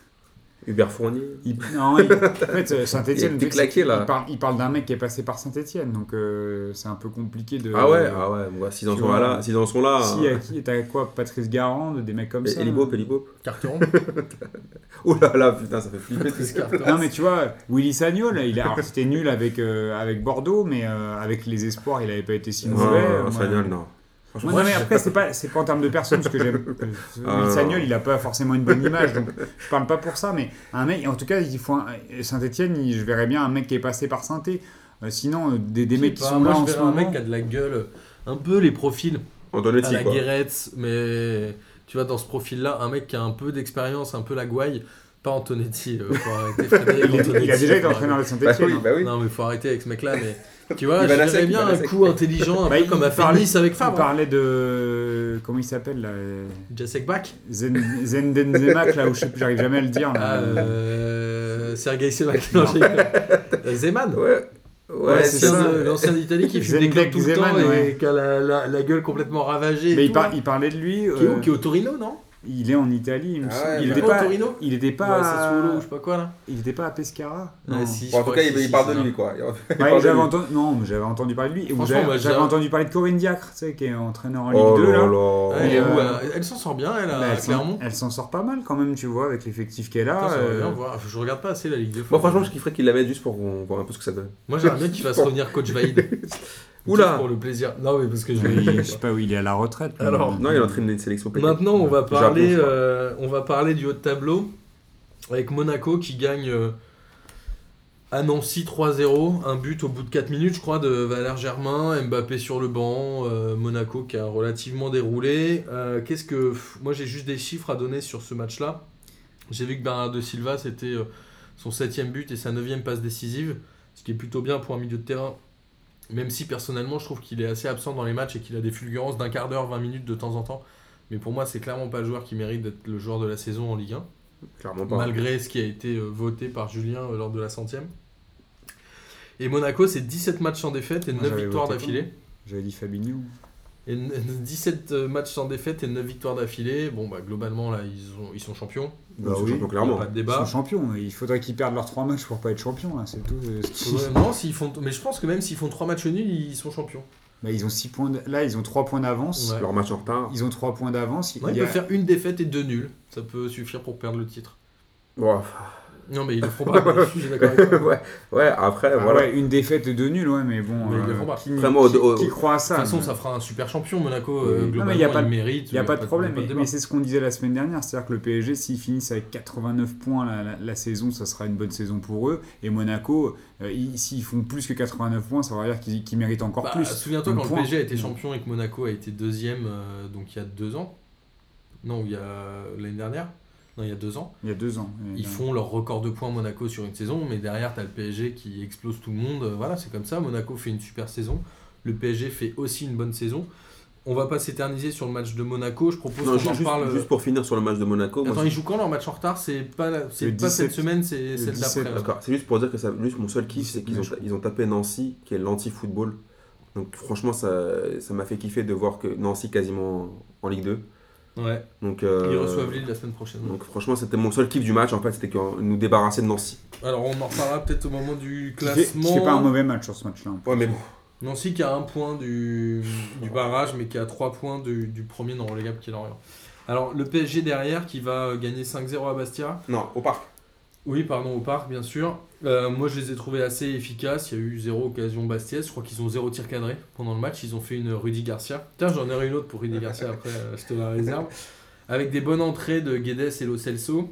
Hubert Fournier. Il, non, il- en fait, euh, Saint-Etienne, Il était claqué, là. il, parle, il parle d'un mec qui est passé par Saint-Etienne, donc euh, c'est un peu compliqué de. Ah ouais, ah ouais, moi, s'ils en tu sont vois, là, s'ils en sont là. Si, hein. à qui t'as quoi Patrice Garande, des mecs comme ça. Elibop, Elibop. Carteron? Oh là là, putain, ça fait flipper. Patrice Carteron. Non mais tu vois, Willy Sagnol, il a, alors c'était nul avec, euh, avec Bordeaux, mais euh, avec les espoirs, il avait pas été si Non, mauvais. Moi, Sagnol, non. Ouais, Franchement, non, mais après, c'est pas, c'est pas en termes de personnes, parce que j'aime. euh, Ah, Willy non. Sagnol, il a pas forcément une bonne image, donc je parle pas pour ça, mais un mec, en tout cas, il faut un- Saint-Etienne, je verrais bien un mec qui est passé par Saint-Etienne. Euh, sinon, euh, des, des Je sais mecs qui pas, sont moi, là je en ce verrais un moment. mec qui a de la gueule, un peu les profils à Antonetti, la quoi. Guéretz, mais tu vois, dans ce profil-là, un mec qui a un peu d'expérience, un peu la gouaille, pas Antonetti, euh, faut arrêter. Frédéric Il, est- Antonetti, il a déjà été faut entraîneur de Bah Saint-Etienne. oui, bah oui. Non, mais faut arrêter avec ce mec-là, mais tu vois, Il je va la verrais sec, bien il va la un sec. coup intelligent, un Bah, peu il comme a fait parlait- Nice avec Il Favre. hein. parlait de. Comment il s'appelle là euh, Jacek Bach. Zen, Zenden Zemak, là où je sais plus, j'arrive jamais à le dire. Là. Ah, euh, Sergei Semak. Non, j'ai- Euh, Zeman. Ouais. Ouais, Ouais, c'est c'est L'ancien ça. de- l'ancien d'Italie qui fume des Zendek clopes tout le temps Zeman, et ouais. qui a la, la, la gueule complètement ravagée. et Mais il, tout, par- là. il parlait de lui. Qui est où euh, Qui est au Torino, non? Il est en Italie, il me Ah semble. ouais, il, bah. était Pas pas, au Torino il était pas. Ouais, Sassuolo, je sais pas quoi là. Il était pas à Pescara. Ouais, Non. si, je Bon, en tout crois cas, que il, si, il si, parle c'est de ça. lui, quoi. Il Ouais, parle de j'avais lui. entendu, non, mais j'avais entendu parler de lui. Et Franchement, j'avais, moi, j'avais j'ai- entendu parler de Corinne Diacre, tu sais, qui est entraîneur en Ligue Oh deux. là Là. là. Ouais, elle, est Et, où, euh, euh, elle s'en sort bien, elle, Bah, à elle, s'en, Clermont. elle s'en sort pas mal quand même, tu vois, avec l'effectif qu'elle a. Putain, ça va euh, bien voir. Je regarde pas assez la Ligue deux. Moi, franchement, je kifferais qu'il l'avait juste pour qu'on voit un peu ce que ça donne. Moi, j'aimerais bien qu'il fasse revenir Coach Vaïd. Oula. Juste pour le plaisir. Non, mais parce que je il- vais. je sais pas où il est à la retraite. mais- Alors, Non, il entraîne une sélection pétée. Maintenant, on va Japon, parler, je crois. euh, on va parler du haut de tableau avec Monaco qui gagne euh, À Nancy trois zéro, un but au bout de quatre minutes je crois de Valère Germain, Mbappé sur le banc, euh, Monaco qui a relativement déroulé. Euh, qu'est-ce que pff, moi j'ai juste des chiffres à donner sur ce match-là. J'ai vu que Bernardo Silva c'était euh, son septième but et sa neuvième passe décisive, ce qui est plutôt bien pour un milieu de terrain. Même si personnellement je trouve qu'il est assez absent dans les matchs et qu'il a des fulgurances d'un quart d'heure, vingt minutes de temps en temps. Mais pour moi c'est clairement pas le joueur qui mérite d'être le joueur de la saison en Ligue un. Clairement pas. Malgré ce qui a été euh, voté par Julien euh, lors de la centième. Et Monaco, c'est dix-sept matchs sans défaite et Moi, neuf j'avais victoires voté d'affilée. J'avais dit Fabinho. Et dix-sept matchs sans défaite et neuf victoires d'affilée. Bon, bah, globalement, là, ils, ont, ils sont champions. Ils Bah sont oui. champions, Pas clairement. de Ils sont débat. champions. Il faudrait qu'ils perdent leurs trois matchs pour pas être champions. Là. C'est tout. euh, ce qui- Ouais, non, s'ils font... Mais je pense que même s'ils font trois matchs nuls, ils sont champions. Bah, ils ont six points. de- Là, ils ont trois points d'avance. Ouais. Leur match en retard. Ils ont trois points d'avance. Ouais, Il ils y a- peuvent faire une défaite et deux nuls. Ça peut suffire pour perdre le titre. Ouais, Non, mais ils le feront pas. Je suis d'accord avec toi. ouais, ouais, après, Ah voilà. ouais, une défaite et deux nuls, ouais, mais bon. Mais ils le euh, feront pas. qui, Après, moi, au- qui- au- qui croit à ça De toute façon, mais- ça fera un super champion, Monaco. Oui. Euh, Non, globalement, mais y a pas il de- mérite. Il n'y a pas de problème, y a mais, débat. mais c'est ce qu'on disait la semaine dernière, c'est-à-dire que le P S G, s'ils finissent avec quatre-vingt-neuf points la, la- la saison, ça sera une bonne saison pour eux. Et Monaco, euh, ils- s'ils font plus que quatre-vingt-neuf points, ça veut dire qu'ils, qu'ils méritent encore Bah, plus. souviens-toi Un quand point. le P S G a été champion et que Monaco a été deuxième, euh, donc il y a deux ans. Non, il y a l'année dernière. Non, il y a deux ans. Il y a deux ans. Et Ils là- font leur record de points Monaco sur une saison, mais derrière, tu as le P S G qui explose tout le monde. Euh, Voilà, c'est comme ça. Monaco fait une super saison. Le P S G fait aussi une bonne saison. On va pas s'éterniser sur le match de Monaco. Je propose Non, qu'on juste, en juste- parle. juste pour finir sur le match de Monaco. moi, Attends, c'est- ils jouent quand leur match en retard? C'est pas, la- c'est Le pas cette dix-sept. semaine, c'est Le celle dix-sept, d'après. D'accord, c'est juste pour dire que ça, juste mon seul kiff, c'est qu'ils ont, dix-sept mai, ils ont tapé Nancy, qui est l'anti-football. Donc franchement, ça, ça m'a fait kiffer de voir que Nancy quasiment en Ligue deux. Ouais. Donc, euh, Ils reçoivent Lille la semaine prochaine. donc franchement, c'était mon seul kiff du match, en fait, c'était qu'on nous débarrasser de Nancy. Alors, on en reparlera peut-être au moment du Qui fait, classement. qui fait pas un mauvais match sur ce match-là. Ouais, mais bon. Nancy qui a un point du, du barrage, mais qui a trois points du, du premier non relégable qui est Lorient. Alors, le P S G derrière qui va gagner cinq zéro à Bastia. Non, au parc. Oui, pardon, au parc, bien sûr. Euh, moi, je les ai trouvés assez efficaces. Il y a eu zéro occasion Bastiaise. Je crois qu'ils ont zéro tir cadré pendant le match. Ils ont fait une Rudy Garcia. Tiens, j'en aurai une autre pour Rudy Garcia après, euh, je te la réserve. Avec des bonnes entrées de Guedes et Lo Celso.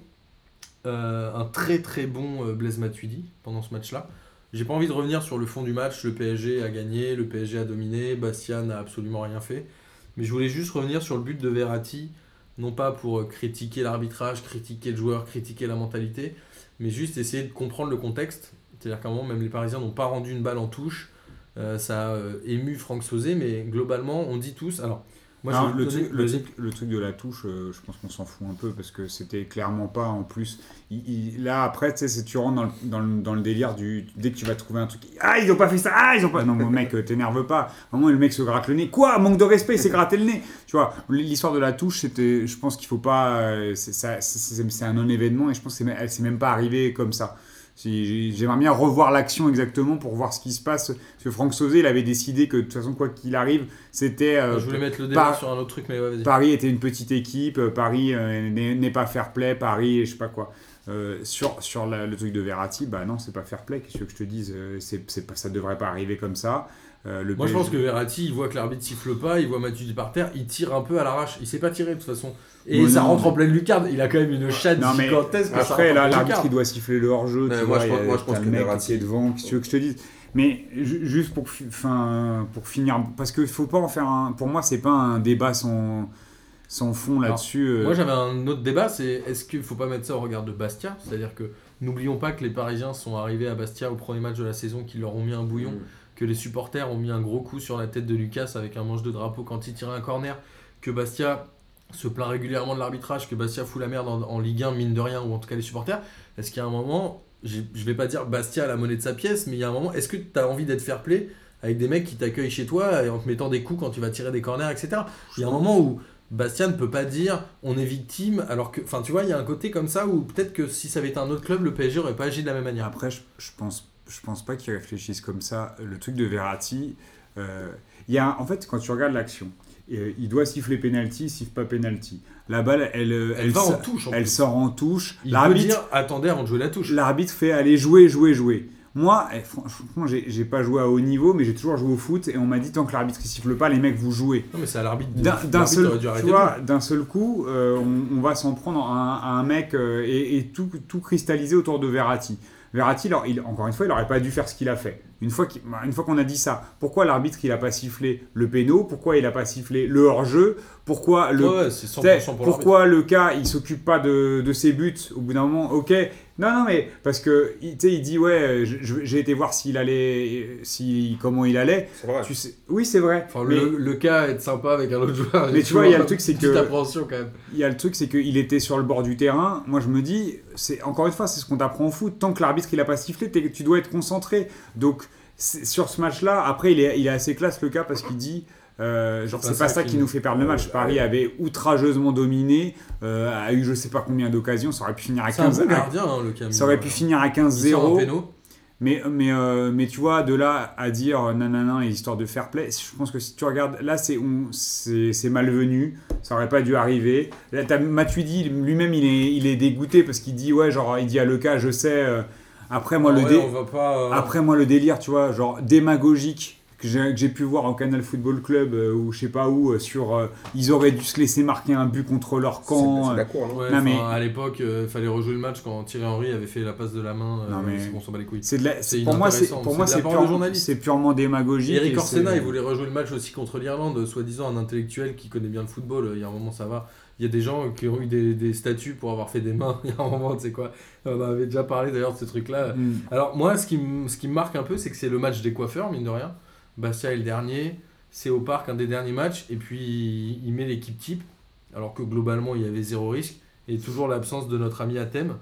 Euh, un très très bon euh, Blaise Matuidi pendant ce match-là. J'ai pas envie de revenir sur le fond du match. Le P S G a gagné, le P S G a dominé. Bastia n'a absolument rien fait. Mais je voulais juste revenir sur le but de Verratti. Non pas pour euh, critiquer l'arbitrage, critiquer le joueur, critiquer la mentalité, mais juste essayer de comprendre le contexte. C'est-à-dire qu'à un moment, même les Parisiens n'ont pas rendu une balle en touche. Euh, ça a euh, ému Franck Sauzé, mais globalement, on dit tous... Alors, moi, Non, je vais le, vous donner- truc, le, vas-y. truc, le truc de la touche, euh, je pense qu'on s'en fout un peu parce que c'était clairement pas en plus. Il- il- là, après, tu sais, c'est- tu rentres dans le, dans, le, dans le délire du. Dès que tu vas trouver un truc. Ah, ils ont pas fait ça Ah, ils ont pas. Non, mon mec, euh, t'énerve pas. À un moment, le mec se gratte le nez. Quoi Manque de respect, il s'est gratté le nez. Tu vois, l'histoire de la touche, c'était. Je pense qu'il faut pas. euh, c'est, ça, c'est, c'est- c'est un non-événement et je pense que c'est, même- elle s'est même pas arrivée comme ça. Si- J'aimerais bien revoir l'action exactement pour voir ce qui se passe. Parce que Franck Sauzé, il avait décidé que de toute façon, quoi qu'il arrive, c'était. euh, Je voulais mettre le débat par- sur un autre truc, mais ouais, vas-y. Paris était une petite équipe, euh, Paris euh, n'est n'est pas fair play, Paris, je sais pas quoi. Euh, sur sur la- le truc de Verratti, bah non, c'est pas fair play. Qu'est-ce que je te dise euh, c'est, c'est pas, ça devrait pas arriver comme ça. Euh, le Moi, je P S G pense que Verratti, il voit que l'arbitre siffle pas, il voit Matuidi par terre, il tire un peu à l'arrache. Il sait pas tirer de toute façon. Et Mais ça non, rentre mais- en pleine lucarne. Il a quand même une chatte Non, mais gigantesque. ça Après, rentre là, en pleine l'arbitre, lucarne. il doit siffler le hors-jeu. Ouais, tu moi, vois, je il y pense- a- moi, je pense t'as que le mec Verratti- qui est devant, qu'est-ce que tu veux que je te dise. Mais ju- juste pour, fi- fin, pour finir, parce qu'il faut pas en faire un. Pour moi, c'est pas un débat sans, sans fond là-dessus. euh. Moi, j'avais un autre débat, c'est est-ce qu'il faut pas mettre ça au regard de Bastia? C'est-à-dire que n'oublions pas que les Parisiens sont arrivés à Bastia au premier match de la saison, qu'ils leur ont mis un bouillon, Mm. que les supporters ont mis un gros coup sur la tête de Lucas avec un manche de drapeau quand il tirait un corner, que Bastia se plaint régulièrement de l'arbitrage, que Bastia fout la merde en, en Ligue un, mine de rien, ou en tout cas les supporters. Est-ce qu'il y a un moment, j'ai- je vais pas dire Bastia a la monnaie de sa pièce, mais il y a un moment, est-ce que tu as envie d'être fair play avec des mecs qui t'accueillent chez toi et en te mettant des coups quand tu vas tirer des corners, et cetera. Il y a un moment où Bastia ne peut pas dire on est victime, alors que, enfin tu vois, il y a un côté comme ça où peut-être que si ça avait été un autre club, le P S G aurait pas agi de la même manière. Après, je, je pense, je pense pas qu'ils réfléchissent comme ça. Le truc de Verratti, euh, il y a, un- en fait, quand tu regardes l'action, euh, il doit siffler penalty, il siffle pas penalty. La balle, elle, euh, Elle va so- en touche. En elle plus. sort en touche. Il peut L'arbitre, dire attendez avant de jouer la touche. l'arbitre fait aller jouer, jouer, jouer. Moi, eh, fran- franchement, j'ai, j'ai pas joué à haut niveau, mais j'ai toujours joué au foot et on m'a dit tant que l'arbitre il siffle pas, les mecs vous jouez. Non mais c'est à l'arbitre. De... D'un, d'un l'arbitre seul, aurait dû tu arrêter vois, le d'un seul coup, euh, on, on va s'en prendre à un, à un mec euh, et, et tout, tout cristalliser autour de Verratti. Verratti, alors, il, encore une fois, il n'aurait pas dû faire ce qu'il a fait. Une fois, qu'il, une fois qu'on a dit ça, pourquoi l'arbitre il n'a pas sifflé le péno? Pourquoi il n'a pas sifflé le hors-jeu? Pourquoi le, Ouais, ouais, c'est cent pour cent pour pourquoi le cas il s'occupe pas de, de ses buts au bout d'un moment? Ok, non, non, mais parce que il, il dit ouais, je, j'ai été voir s'il allait, si, comment il allait. C'est vrai. Tu sais, oui, c'est vrai. Enfin, mais, le, le cas être sympa avec un autre joueur. Mais tu vois, il y a le truc, c'est petite que- appréhension quand même. Il y a le truc, c'est qu'il était sur le bord du terrain. Moi, je me dis, c'est encore une fois, c'est ce qu'on t'apprend au foot. Tant que l'arbitre il a pas sifflé, t'es- tu dois être concentré. Donc, c'est- sur ce match-là, après, il est, il est assez classe le cas parce qu'il dit, euh, genre, C'est c'est pas pas ça ça qui qui nous- nous fait perdre le match. Paris avait outrageusement dominé, euh, a eu je sais pas combien d'occasions. Ça aurait pu finir à C'est un quinze. bon gardien, hein, le Camille. Ça aurait pu finir à quinze Il sort un zéro. péno. Mais, mais, euh, mais tu vois, de là à dire euh, nanana, les histoires de fair play, je pense que si tu regardes, là, c'est, on- c'est, c'est malvenu, ça aurait pas dû arriver. Là, t'as Matuidi, lui-même, il est, il est dégoûté parce qu'il dit, ouais, genre, il dit à Lecas, je sais. euh, après, moi, Ah le ouais, dé- on va pas. euh, après, moi, le délire, tu vois, genre, démagogique, que j'ai, que j'ai pu voir au Canal Football Club, euh, ou je sais pas où, euh, sur. euh, ils auraient dû se laisser marquer un but contre leur C'est, camp. c'est euh, la cour, non Ouais, Non, enfin, mais- à l'époque, il fallait rejouer le match quand Thierry Henry avait fait la passe de la main. euh, Non, mais- c'est qu'on s'en bat les couilles. c'est de la- C'est pour moi, c'est, inintéressant, pour moi, c'est de c'est, la parole de pure- journaliste. c'est purement démagogique. Eric et Orsena, c'est- il voulait rejouer le match aussi contre l'Irlande, soi-disant un intellectuel qui connaît bien le football. Il y a un moment, ça va. Il y a des gens qui ont eu des, des statuts pour avoir fait des mains. Il y a un moment, tu sais quoi. On en avait déjà parlé d'ailleurs de ce truc-là. Mm. Alors, moi, ce qui, me- ce qui me marque un peu, c'est que c'est le match des coiffeurs, mine de rien. Bastia est le dernier. C'est au parc, un des derniers matchs. Et puis, il met l'équipe type. Alors que globalement, il y avait zéro risque. Et toujours l'absence de notre ami Athème.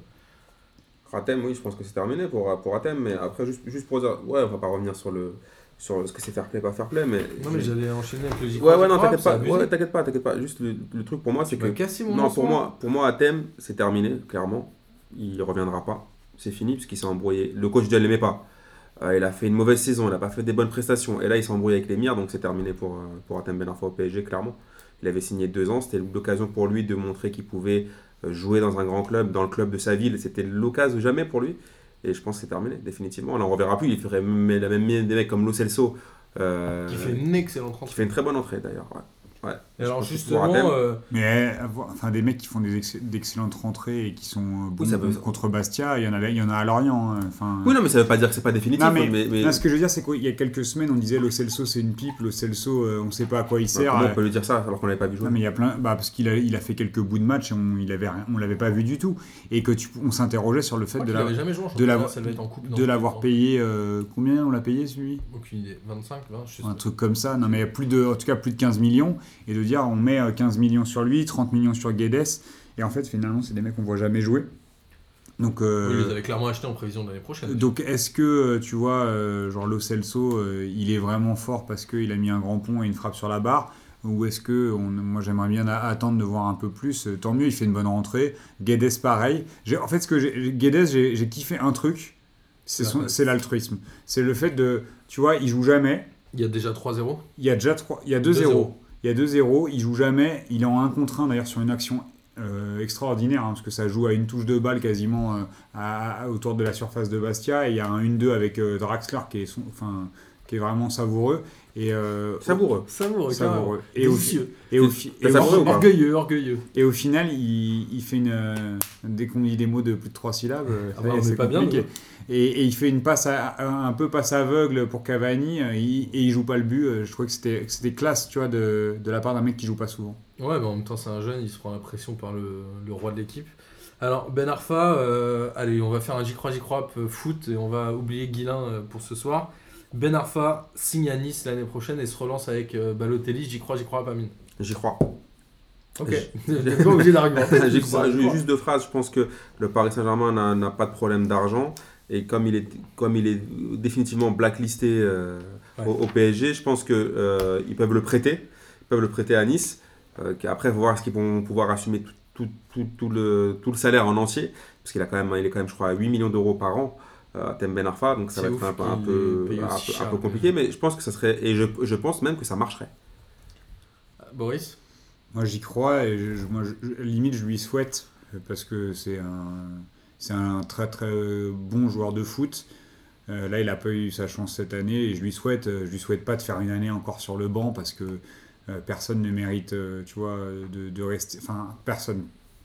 Athème, oui, je pense que c'est terminé pour, pour Athème, mais après, juste, juste pour dire, ouais, on va pas revenir sur, le, sur ce que c'est fair play, pas fair play, mais. Non, mais j'allais enchaîner avec le J. Ouais, ouais, non, t'inquiète pas, ouais, t'inquiète pas, t'inquiète pas. Juste le, le truc pour moi, c'est Tu que. m'as cassé mon Non, pour bonsoir. moi, pour moi, Athème, c'est terminé, clairement. Il reviendra pas. C'est fini, parce qu'il s'est embrouillé. Le coach, je ne l'aimait pas. Euh, il a fait une mauvaise saison, il n'a pas fait des bonnes prestations. Et là, il s'est embrouillé avec les Mires, donc c'est terminé pour, euh, pour Athème Ben Arfa au P S G, clairement. Il avait signé deux ans, c'était l'occasion pour lui de montrer qu'il pouvait euh, jouer dans un grand club, dans le club de sa ville. C'était l'occasion jamais pour lui. Et je pense que c'est terminé, définitivement. Là, on ne reverra plus. Il ferait même, il a même mis des mecs comme Lo Celso. euh, Qui fait une excellente qui rentrée. fait une très bonne entrée, d'ailleurs. Ouais. Ouais. Et alors, Je pense que justement. pour Athème- euh, Mais avoir- enfin, des mecs qui font des ex- d'excellentes rentrées et qui sont euh, bons ça veut- contre Bastia, il y en a, il y en a à Lorient. hein. Enfin, Oui, non, mais ça ne veut pas dire que c'est pas définitif. Non, mais- hein, mais, mais- non, ce que je veux dire, c'est qu'il y a quelques semaines, on disait Lo Celso, c'est une pipe. Lo Celso, euh, on ne sait pas à quoi il bah, sert. comment euh, on peut lui dire ça alors qu'on l'avait pas vu jouer? Non, mais il y a plein, bah, parce qu'il a, il a fait quelques bouts de match et on, il avait, rien- on l'avait pas vu du tout. Et que tu, on s'interrogeait sur le je fait crois de, qu'il la- avait jamais joué en de championnat, l'avoir- ça devait être en coupe. non, de l'avoir non. payé. euh, combien on l'a payé celui? Aucune idée. vingt-cinq, vingt, je sais Un pas. truc comme ça. Non, mais plus de, en tout cas plus de quinze millions. Et de dire, on met euh, quinze millions sur lui, trente millions sur Guedes. Et en fait, finalement, c'est des mecs qu'on voit jamais jouer. Donc, euh, Oui, ils les avaient clairement achetés en prévision de l'année prochaine. donc est-ce que, euh, tu vois, euh, genre Lo Celso, euh, il est vraiment fort parce qu'il a mis un grand pont et une frappe sur la barre? Ou est-ce que, on- moi j'aimerais bien a- attendre de voir un peu plus? Euh, Tant mieux, il fait une bonne rentrée. Guedes, pareil. J'ai, en fait, ce que j'ai, Guedes, j'ai, j'ai kiffé un truc, c'est, La son- passe. c'est l'altruisme. C'est le fait de, tu vois, il joue jamais. Il y a déjà trois zéro. Il y a déjà trois, il y a deux zéro. Il y a deux zéro, il joue jamais. Il est en un contre un d'ailleurs sur une action euh, extraordinaire, hein, parce que ça joue à une touche de balle quasiment euh, à- à- autour de la surface de Bastia. Et il y a un un deux avec euh, Draxler qui est, son- enfin, qui est vraiment savoureux. Et, euh, Savoureux. Savoureux, Savoureux. Et au, fi- Délicieux. et, au, fi- T'as et, au, savoureux ou pas? Orgueilleux, orgueilleux. et au final, il, il fait une. euh, dès qu'on dit des mots de plus de trois syllabes, euh, Ah bah, on est c'est pas bien, compliqué. nous. Et, et il fait une passe à- un peu passe aveugle pour Cavani, euh, il- et il joue pas le but. Euh, Je trouvais que c'était, que c'était classe, tu vois, de, de la part d'un mec qui joue pas souvent. Ouais, mais en même temps, c'est un jeune, il se prend la pression par le, le roi de l'équipe. Alors, Ben Arfa, euh, allez, on va faire un j'y crois, j'y crois euh, foot et on va oublier Guilain euh, pour ce soir. Ben Arfa signe à Nice l'année prochaine et se relance avec euh, Balotelli. J'y crois, j'y crois pas, mine. J'y crois. Ok, t'es pas obligé d'argumenter. J'y crois. Ju- Juste deux phrases. Je pense que le Paris Saint-Germain n'a, n'a pas de problème d'argent. Et comme il est, comme il est définitivement blacklisté euh, Ouais. au, au P S G, je pense qu'ils euh, ils peuvent le prêter. Ils peuvent le prêter à Nice. Euh, après, il faut voir est-ce qu'ils vont pouvoir assumer tout, tout, tout, tout le, tout le salaire en entier. Parce qu'il a quand même, il est quand même, je crois, à huit millions d'euros par an. À Thème Ben Arfa, donc ça C'est va ouf être un peu, un qu'il peu, paye un aussi peu, cher, un peu mais- compliqué, mais je pense que ça serait, et je, je pense même que ça marcherait. Boris. Moi, j'y crois et je, je- moi, je- je- limite, je lui souhaite euh, parce que c'est un, c'est un très très bon joueur de foot. Euh, là, il a pas eu sa chance cette année et je lui souhaite, euh, je lui souhaite pas de faire une année encore sur le banc parce que euh, personne ne mérite, euh, tu vois, de, de rester. Enfin, personne.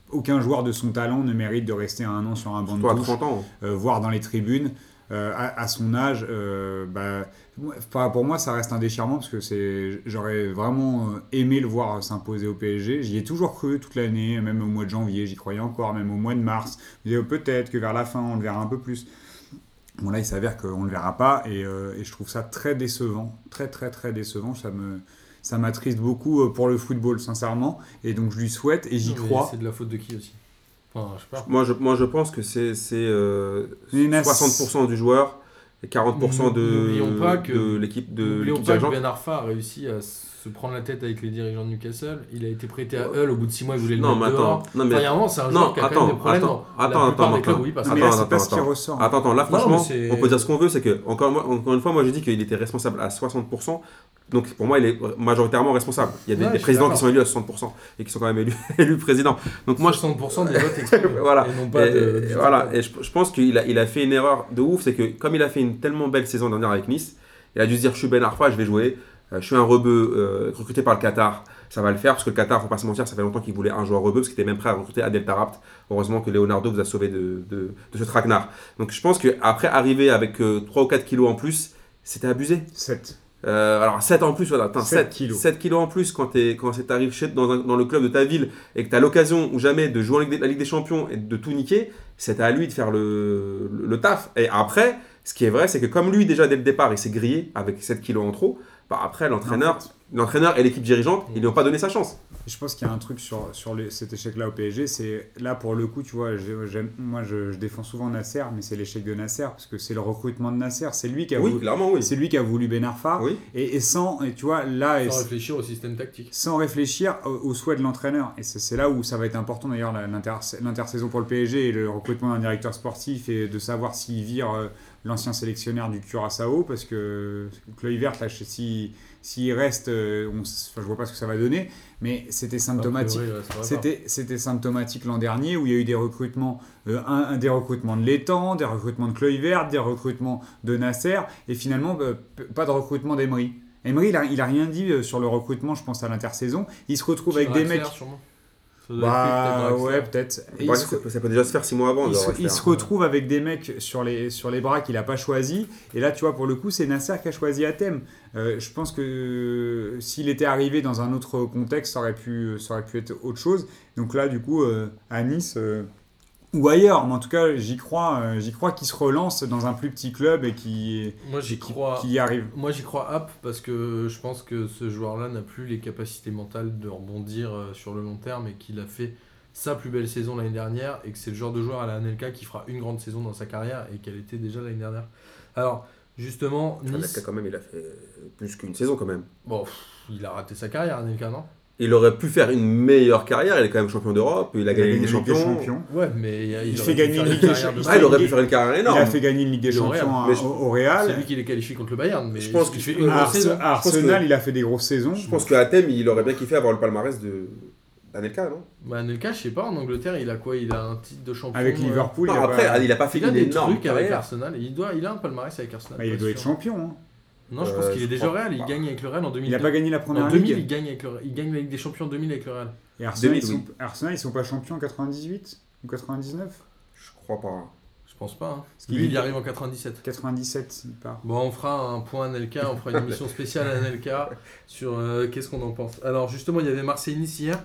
aucun joueur de son talent ne mérite de rester un an sur un banc de Toi, à touche, trente ans. euh, voire dans les tribunes. Euh, à, à son âge, euh, bah, moi- pour moi, ça reste un déchirement parce que c'est, j'aurais vraiment euh, aimé le voir s'imposer au P S G. J'y ai toujours cru toute l'année, même au mois de janvier, j'y croyais encore, même au mois de mars. Je me disais, peut-être que vers la fin, on le verra un peu plus. Bon, là, il s'avère qu'on ne le verra pas et, euh, et je trouve ça très décevant, très, très, très décevant. Ça me, ça m'attriste beaucoup euh, pour le football, sincèrement. Et donc, je lui souhaite et j'y Non, mais crois. C'est de la faute de qui aussi? Enfin, je sais pas. Moi je, moi, je pense que c'est, c'est euh, Mais Nas- soixante pour cent du joueur et quarante pour cent de, N'oublions pas que- de l'équipe, de N'oublions l'équipe pas que dirigeante. Ben Arfa a réussi à se prendre la tête avec les dirigeants de Newcastle. Il a été prêté à Hull, au bout de six mois, il voulait le Non, mettre mais dehors. attends. Non, mais Enfin, il y a un moment, c'est un non, joueur qui a quand même attends, des problèmes attends, dans attends, la plupart attends, des clubs attends. où il passe. Non, mais Attends, là, c'est attends, pas ce qui attends. ressort. Attends, attends, là Non, franchement, mais c'est- on peut dire ce qu'on veut, c'est que, encore, moi- encore une fois, moi je dis qu'il était responsable à soixante pour cent. Donc pour moi, il est majoritairement responsable. Il y a des, Ouais, des je suis présidents qui d'accord. sont élus à soixante pour cent et qui sont quand même élus, élus présidents. Donc moi, je, soixante pour cent des votes exprimés. Voilà. Et non pas et, de, et du voilà. total. Et je, je pense qu'il a, il a fait une erreur de ouf, c'est que comme il a fait une tellement belle saison dernière avec Nice, il a dû se dire je suis Ben Arfa, je vais jouer, euh, je suis un rebeu euh, recruté par le Qatar, ça va le faire parce que le Qatar, faut pas se mentir, ça fait longtemps qu'il voulait un joueur rebeu parce qu'il était même prêt à recruter Adel Tarabt. Heureusement que Leonardo vous a sauvé de, de, de ce traquenard. Donc je pense qu'après arriver avec euh, trois ou quatre kilos en plus, c'était abusé. sept. Euh, alors sept en plus, voilà, attends, sept sept kilos. sept kilos en plus quand tu quand arrives chez, dans, un- dans le club de ta ville et que tu as l'occasion ou jamais de jouer en Ligue des- la Ligue des Champions et de tout niquer, c'est à lui de faire le, le, le taf. Et après, ce qui est vrai, c'est que comme lui déjà dès le départ, il s'est grillé avec sept kilos en trop, bah après l'entraîneur, En fait, l'entraîneur et l'équipe dirigeante, ils lui ont pas donné sa chance. je pense qu'il y a un truc sur, sur les- cet échec-là au P S G, c'est là pour le coup, tu vois, j'ai- j'aime- moi je, je défends souvent Nasser, mais c'est l'échec de Nasser, parce que c'est le recrutement de Nasser, c'est lui qui a, Oui, voulu, clairement oui. c'est lui qui a voulu Ben Arfa, Oui. et, et sans, et tu vois, là, et Sans c- réfléchir au système tactique. sans réfléchir au, au souhait de l'entraîneur. Et c'est c'est là où ça va être important d'ailleurs la- l'inter- l'intersaison pour le P S G et le recrutement d'un directeur sportif et de savoir s'il vire euh, l'ancien sélectionneur du Curaçao, parce que Kluivert, là, je sais si s'il reste, euh, on, s- enfin, je vois pas ce que ça va donner, mais c'était symptomatique. A priori, ouais, ça va pas. C'était, c'était symptomatique l'an dernier où il y a eu des recrutements, euh, un, un- des recrutements de Létang, des recrutements de Kluivert, des recrutements de Nasser, et finalement bah, p- pas de recrutement d'Emery. Emery, il a, il a rien dit euh, sur le recrutement, je pense à l'intersaison. Il se retrouve avec des Draxler, mecs. sûrement. Ça doit être fait, Bah peut-être, ouais, Draxler. peut-être. Et Ouais, il se- ça, peut- ça peut déjà se faire six mois avant. il de se, refaire. il se retrouve avec des mecs sur les, sur les bras qu'il n'a pas choisi. Et là, tu vois, pour le coup, c'est Nasser qui a choisi Hatem. Euh, je pense que euh, s'il était arrivé dans un autre contexte, ça aurait pu, ça aurait pu être autre chose. Donc là, du coup, euh, à Nice euh, ou ailleurs, mais en tout cas, j'y crois, euh, j'y crois qu'il se relance dans un plus petit club et qui, Moi, j'y qui, crois. qui y arrive. Moi, j'y crois App parce que je pense que ce joueur-là n'a plus les capacités mentales de rebondir euh, sur le long terme et qu'il a fait sa plus belle saison l'année dernière et que c'est le genre de joueur à la Anelka qui fera une grande saison dans sa carrière et qu'elle était déjà l'année dernière. Alors, justement, Nice. Nice, Quand même, il a fait plus qu'une saison quand même. bon, pff, il a raté sa carrière, Anelka, non? Il aurait pu faire une meilleure carrière, il est quand même champion d'Europe, il a gagné Il des a gagné champions. Ouais, mais il, Il aurait fait pu gagner faire une une Ligue des carrière de Champions. Ah, il aurait pu Il- faire une carrière Il énorme. a fait gagner une Ligue des Le Real. Champions à- Mais je- au, au Real. C'est lui qui les qualifie contre le Bayern, mais Je pense il que- fait une À grosse Ars- saison. à Arsenal, il a fait des grosses saisons. Je pense qu'à Thème, il aurait bien kiffé avoir le palmarès de d'Anelka, non Bah, Anelka, je sais pas, en Angleterre, il a quoi? Il a un titre de champion. Avec euh, Liverpool, Non, il a après, pas- il a pas fait Il a une des énorme trucs avec carrière. Arsenal. Il, doit, il a un palmarès avec Arsenal. Bah, il pas doit être sûr. champion. Hein. Non, je pense Euh, qu'il est je déjà au crois Real. Il pas. gagne avec le Real en deux mille. Il n'a pas gagné la première En deux mille, ligue. il gagne, avec le... il gagne la Ligue des Champions en deux mille avec le Real. Et Arsenal, ils deux mille, sont, Arsenal, ils sont pas champions en quatre-vingt-dix-huit ou quatre-vingt-dix-neuf Je crois pas. Je pense pas. Hein. qu'il Lui, est- il y arrive en quatre-vingt-dix-sept. quatre-vingt-dix-sept, il part. Bon, on fera un point Anelka, on fera une émission spéciale Anelka sur euh, qu'est-ce qu'on en pense. Alors, justement, il y avait Marseille-Nice hier.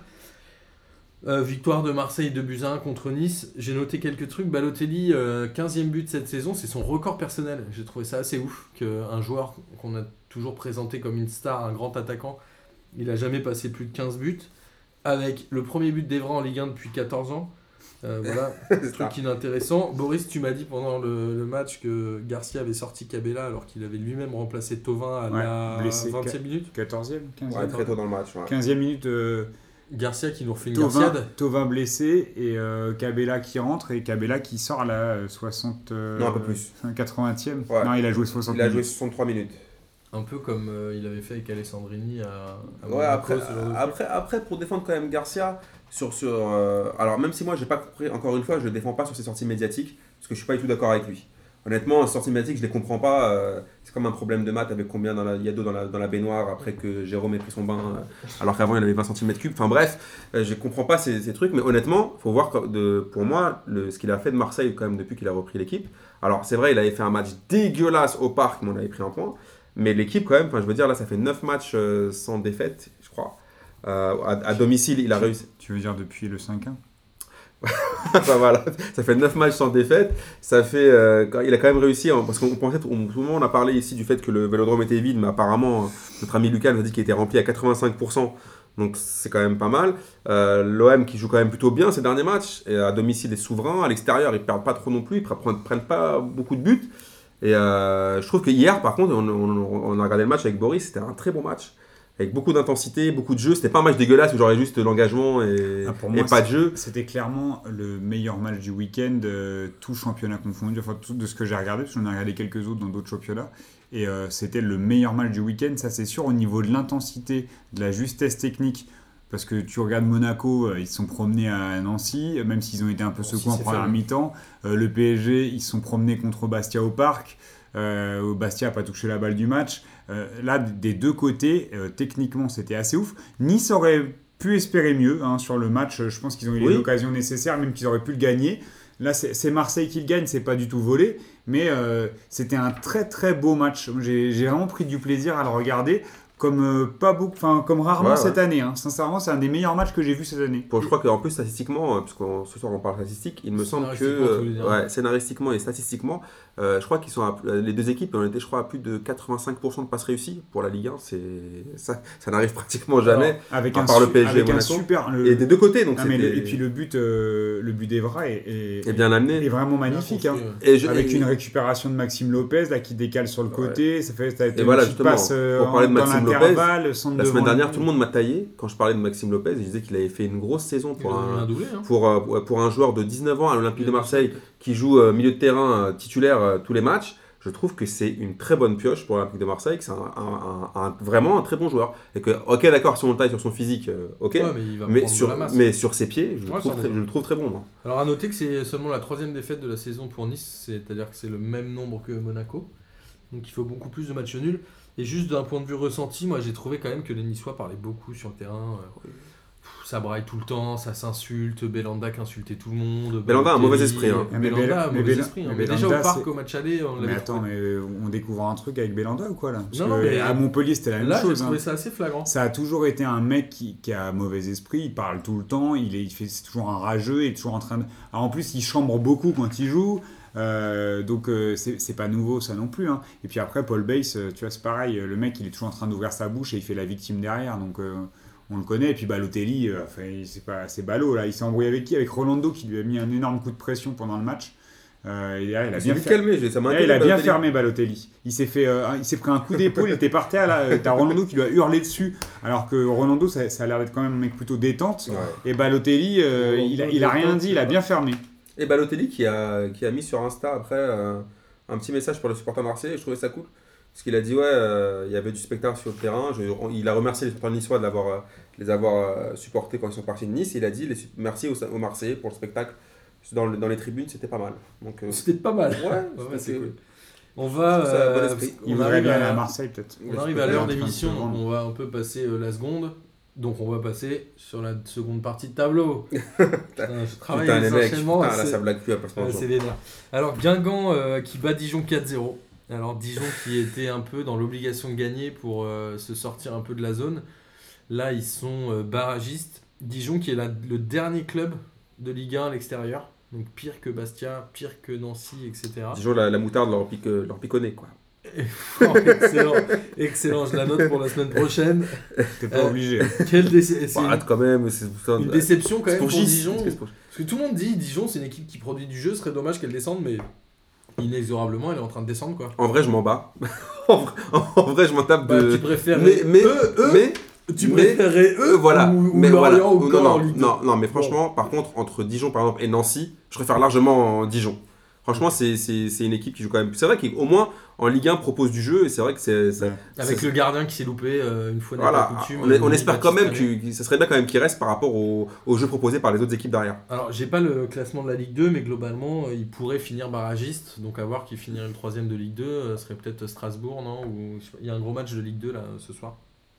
Euh, victoire de Marseille deux buts à un contre Nice. J'ai noté quelques trucs. Balotelli, euh, quinzième but cette saison, c'est son record personnel. J'ai trouvé ça assez ouf qu'un joueur qu'on a toujours présenté comme une star, un grand attaquant, il a jamais passé plus de quinze buts. Avec le premier but d'Evra en Ligue un depuis quatorze ans. Euh, voilà, C'est truc ça. inintéressant. Boris, tu m'as dit pendant le, le match que Garcia avait sorti Cabella alors qu'il avait lui-même remplacé Thauvin à Ouais, la blessé. vingtième minute. quatorzième, Ouais, quinzième. très tôt dans le match. ouais. quinzième minute, euh, Garcia qui nous refait une Thauvin, Garciade. Thauvin blessé et euh, Cabella qui rentre et Cabella qui sort à la euh, soixante. euh, Non, un peu plus. quatre-vingtième. Ouais. Non, il a joué soixante Il a joué minutes. soixante-trois minutes. Un peu comme euh, il avait fait avec Alessandrini à, à Ouais, Monaco, après, ce genre de truc. après, après, pour défendre quand même Garcia, sur, sur, euh, alors même si moi j'ai pas compris, encore une fois, je le défends pas sur ses sorties médiatiques, parce que je suis pas du tout d'accord avec lui. Honnêtement, sorties médiatiques, je les comprends pas. euh, c'est comme un problème de maths avec combien dans la, il y a d'eau dans la, dans la baignoire après que Jérôme ait pris son bain, euh, alors qu'avant il avait vingt centimètres cubes. Enfin bref, euh, je comprends pas ces, ces trucs, mais honnêtement, faut voir que de, pour moi le, ce qu'il a fait de Marseille quand même depuis qu'il a repris l'équipe. Alors c'est vrai, il avait fait un match dégueulasse au parc, mais on avait pris un point. Mais l'équipe quand même, enfin je veux dire là, ça fait neuf matchs euh, sans défaite, je crois. Euh, à, à domicile, il a réussi. Tu veux dire depuis le cinq un? Enfin, voilà, ça fait neuf matchs sans défaite. Ça fait, euh, il a quand même réussi, hein, parce qu'on pensait, on, tout le monde a parlé ici du fait que le Vélodrome était vide, mais apparemment, euh, notre ami Lucas nous a dit qu'il était rempli à quatre-vingt-cinq pour cent. Donc c'est quand même pas mal. Euh, L'O M qui joue quand même plutôt bien ces derniers matchs. Et à domicile est souverain, à l'extérieur ils perdent pas trop non plus, ils ne prennent pas beaucoup de buts. Et euh, je trouve que hier, par contre, on, on, on a regardé le match avec Boris, c'était un très bon match. Avec beaucoup d'intensité, beaucoup de jeu. C'était pas un match dégueulasse où j'aurais juste l'engagement et, Ah, pour et moi, pas de jeu. C'était clairement le meilleur match du week-end, euh, tout championnat confondu, enfin tout de ce que j'ai regardé, parce que j'en ai regardé quelques autres dans d'autres championnats. Et euh, c'était le meilleur match du week-end, ça c'est sûr, au niveau de l'intensité, de la justesse technique. Parce que tu regardes Monaco, euh, ils se sont promenés à Nancy, même s'ils ont été un peu Nancy, secoués en c'est première fameux. mi-temps. Euh, le P S G, ils se sont promenés contre Bastia au parc. Euh, Bastia n'a pas touché la balle du match. Euh, là, des deux côtés, euh, techniquement, c'était assez ouf. Nice aurait pu espérer mieux hein, sur le match. Je pense qu'ils ont eu Oui. les occasions nécessaires, même qu'ils auraient pu le gagner. Là, c'est c'est Marseille qui le gagne, c'est pas du tout volé. Mais euh, c'était un très très beau match. J'ai j'ai vraiment pris du plaisir à le regarder. Comme, euh, pas beaucoup, enfin, comme rarement Ouais, ouais. cette année. Hein. Sincèrement, c'est un des meilleurs matchs que j'ai vu cette année. Bon, je crois qu'en plus, statistiquement, euh, parce que ce soir on parle statistiques, il me semble que, Scénaristiquement, tu veux dire. euh, ouais, scénaristiquement et statistiquement, euh, je crois qu'ils sont à- les deux équipes ont été, je crois, à plus de quatre-vingt-cinq pour cent de passes réussies pour la Ligue un. C'est, ça, ça n'arrive pratiquement jamais, Avec à un, part le su- P S G et avec un Monaco. super. le- Et des deux côtés, donc Ah, mais le- c'était et puis le but, euh, le but d'Evra est, est, est bien amené. est vraiment magnifique. Hein. Et je- Avec et- une récupération de Maxime Lopez là, qui décale sur le côté. Ça fait, ça a été Et une voilà, petite justement, passe euh, pour parler de dans Maxime Lopez, l'intervalle, centre La devant semaine dernière, le- tout le monde m'a taillé quand je parlais de Maxime Lopez et je disais qu'il avait fait une grosse saison Il pour a mis un, un doublé. Hein. pour, euh, pour un joueur de dix-neuf ans à l'Olympique Il de a mis Marseille ça. qui joue euh, milieu de terrain euh, titulaire euh, tous les matchs. Je trouve que c'est une très bonne pioche pour l'Olympique de Marseille, que c'est un, un- un- un- vraiment un très bon joueur. Et que, ok, d'accord, si on le taille sur son physique, euh, ok, Ouais, mais il va mais, prendre de sur, la masse. mais sur ses pieds, je, le Ouais, trouve ça, très- on est je le trouve très bon. moi. Alors à noter que c'est seulement la troisième défaite de la saison pour Nice, c'est-à-dire que c'est le même nombre que Monaco. Donc il faut beaucoup plus de matchs nuls. Et juste d'un point de vue ressenti, moi j'ai trouvé quand même que les Niçois parlaient beaucoup sur le terrain. Euh, pff, ça braille tout le temps, ça s'insulte. Belanda qui insultait tout le monde. Belanda a un Balotelli, mauvais esprit, hein. Ah, mais Belanda a un Bel- mais mauvais Bel- esprit. hein. mais Mais déjà Belanda, au parc, c'est- au match aller, on Mais l'avait attends, trouvé. mais on découvre un truc avec Belanda ou quoi là Parce Non, que non, mais- à Montpellier, c'était la même Là j'ai chose. hein. trouvé ça assez flagrant. Ça a toujours été un mec qui, qui a mauvais esprit, il parle tout le temps, il est, il fait, c'est toujours un rageux, il est toujours en train de... Alors en plus, il chambre beaucoup quand il joue, euh, donc euh, c'est, c'est pas nouveau ça non plus. Hein. Et puis après, Paul Bass, euh, tu vois, c'est pareil, euh, le mec il est toujours en train d'ouvrir sa bouche et il fait la victime derrière, donc euh, on le connaît. Et puis Balotelli, euh, enfin, c'est, pas, c'est ballot là, il s'est embrouillé avec qui Avec Rolando qui lui a mis un énorme coup de pression pendant le match. Euh, et là, il a Il bien s'est fait... calmé, j'ai- ça m'a Là, il a inquiété, bien Balotelli. fermé Balotelli. Il s'est fait, euh, il s'est pris un coup d'épaule, il était par terre là. euh, T'as Rolando qui lui a hurlé dessus, alors que Rolando ça, ça a l'air d'être quand même un mec plutôt détente. Ouais. Et Balotelli, euh, Rolando, il, a, il a rien détente, dit, il a bien fermé. Et Balotelli qui a, qui a mis sur Insta après euh, un petit message pour le supporter marseillais, je trouvais ça cool. Parce qu'il a dit, ouais, euh, il y avait du spectacle sur le terrain. Je- il a remercié les supporters niçois de l'avoir, euh, les avoir euh, supportés quand ils sont partis de Nice. Il a dit les, su- merci aux, aux Marseillais pour le spectacle. Dans, le- dans les tribunes, c'était pas mal. Donc, euh, C'était pas mal. ouais, Ouais, c'était- c'est cool. On va. Ça a bon euh, esprit. Il on voudrait arrive bien aller à- à Marseille peut-être. On arrive à l'heure en train de d'émission, se donc vendre. on va un peu passer euh, la seconde. Donc on va passer sur la seconde partie de tableau. Putain, je travaille Putain, les les mecs, enchaînements, putain, là, c'est- ça blague plus à passer ouais, c'est vénère. Alors Guingamp euh, qui bat Dijon quatre zéro. Alors Dijon qui était un peu dans l'obligation de gagner pour euh, se sortir un peu de la zone. Là ils sont euh, barragistes. Dijon qui est la- le dernier club de Ligue un à l'extérieur. Donc pire que Bastia, pire que Nancy, et cetera. Dijon, la, la moutarde leur, pique, leur piconné, quoi. Oh, excellent, excellent, je la note pour la semaine prochaine. T'es pas Euh, obligé. Quelle déce- c'est Bon, arrête quand même. C'est une, une déception quand c'est même pour pour Gis. Dijon. C'est pour- Parce que tout le monde dit Dijon c'est une équipe qui produit du jeu, ce serait dommage qu'elle descende, mais inexorablement elle est en train de descendre quoi. En vrai, je m'en bats. en, vrai, en vrai, je m'en tape Bah, de. tu préférais mais, mais, eux, eux mais, tu mais- préférais eux eux, voilà. ou, ou mais Lorient voilà. ou non, Caen en non, Ligue deux. non, non, mais franchement, par contre, entre Dijon par exemple et Nancy, je préfère largement Dijon. Franchement, c'est, c'est, c'est une équipe qui joue quand même. C'est vrai qu'au moins en Ligue un propose du jeu et c'est vrai que c'est. c'est Avec c'est, le gardien qui s'est loupé euh, une fois n'est voilà, pas coutume. on, est, on euh, espère quand même que que ça serait bien quand même qu'il reste par rapport au, au jeu proposé par les autres équipes derrière. Alors, j'ai pas le classement de la Ligue deux, mais globalement, euh, il pourrait finir barragiste. Donc, à voir qui finirait le troisième de Ligue deux, euh, serait peut-être Strasbourg, non Ou, je sais pas, il y a un gros match de Ligue deux là ce soir.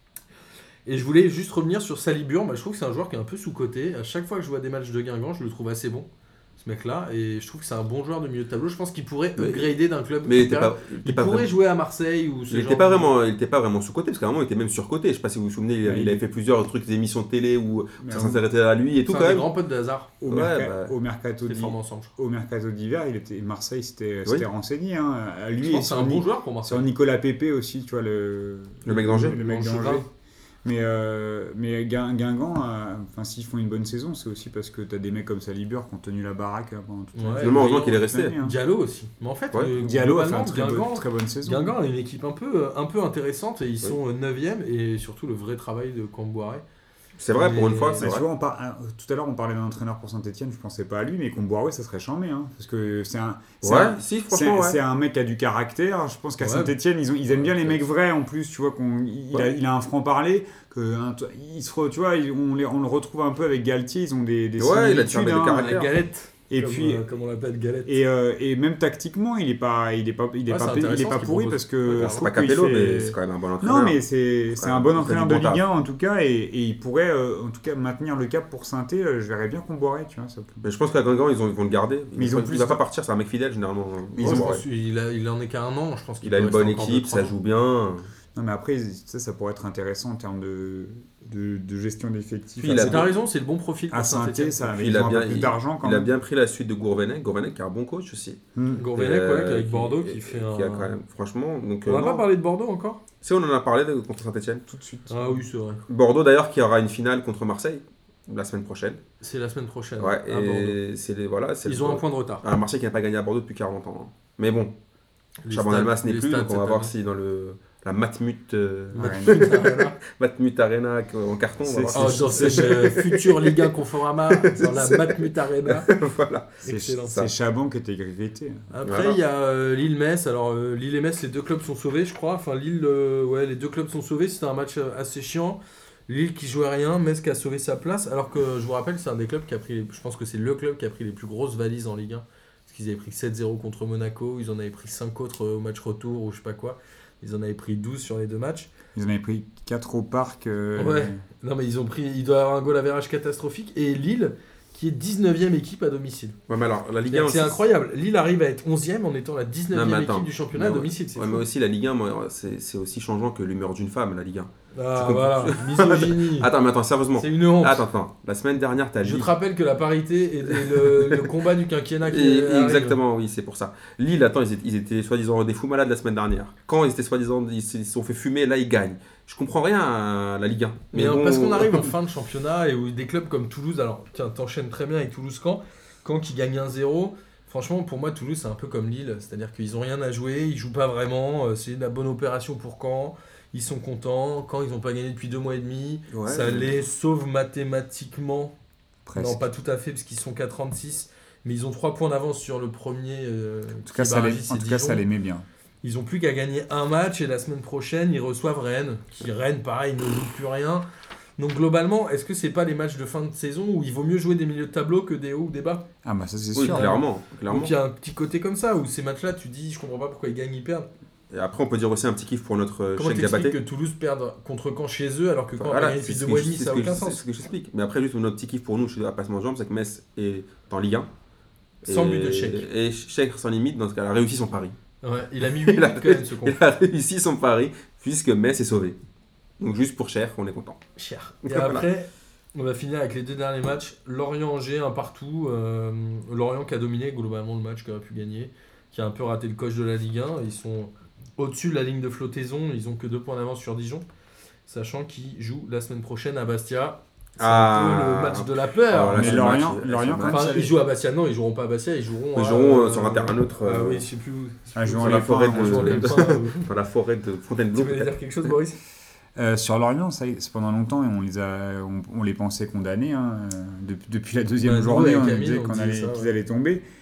Et je voulais juste revenir sur Salibur. Moi, je trouve que c'est un joueur qui est un peu sous-coté. À chaque fois que je vois des matchs de Guingamp, je le trouve assez bon, ce mec-là. Et je trouve que c'est un bon joueur de milieu de tableau. Je pense qu'il pourrait Mais- upgrader d'un club. Mais il était supérieur. pas, il était Il pas pourrait vraiment. jouer à Marseille ou ce Il genre était pas de- vraiment, il était pas vraiment sous-côté parce qu'à un moment il était même surcoté. Je sais pas si vous vous souvenez, il, Ouais, il il- avait fait plusieurs trucs, des émissions de télé où Mais ça on- s'intéressait à lui et tout C'est quand un des même. grands potes de Hazard. Au, Ouais, merca- bah, au mercato Ils d'hi- forment ensemble. je au mercato d'hiver, il était Marseille, c'était Oui. c'était renseigné. Hein. À Je Lui pense et que c'est sur, un bon Ni- joueur pour Marseille. sur Nicolas Pepe aussi, tu vois le Le mec d'Angers. le mec Angers. d'Angers. Mais euh, mais Guin- Guingamp, euh, enfin s'ils font une bonne saison, c'est aussi parce que t'as des mecs comme Salibur qui ont tenu la baraque hein, pendant toute Ouais. l'année. Finalement, heureusement Diallo, qu'il est toute resté. l'année, hein. Diallo aussi. Mais en fait, Ouais. euh, Diallo a fait globalement, une très, Guingamp, bonne, très bonne saison. Guingamp a une équipe un peu, un peu intéressante et ils sont neuvième et surtout le vrai travail de Camboire. C'est vrai pour une Mais- fois, Bah, c'est tu vrai. vois, on par- ah, tout à l'heure on parlait d'un entraîneur pour Saint-Etienne, je pensais pas à lui, mais Comboiré ça serait charmé, hein, parce que c'est un, c'est Ouais, un, si c'est, franchement ouais. c'est un mec qui a du caractère. Je pense qu'à Ouais. Saint-Etienne ils, ont, ils aiment bien les Ouais. mecs vrais en plus, tu vois, qu'on, il, a, Ouais. il a un franc-parler, que, un- il se, re- tu vois, il- on, les- on le retrouve un peu avec Galtier, ils ont des, des Ouais, il a similitudes, servi de hein. caractère. La galette. Et comme, puis, euh, comme on l'appelle galette. et, euh, et même tactiquement, il est pas, il est pas, il est Ouais, pas, c'est il est intéressant pas ce qu'il pourri propose. parce que Ouais, je C'est trouve pas qu'il Capello, fait- mais c'est quand même un bon entraîneur. Non, mais c'est, c'est Ouais, un bon il fait entraîneur du de bon taf. Ligue un en tout cas, et, et il pourrait euh, en tout cas maintenir le cap pour Saint-Étienne. euh, Je verrais bien Comboiré, tu vois. Ça peut- Mais je pense qu'à Guingamp, ils, ont- ils vont le garder. Mais ils ont il plus va pas de- partir, c'est un mec fidèle généralement. Mais ils Ouais, ont- Je ouais. pense qu'il a- il en est qu'à un an, je pense qu'il Il a peut une bonne rester encore équipe, deux, ça trois joue ans. bien. Non, mais après, ça, ça pourrait être intéressant en termes de, de, de gestion d'effectifs. Puis il À a- Mais Saint- t'as raison, c'est le bon profil pour à Saint-Étienne, Saint-Etienne. ça, Puis ils il a ont un bien- peu plus il- d'argent quand Il a même. bien pris la suite de Gourvenec. Gourvenec qui est un bon coach aussi. Hmm. Gourvenec, Euh, ouais, avec qui- Bordeaux qui fait qui a un. quand même, franchement. Donc, On euh, n'a pas non. parlé de Bordeaux encore Si, on en a parlé de- contre Saint-Etienne. Tout de suite. Ah oui, c'est vrai. Bordeaux d'ailleurs qui aura une finale contre Marseille la semaine prochaine. C'est la semaine prochaine. Ouais, à Bordeaux. et c'est les, voilà, c'est Ils le- ont un point de retard. Alors, Marseille qui n'a pas gagné à Bordeaux depuis quarante ans. hein. Mais bon, Les Chaban stades- Almas n'est les plus, stades donc on va cette voir année. si dans le, la Matmut, euh, Ouais. Matmut Arena en carton, on va C'est- voir. Oh, dans cette euh, future Ligue un Conforama, dans la Matmut Arena. voilà. C'est, Excellent. c'est Chabon qui était griffé. Après, Voilà. il y a euh, Lille-Metz. Alors, euh, Lille et Metz, les deux clubs sont sauvés, je crois. Enfin, Lille, euh, ouais, les deux clubs sont sauvés. C'était un match euh, assez chiant. Lille qui jouait rien, Metz qui a sauvé sa place. Alors que je vous rappelle, c'est un des clubs qui a pris, les- je pense que c'est le club qui a pris les plus grosses valises en Ligue un. Parce qu'ils avaient pris sept zéro contre Monaco, ils en avaient pris cinq autres au match retour ou je sais pas quoi. Ils en avaient pris douze sur les deux matchs. Ils en avaient pris quatre au parc. euh, Ouais. Non, mais ils ont pris, il doit avoir un goal average catastrophique. Et Lille, qui est dix-neuvième équipe à domicile. Ouais, mais alors, la Ligue C'est-à-dire un que C'est aussi- incroyable. Lille arrive à être onzième en étant la Non, dix-neuvième mais attends. équipe du championnat à Mais ouais. domicile. C'est Ouais, fou. mais aussi la Ligue un, moi, c'est c'est aussi changeant que l'humeur d'une femme, la Ligue un. Ah, Tu voilà, misogynie. Attends, mais attends, sérieusement. C'est une honte. Attends, attends. La semaine dernière, t'as Je Lille. te rappelle que la parité est est le, le combat du quinquennat qui Et- arrive. exactement, oui, c'est pour ça. Lille, attends, ils étaient, ils étaient soi-disant des fous malades la semaine dernière. Quand ils étaient soi-disant, ils se ils se sont fait fumer, là ils gagnent. Je comprends rien à la Ligue un. Mais bon, parce qu'on arrive en fin de championnat et où des clubs comme Toulouse, alors tiens, t'enchaînes très bien avec Toulouse-Caen, Caen qui gagne un zéro. Franchement, pour moi, Toulouse, c'est un peu comme Lille. C'est-à-dire qu'ils ont rien à jouer, ils jouent pas vraiment. euh, C'est la bonne opération pour Caen. Ils sont contents. Caen, ils n'ont pas gagné depuis deux mois et demi. Ouais, Ça mais- les sauve mathématiquement. Presque. Non, pas tout à fait, parce qu'ils sont qu'à trente-six. Mais ils ont trois points d'avance sur le premier. euh, En tout cas, qui ça, les- barragiste, en c'est tout cas, ça Dijon. l'aimait bien. Ils ont plus qu'à gagner un match et la semaine prochaine, ils reçoivent Rennes. Qui Rennes, pareil, ne joue plus rien. Donc globalement, est-ce que c'est pas les matchs de fin de saison où il vaut mieux jouer des milieux de tableau que des hauts ou des bas? Ah, bah ça, c'est Oui, sûr. clairement. clairement. Donc il y a un petit côté comme ça où ces matchs-là, tu dis, je comprends pas pourquoi ils gagnent, ils perdent. Et après, on peut dire aussi un petit kiff pour notre euh, Comment Cheikh t'expliques Diabaté. que Toulouse perde contre Caen chez eux alors que Caen a Voilà, gagné c'est depuis ce deux que mois et je- demi, c'est ça ce n'a que je- aucun c'est sens. ce que j'explique. Mais après, juste notre petit kiff pour nous, je suis à passer en jambe, c'est que Metz est en Ligue un. Sans Et- but de Cheikh. Et Cheikh, sans limite, dans ce cas, a réussi son pari. Ouais, il a mis huit buts Il a- quand même ce con. Il a réussi son pari, puisque Metz est sauvé. Donc juste pour Cheikh, on est content. Cher. Et Voilà. après, on va finir avec les deux derniers matchs. Lorient-Angers, un partout. Euh, Lorient qui a dominé globalement le match, qui aurait pu gagner, qui a un peu raté le coche de la Ligue un. Ils sont au-dessus de la ligne de flottaison, ils ont que deux points d'avance sur Dijon, sachant qu'ils jouent la semaine prochaine à Bastia. C'est Ah. un peu le match de la peur. Alors là, Mais c'est le Lorient- match, Lorient, c'est le quand match. Enfin, ça ils les- jouent à Bastia, non, ils joueront pas à Bastia, ils joueront, Ils à, joueront, euh, sur un terrain neutre, Ah euh, oui, je sais plus où. Ah, jouant Sur les la forêt pins, de- Jouant les euh, pins, euh. dans la forêt de Tu Fontainebleau. voulais dire quelque chose, Boris? Euh, sur Lorient, ça, c'est pendant longtemps, on les, a, on, on les pensait condamnés. Hein. Depuis, depuis la deuxième Ouais, nous, journée, avec on Amine, disait on qu'on disait allait- ça, qu'ils ouais. allaient tomber.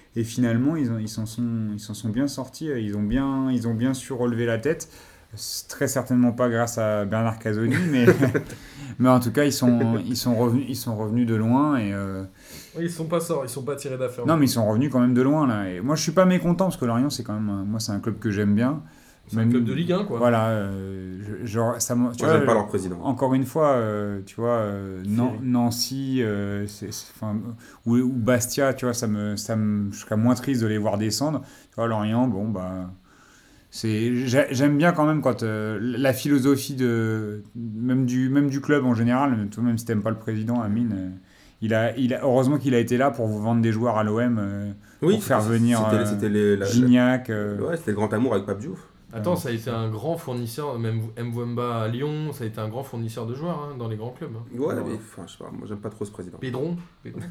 Et finalement, ils, ont, ils, s'en sont, ils s'en sont bien sortis. Ils ont bien, ils ont bien su relever la tête. C'est très certainement pas grâce à Bernard Casoni, mais, mais en tout cas, ils sont, ils sont, revenus, ils sont revenus de loin. Et, euh... oui, ils sont pas sortis, ils sont pas tirés d'affaire. Non, mais ils sont revenus quand même de loin. Là. Et moi, je suis pas mécontent parce que Lorient, c'est quand même, un, moi, c'est un club que j'aime bien. C'est même, un club de Ligue un, quoi. Voilà. Euh, je, genre, ça, tu moi, vois, j'aime pas leur président. Encore une fois, euh, tu vois, euh, Nan- Nancy euh, c'est, c'est, ou, ou Bastia, tu vois, ça me, ça me, je serais moins triste de les voir descendre. Tu vois, Lorient, bon, bah. C'est, j'aime bien quand même quand euh, la philosophie de, même, du, même du club en général, même si t'aimes pas le président, Amine, euh, il a, il a, heureusement qu'il a été là pour vous vendre des joueurs à l'O M, euh, oui, pour faire venir c'était, euh, c'était les, la, Gignac. Euh, ouais, c'était le grand amour avec Pape Diouf. Attends, ça a été un grand fournisseur, même Mwemba à Lyon, ça a été un grand fournisseur de joueurs hein, dans les grands clubs. Hein. Ouais, alors, mais enfin, je sais pas, moi j'aime pas trop ce président. Pédron, Pédron.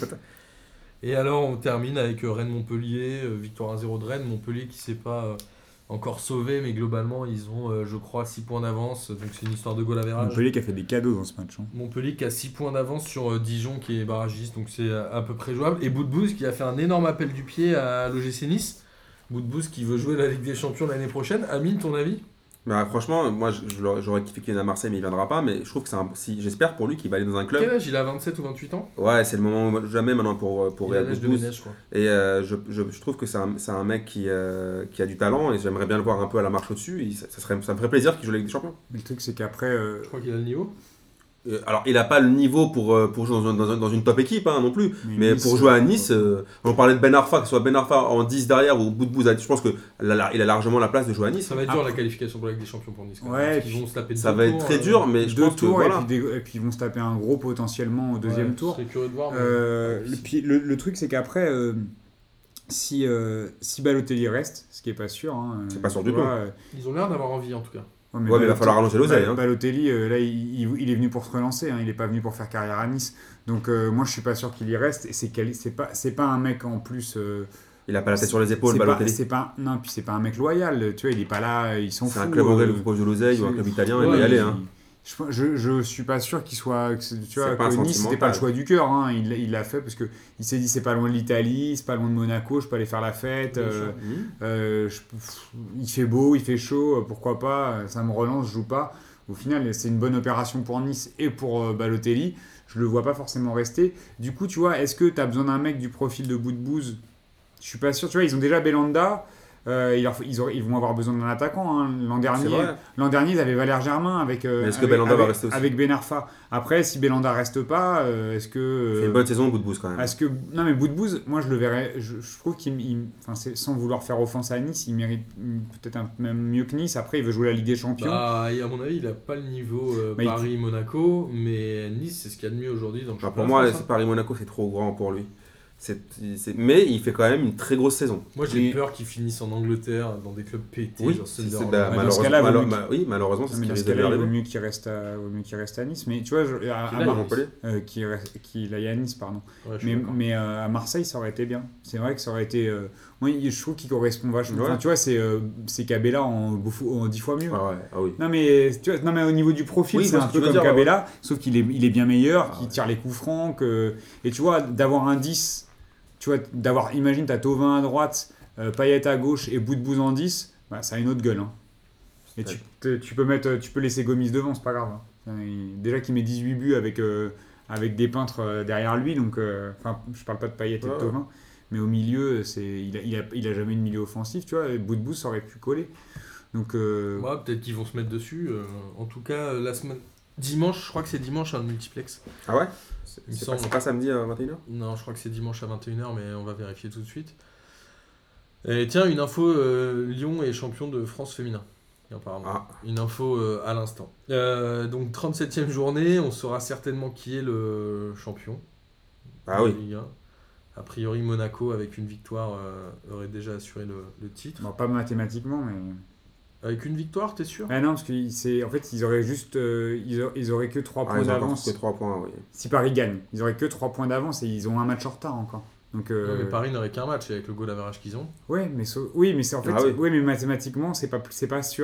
Et alors on termine avec Rennes-Montpellier, euh, victoire un zéro de Rennes, Montpellier qui s'est pas euh, encore sauvé, mais globalement ils ont, euh, je crois, six points d'avance, donc c'est une histoire de goal average. Montpellier qui a fait des cadeaux dans ce match. Hein. Montpellier qui a six points d'avance sur euh, Dijon qui est barragiste, donc c'est à, à peu près jouable. Et Boudbouz qui a fait un énorme appel du pied à l'O G C Nice. Boudbouz qui veut jouer la Ligue des Champions l'année prochaine. Amine, ton avis ? Bah, franchement, moi j'aurais kiffé qu'il vienne à Marseille, mais il viendra pas. Mais je trouve que c'est un. Si, j'espère pour lui qu'il va aller dans un club. Quel âge il a vingt-sept ou vingt-huit ans ? Ouais, c'est le moment ou jamais maintenant pour, pour Réal Boudbouz. De Ménage, quoi. Et euh, je, je, je trouve que c'est un, c'est un mec qui, euh, qui a du talent et j'aimerais bien le voir un peu à la marche au-dessus. Et ça, ça, serait, ça me ferait plaisir qu'il joue la Ligue des Champions. Mais le truc, c'est qu'après. Euh... Je crois qu'il a le niveau. Euh, alors, il n'a pas le niveau pour, pour jouer dans, dans, dans une top équipe hein, non plus, mais, mais nice, pour jouer à Nice, euh, on parlait de Ben Arfa, que ce soit Ben Arfa en dix derrière ou Boudbouz, je pense qu'il a, il a largement la place de jouer à Nice. Ça va être dur ah. la qualification pour la Ligue des Champions pour Nice. Ouais, ils vont se taper ça deux va tours, être très euh, dur, mais je deux pense tours que, et, voilà. puis des, et puis ils vont se taper un gros potentiellement au deuxième ouais, tour. Je serais curieux de voir. Mais... Euh, le, le, le truc, c'est qu'après, euh, si, euh, si Balotelli reste, ce qui n'est pas sûr. Hein, c'est pas sûr du tout. Euh, ils ont l'air d'avoir envie en tout cas. Ouais, mais, ouais, mais il va falloir rallonger l'oseille. Hein. Balotelli, euh, là, il, il, il est venu pour se relancer. Hein, il n'est pas venu pour faire carrière à Nice. Donc, euh, moi, je suis pas sûr qu'il y reste. Et c'est, c'est, pas, c'est pas un mec en plus. Euh, il a pas la tête sur les épaules, c'est Balotelli. Pas, c'est pas, non, puis c'est pas un mec loyal. Tu vois, il est pas là. Ils sont c'est fous. un club anglais euh, qui propose de l'oseille ou un club italien, ouais, il va y aller. Il, hein. Je, je, je suis pas sûr qu'il soit. Que, tu vois, que Nice, c'était pas le choix du cœur. Hein. Il, il l'a fait parce que il s'est dit c'est pas loin de l'Italie, c'est pas loin de Monaco, je peux aller faire la fête. Euh, mmh. euh, je, il fait beau, il fait chaud, pourquoi pas. Ça me relance, je joue pas. Au final, c'est une bonne opération pour Nice et pour euh, Balotelli. Je le vois pas forcément rester. Du coup, tu vois, est-ce que tu as besoin d'un mec du profil de Boudbouz ? Je suis pas sûr. Tu vois, ils ont déjà Belhanda. Euh, ils, ils, auraient, ils vont avoir besoin d'un attaquant. Hein. L'an, dernier, l'an dernier, ils avaient Valère Germain avec, euh, est-ce que avec, Belhanda avec, va rester aussi avec Ben Arfa. Après, si Belhanda reste pas, euh, est-ce que. Euh, c'est une bonne saison, Boudbouz quand même. Est-ce que, non, mais Boudbouz, moi je le verrais. Je, je trouve qu'il. Il, enfin, c'est, sans vouloir faire offense à Nice, il mérite peut-être un, même mieux que Nice. Après, il veut jouer la Ligue des Champions. Bah, à mon avis, il n'a pas le niveau euh, Paris-Monaco, mais Nice, c'est ce qu'il y a de mieux aujourd'hui. Donc bah, pour moi, c'est Paris-Monaco, c'est trop grand pour lui. C'est, c'est... Mais il fait quand même une très grosse saison. Moi j'ai et... peur qu'il finisse en Angleterre dans des clubs pétés. Oui, genre c'est, c'est, bah, malheureusement, cas-là, malo- mieux... bah, oui, malheureusement, c'est mais ce dans qui ce cas-là, il vaut mieux mieux qu'il reste à, vaut mieux qu'il reste à Nice. Mais tu vois, je, à, qui à Mar- Montpellier, euh, qui reste, qui là, il y a à Nice, pardon. Ouais, mais mais euh, à Marseille, ça aurait été bien. C'est vrai que ça aurait été. Euh... Moi, je trouve qu'il correspond vachement. Ouais. Enfin, tu vois, c'est euh, c'est Cabella en, en dix fois mieux. Ah ouais, ah oui. Non mais tu vois, non mais au niveau du profil, oui, c'est un peu comme dire, Cabella, ouais. Sauf qu'il est, il est bien meilleur, ah, qu'il ouais. tire les coups francs, que... et tu vois, d'avoir un dix. Tu vois, d'avoir, imagine, t'as Thauvin à droite, euh, Payet à gauche et Boudbouz en dix, bah, ça a une autre gueule. Hein. Et tu, te, tu, peux mettre, tu peux laisser Gomis devant, c'est pas grave. Hein. Il, déjà qu'il met dix-huit buts avec, euh, avec des peintres euh, derrière lui, donc, euh, je parle pas de Payet et de Thauvin, mais au milieu, c'est, il, a, il, a, il a jamais une milieu offensif, tu vois, Boudbouz ça aurait pu coller. Donc, euh... ouais, peut-être qu'ils vont se mettre dessus. Euh, en tout cas, la semaine... dimanche, je crois que c'est dimanche, un multiplex. Ah ouais ? C'est, c'est, pas, c'est pas samedi à vingt et une heures ? Non, je crois que c'est dimanche à vingt et une heures, mais on va vérifier tout de suite. Et tiens, une info, euh, Lyon est champion de France féminin. Apparemment. Ah. Une info euh, à l'instant. Euh, donc trente-septième journée, on saura certainement qui est le champion. Ah oui. Ligue un. A priori, Monaco, avec une victoire, euh, aurait déjà assuré le, le titre. Bon, pas mathématiquement, mais... Avec une victoire, t'es sûr ? Ah non, parce qu'en fait, ils auraient juste, euh, ils, auraient, ils auraient que trois ah, points ils d'avance. Que trois points, oui. Si Paris gagne, ils auraient que trois points d'avance et ils ont un match en retard encore. Donc, euh... non, mais Paris n'aurait qu'un match avec le goal average qu'ils ont. Ouais, mais so... oui, mais c'est en fait, ah, oui. oui, mais mathématiquement, c'est pas, c'est pas sûr.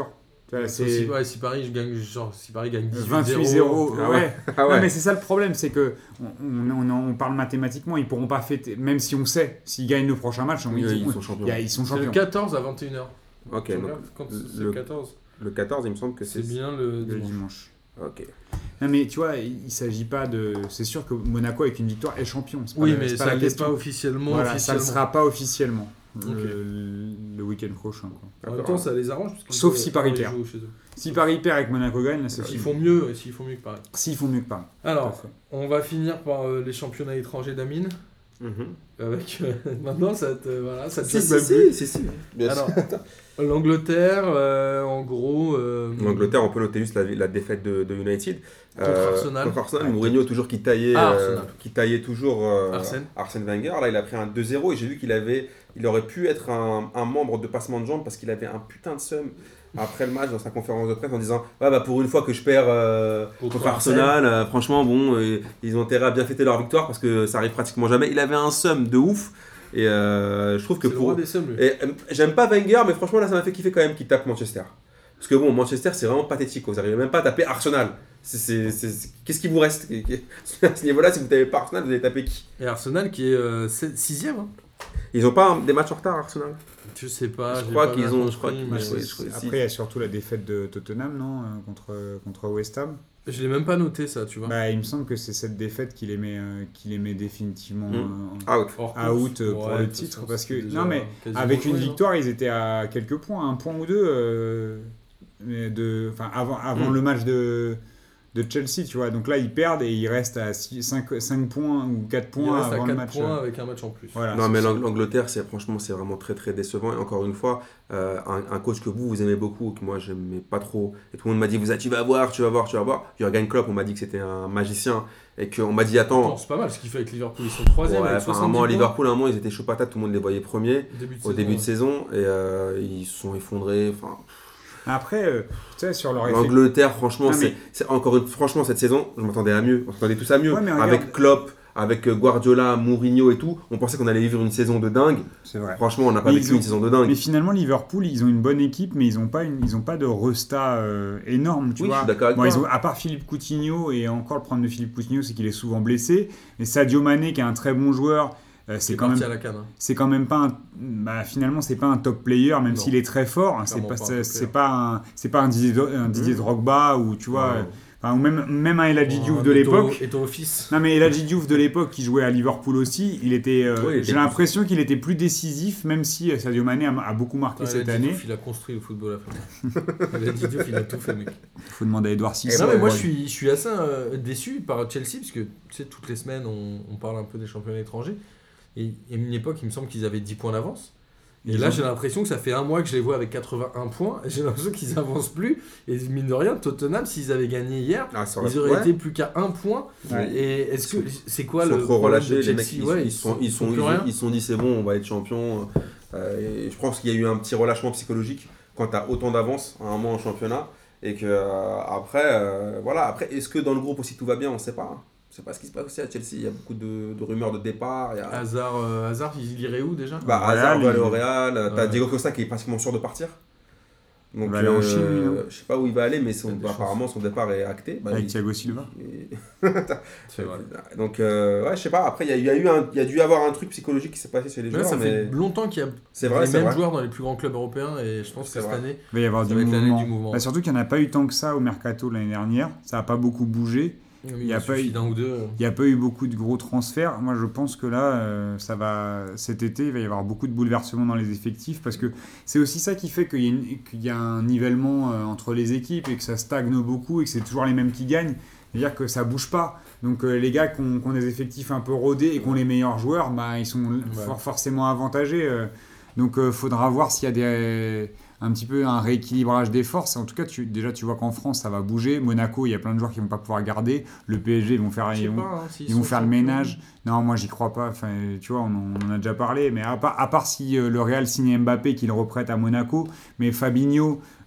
Tu vois, C'est... c'est Si, ouais, si Paris je gagne, genre, si Paris gagne dix-huit vingt-huit zéro. zéro. Ah ouais. ouais. Ah ouais. Non, mais c'est ça le problème, c'est que on, on, on, on parle mathématiquement, ils pourront pas fêter, même si on sait, s'ils gagnent le prochain match, on, Oui, ils, ils sont champions. il y a- ils sont C'est le champions. quatorze à vingt et une heures. Ok, Tu donc regardes quand c'est le- le quatorze. le quatorze, il me semble que C'est c'est. bien le Le dimanche. dimanche. Ok. Non mais tu vois, il, il s'agit pas de. C'est sûr que Monaco avec une victoire est champion. C'est pas Oui, la- mais c'est pas ça la l'est question. pas officiellement. Voilà, ça ne officiellement. sera pas officiellement Ok. le, le week-end prochain. Quoi. En même temps, ça les arrange. Parce qu'ils Sauf jouent- si Paris ils perd. jouent chez eux. Si Paris perd avec Monaco gagne, là, c'est S'ils fini. font mieux, s'ils font mieux que Paris. S'ils font mieux que Paris. Tout à Alors, fait. on va finir par euh, les championnats étrangers d'Amine. Mhm. Avec euh, maintenant, ça te voilà, ça te Si, choque si, même plus. si, si, si. Bien Alors, sûr. l'Angleterre, euh, en gros. euh, L'Angleterre, on peut noter juste la, la défaite de, de United. Contre Arsenal. Contre Arsenal. Ouais. Mourinho, toujours qui taillait, Ah, euh, Arsenal. qui taillait toujours euh, Arsène. Arsène Wenger. Là, il a pris un deux zéro et j'ai vu qu'il avait, il aurait pu être un, un membre de passement de jambes parce qu'il avait un putain de seum après le match dans sa conférence de presse en disant ouais, bah, pour une fois que je perds euh, Contre contre Arsenal, euh, franchement, bon, euh, ils ont intérêt à bien fêter leur victoire parce que ça arrive pratiquement jamais. Il avait un seum de ouf et euh, je trouve que C'est le pour. roi des sommes, lui. Et, euh, j'aime pas Wenger, mais franchement, là, ça m'a fait kiffer quand même qu'il tape Manchester. Parce que bon, Manchester, c'est vraiment pathétique. Vous n'arrivez même pas à taper Arsenal. C'est, c'est, c'est- c'est- Qu'est-ce qui vous reste à ce niveau-là? Si vous ne tapez pas Arsenal, vous allez taper qui? Et Arsenal qui est euh, sixième. Hein. Ils n'ont pas un- des matchs en retard, Arsenal? Je sais pas. Je j'ai crois pas qu'ils bien ont- compris, je crois qu'ils- mais- ouais, je crois- Après, il y a surtout la défaite de Tottenham, non, euh, contre, contre West Ham. Je l'ai même pas noté ça, tu vois. Bah, il me semble que c'est cette défaite qui les met, euh, qui les met définitivement Mm. euh, Out. Hors à course. out, euh, pour Ouais, le de toute titre, façon, parce que- c'était déjà non, mais quasiment avec une joué, hein. victoire, ils étaient à quelques points, un point ou deux, euh, mais de, enfin, avant, avant Mm. le match de, de Chelsea, tu vois. Donc là, ils perdent et ils restent à cinq points ou quatre Il points reste à avant le quatre match. points avec un match en plus. Voilà, Non, c'est mais ça. l'Ang- l'Angleterre, c'est, franchement, c'est vraiment très très décevant. Et encore une fois, euh, un, un coach que vous, vous aimez beaucoup, que moi, j'aimais pas trop. Et tout le monde m'a dit, vous, tu vas voir, tu vas voir, tu vas voir. Jürgen Klopp, on m'a dit que c'était un magicien. Et qu'on m'a dit, attends. Attends, c'est pas mal ce qu'il fait avec Liverpool. Ils sont troisième Ouais, avec enfin, à un soixante-dix moment, points. Liverpool, à un moment, ils étaient chauds patates, tout le monde les voyait premiers Début de au saison, début de ouais. saison. Et euh, ils se sont effondrés. Enfin, Après, euh, tu sais, sur leur effet. l'Angleterre, franchement, Non, c'est, mais- c'est encore une, franchement, cette saison, je m'attendais à mieux. On s'attendait tous à mieux. Ouais, mais regarde- Avec Klopp, avec euh, Guardiola, Mourinho et tout, on pensait qu'on allait vivre une saison de dingue. C'est vrai. Franchement, on n'a pas Mais vécu ils ont- une saison de dingue. Mais finalement, Liverpool, ils ont une bonne équipe, mais ils n'ont pas, une, ils ont pas de resta euh, énorme, tu Oui, je vois. suis d'accord avec Bon, toi. ils ont, à part Philippe Coutinho, et encore le problème de Philippe Coutinho, c'est qu'il est souvent blessé. Mais Sadio Mané, qui est un très bon joueur, euh, c'est C'est quand parti même, à la canne. hein. c'est quand même pas un, bah, finalement, c'est pas un top player, même Non. s'il est très fort. hein, c'est Clairement pas, pas un c'est, top c'est player. pas un, c'est pas un Didier, Do- un Didier Mmh. Drogba ou tu vois, Ouais. euh, enfin, ou même, même un El Hadji Bon, Diouf de Eto'o- l'époque. Eto'o fils. Non mais El Hadji Diouf de l'époque qui jouait à Liverpool aussi, il était, euh, Oui, il était j'ai plus- l'impression qu'il était plus décisif, même si euh, Sadio Mané a, a beaucoup marqué Ouais, cette El Hadji année. Diouf, il a construit le football à fond. El Hadji Diouf, il a tout fait, mec. Il faut demander à Edouard Cissé. non, mais moi, Ouais. je suis, je suis assez euh, déçu par Chelsea, parce que tu sais, toutes les semaines, on, on parle un peu des championnats étrangers. Et à une époque, il me semble qu'ils avaient dix points d'avance. Et Ils là, ont- j'ai l'impression que ça fait un mois que je les vois avec quatre-vingt-un points. Et j'ai l'impression qu'ils avancent plus. Et mine de rien, Tottenham, s'ils avaient gagné hier, Ah, sur la- ils auraient ouais. été plus qu'à un point. Ouais. Et est-ce que c'est quoi Ils sont le trop problème relâchés, de les Chelsea mecs, ils, Ouais, ils sont, ils sont, plus ils ont- rien. ils se sont dit c'est bon, on va être champion. Euh, et je pense qu'il y a eu un petit relâchement psychologique quand tu as autant d'avance à un moment en championnat. Et que euh, après, euh, voilà, après, est-ce que dans le groupe aussi tout va bien? On ne sait pas. hein. On ne sait pas ce qui se passe aussi à Chelsea. Il y a beaucoup de, de rumeurs de départ. Il y a... Hazard, euh, Hazard, il irait où déjà Bah, Au Real, Hazard va aller il- au Real. T'as Ouais. Diego Costa qui est pratiquement sûr de partir. Donc, Il va aller en euh, Chine, lui, non je sais pas où il va aller, mais son- Il y a des apparemment son départ est acté. Bah, Avec il- Thiago Silva. il- C'est vrai. Donc, euh, ouais, je sais pas. Après, il y a, il y a eu un, il y a dû y avoir un truc psychologique qui s'est passé chez les Mais joueurs. là, ça mais fait longtemps qu'il y a c'est vrai, les c'est mêmes vrai. joueurs dans les plus grands clubs européens et je pense que C'est cette vrai. année, Il va y avoir ça du va être l'année mouvement. du mouvement. Bah, surtout qu'il n'y en a pas eu tant que ça au mercato l'année dernière. Ça n'a pas beaucoup bougé. il y y a a pas suffit eu- d'un ou deux. Il n'y a pas eu beaucoup de gros transferts. Moi, je pense que là, euh, ça va, cet été, il va y avoir beaucoup de bouleversements dans les effectifs parce que c'est aussi ça qui fait qu'il y a, une- qu'il y a un nivellement euh, entre les équipes et que ça stagne beaucoup et que c'est toujours les mêmes qui gagnent. C'est-à-dire que ça bouge pas. Donc euh, les gars qui ont, qui ont des effectifs un peu rodés et qui ont les meilleurs joueurs, bah, ils sont for- forcément avantagés. euh. Donc il faudra voir s'il y a des, un petit peu un rééquilibrage des forces. En tout cas, tu, déjà, tu vois qu'en France, ça va bouger. Monaco, il y a plein de joueurs qui vont pas pouvoir garder. Le P S G, ils vont faire, Je sais ils vont, pas, hein, s'ils ils vont sont faire le champions. ménage. Non, moi, j'y crois pas. Enfin, tu vois, on en, on en a déjà parlé. Mais à part, à part si euh, le Real signe Mbappé, qu'il reprête à Monaco. Mais Fabinho,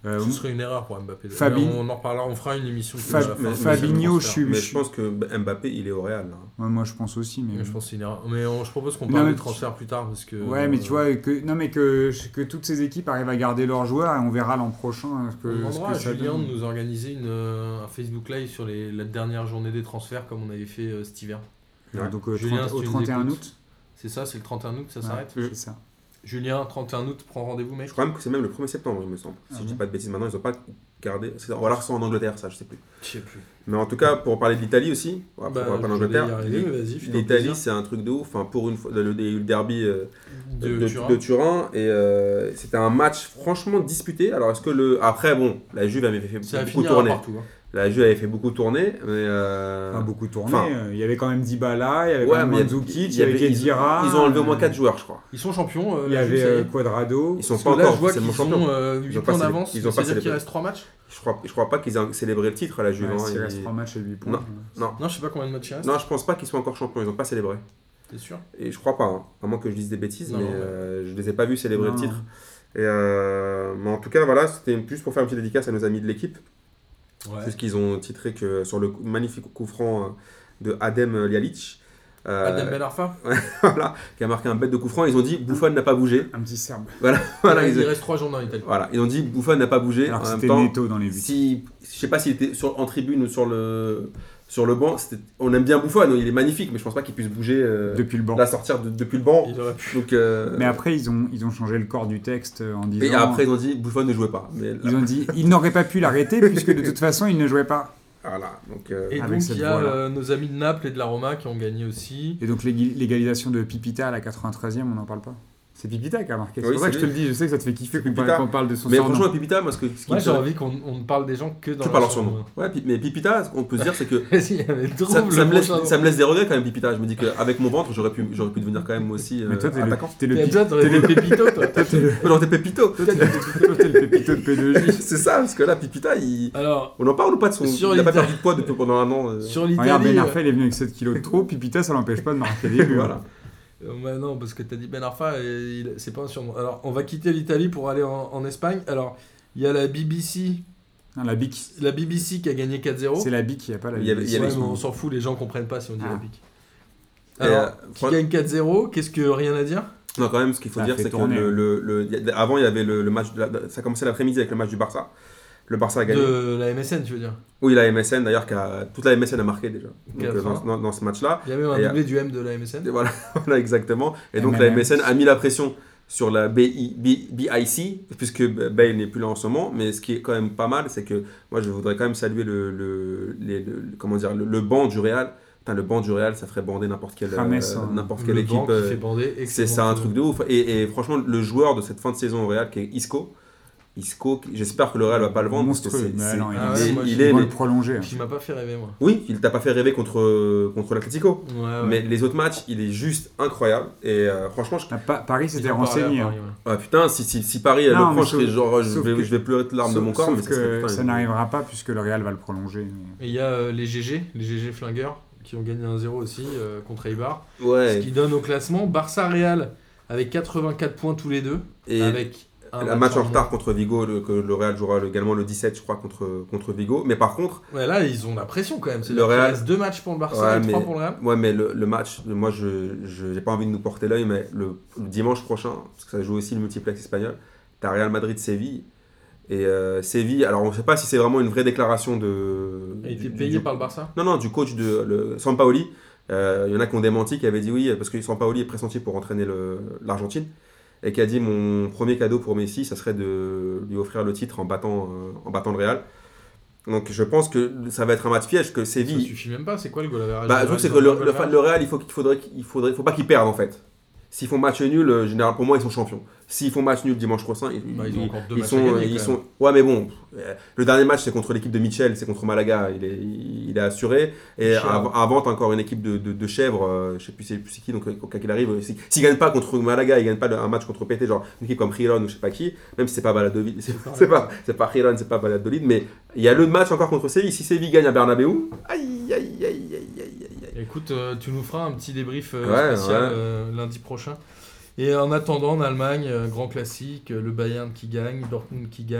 Euh, Ce serait une erreur pour Mbappé. Fabi- Mais on en reparlera, on fera une émission. Fab- sur la fin mais- de Fabinho, le je transfert. suis- Mais je pense que Mbappé, il est au Real. Là. Ouais, moi, je pense aussi. Mais, Mais je pense que c'est une erreur. Mais on- je propose qu'on Non, parle mais des tu- transferts plus tard parce que. Ouais, mais tu euh, vois, que, non, mais que, que toutes ces équipes arrivent à garder leurs joueurs et on verra l'an prochain ce que, On ce demandera que à ça Julien donne. de nous organiser une, euh, un Facebook Live sur les, la dernière journée des transferts comme on avait fait euh, cet hiver. Ouais, donc euh, Julien, trente si au tu nous trente et un écoutes, août. C'est ça, c'est le trente et un août que ça Ouais, s'arrête c'est ça. Julien, trente et un août, prends rendez-vous, mec. Je crois même que c'est même le premier septembre, il me semble. Si Ah je dis bon pas de bêtises maintenant, ils ont pas gardé. c'est- Ou alors c'est en Angleterre, ça, je sais plus. Je sais plus. Mais en tout cas, pour parler de l'Italie aussi, après, Bah, on va pas je l'Angleterre. vais y arriver, mais vas-y, fais-toi L'Italie, plaisir. c'est un truc de ouf. Enfin, pour une fois, le, le- le derby euh, De, de, Turin. de Turin. Et euh, c'était un match franchement disputé. Alors, est-ce que le. Après, bon, la Juve avait fait Ça a beaucoup fini tourner. partout. Hein. La Juve avait fait beaucoup tourner. Mais. euh, Enfin, beaucoup tourné. enfin, euh, il y avait quand même Dybala, il y avait ouais, quand même mais il y a- Mandzukic, il il y y avait avait- Khedira. Ils ont enlevé au moins euh, quatre joueurs, je crois. Ils sont champions. euh, Il y la Juve, avait ça y est. euh, Quadrado. Ils sont Parce pas que là, encore je vois officiellement qu'ils champions. ont euh, Ils huit ont pas points célé- d'avance. ils ont pas C'est-à-dire qu'il célébré. reste trois matchs Je crois, je crois pas qu'ils aient célébré le titre, la Juve. Ouais, hein, s'il ils- reste trois matchs et huit points. Non. euh, Non. Non, je sais pas combien de matchs il reste. Non, je pense pas qu'ils soient encore champions. Ils ont pas célébré. T'es sûr Et je crois pas, hein. À moins que je dise des bêtises, Non, mais non, ouais. euh, je les ai pas vus célébrer Non, le non. titre. Et euh, mais en tout cas, voilà, c'était plus pour faire une petite dédicace à nos amis de l'équipe, Ouais. puisqu'ils ont titré que sur le coup- magnifique coup franc euh, de Adem Ljallic, euh, Adem Ben Arfa. voilà, qui a marqué un bête de coup franc, ils ont dit Buffon n'a pas bougé. Un petit Serbe. Voilà, il ils, reste trois jours dans l'Italie. voilà, ils ont dit Buffon n'a pas bougé. Alors que en même c'était temps, Neto dans les buts. si, je sais pas s'il était sur, en tribune ou sur le, sur le banc, c'était- on aime bien Buffon, il est magnifique, mais je pense pas qu'il puisse bouger, euh, Depuis le banc. là, sortir de- depuis le banc. Il aurait pu. Donc, euh, Mais après, ils ont, ils ont changé le corps du texte euh, en disant. et après, ils ont dit Buffon ne jouait pas. Mais là- Ils ont dit ils n'auraient pas pu l'arrêter puisque de toute façon il ne jouait pas. Voilà, donc euh, Et Avec donc, cette il y a voix-là. euh, nos amis de Naples et de la Roma qui ont gagné aussi. Et donc l'ég- l'égalisation de Pipita à la quatre-vingt-treizième, on n'en parle pas. C'est Pipita qui a marqué. C'est Oui, pour ça que c'est je te le lui. dis, je sais que ça te fait kiffer qu'on Pipita. parle, qu'on parle de son mais surnom. franchement, Pipita, moi, ce, que, ce qui Moi, me j'ai fait- envie qu'on on ne parle des gens que dans que leur par leur surnom. surnom. Ouais, Pi- mais Pipita, ce qu'on peut se dire, c'est que Vas-y, il y avait trop ça, le ça me laisse, prochain. ça me laisse des regrets quand même, Pipita. Je me dis qu'avec mon ventre, j'aurais pu, j'aurais pu devenir quand même aussi euh, Mais toi, t'es le, attaquant. t'es le, Et pi- toi, t'aurais des pépitos, toi. toi, t'es le, Non, t'es Pépito. toi, t'es le Pépito, t'es le Pépito de P deux J. C'est ça, parce que là, Pipita, il... Alors, on en parle ou pas de son. Sur il n'a pas l'Italie. perdu de poids depuis pendant un an. euh, sur Regarde, l'Italie. Ben Arfa, il est venu avec sept kilos de trop. Pipita, ça l'empêche pas de marquer des buts. Voilà. Euh, bah non, parce que t'as dit Ben Arfa, et il- c'est pas un surnom. Alors, on va quitter l'Italie pour aller en, en Espagne. Alors, il y a la B B C, Non, la bique. la B B C qui a gagné quatre zéro. C'est la bique, il n'y a pas la Il y avait- bique. il y avait Ouais, mais son- on s'en fout, les gens comprennent pas si on dit Ah. la pique. Et, Alors, euh, qui fran- gagne quatre zéro, qu'est-ce que rien à dire Non, quand même, ce qu'il faut Ça a dire, fait c'est que tourner. le, le, le- y a- avant, il y avait le, le match. De la- ça commençait l'après-midi avec le match du Barça. Le Barça a gagné. De la M S N, tu veux dire. Oui, la M S N d'ailleurs, qui a- toute la M S N a marqué déjà. Donc, Qui a euh, faim. dans, dans- dans ce match-là. Il y a même un Et, doublé du M de la M S N. Et voilà, voilà, exactement. Et donc M la M M. M S N a mis la pression sur la B I B- B I C, puisque Bale n'est plus là en ce moment. Mais ce qui est quand même pas mal, c'est que moi je voudrais quand même saluer le, le, les- le- comment dire, le, le banc du Real. Putain, le banc du Real, ça ferait bander n'importe quelle, James, euh, hein. n'importe Le quelle banc équipe. qui euh, fait bander. c'est excellent. c'est un truc de ouf. Et, et franchement, le joueur de cette fin de saison au Real, qui est Isco, Isco, j'espère que le Real va pas le vendre. parce que Monstrueux. c'est- Mais c'est- non, il Ah est- ouais, moi, il je- est- Ils vont mais- le prolonger. Qui m'a pas fait rêver, moi. oui, il t'a pas fait rêver contre, contre l'Atlético. Ouais, ouais. Mais les autres matchs, il est juste incroyable. Et euh, franchement, je... Ah, Pa- Paris Ils s'était en parlaient à renseigné. hein. Paris, ouais. ah, putain, si, si, si Paris elle Non, le mais prend, je, sauf- serais genre, je, sauf vais, que- je vais pleurer de larmes de Sauf, mon corps. sauf mais ça serait- que putain, ça il- n'arrivera pas puisque le Real va le prolonger. Et il y a euh, les G G, les G G flingueurs, qui ont gagné un zéro aussi euh, contre Eibar. Ce Ouais. qui donne au classement Barça-Real avec quatre-vingt-quatre points tous les deux. Et avec un match en retard contre Vigo, le, que le Real jouera également le dix-sept, je crois, contre, contre Vigo. Mais par contre, Ouais, là, ils ont la pression quand même. C'est Le le Real. Real- Il reste deux matchs pour le Barça Ouais, et trois mais- pour le Real. ouais, mais le, le match, moi, je n'ai pas envie de nous porter l'œil, mais le, le dimanche prochain, parce que ça joue aussi le multiplex espagnol, tu as Real Madrid-Séville. Et euh, Séville, alors on ne sait pas si c'est vraiment une vraie déclaration de. Il a été du- payé du- par le Barça. Non, non, du coach de le, Sampaoli. Euh, Il y en a qui ont démenti, qui avaient dit oui, parce que Sampaoli est pressenti pour entraîner le- l'Argentine. Et qui a dit mon premier cadeau pour Messi, ça serait de lui offrir le titre en battant, euh, en battant le Real. Donc je pense que ça va être un match piège, que Ça Séville. suffit même pas. C'est quoi le goal average Bah, du le truc, Real c'est Ils que ont le, pas le, goal fa- average le Real, il faut qu'il faudrait, il faudrait, faut pas qu'ils perdent en fait. S'ils font match nul, euh, généralement pour moi ils sont champions. S'ils font match nul dimanche prochain, ils, Bah, ils ont encore deux ils matchs sont, à gagner, ils quand sont. Ouais, mais bon, euh, le dernier match c'est contre l'équipe de Michel, c'est contre Malaga, il est, il est assuré. Et Michel. avant, avant t'as encore une équipe de, de, de chèvres, euh, je sais plus c'est plus c'est qui, donc euh, quand il arrive, si- s'il gagne pas contre Malaga, il gagne pas le- un match contre P T, genre une équipe comme Riron ou je sais pas qui, même si c'est pas Valladolid, c'est pas c'est pas, c'est pas Riron, c'est pas Valladolid, mais il y a le match encore contre Séville. Si Séville gagne à Bernabeu, aïe aïe aïe aïe aïe aïe aïe. Écoute, euh, tu nous feras un petit débrief euh, Ouais, spécial ouais. euh, lundi prochain. Et en attendant, en Allemagne, euh, grand classique, euh, le Bayern qui gagne, Dortmund qui gagne.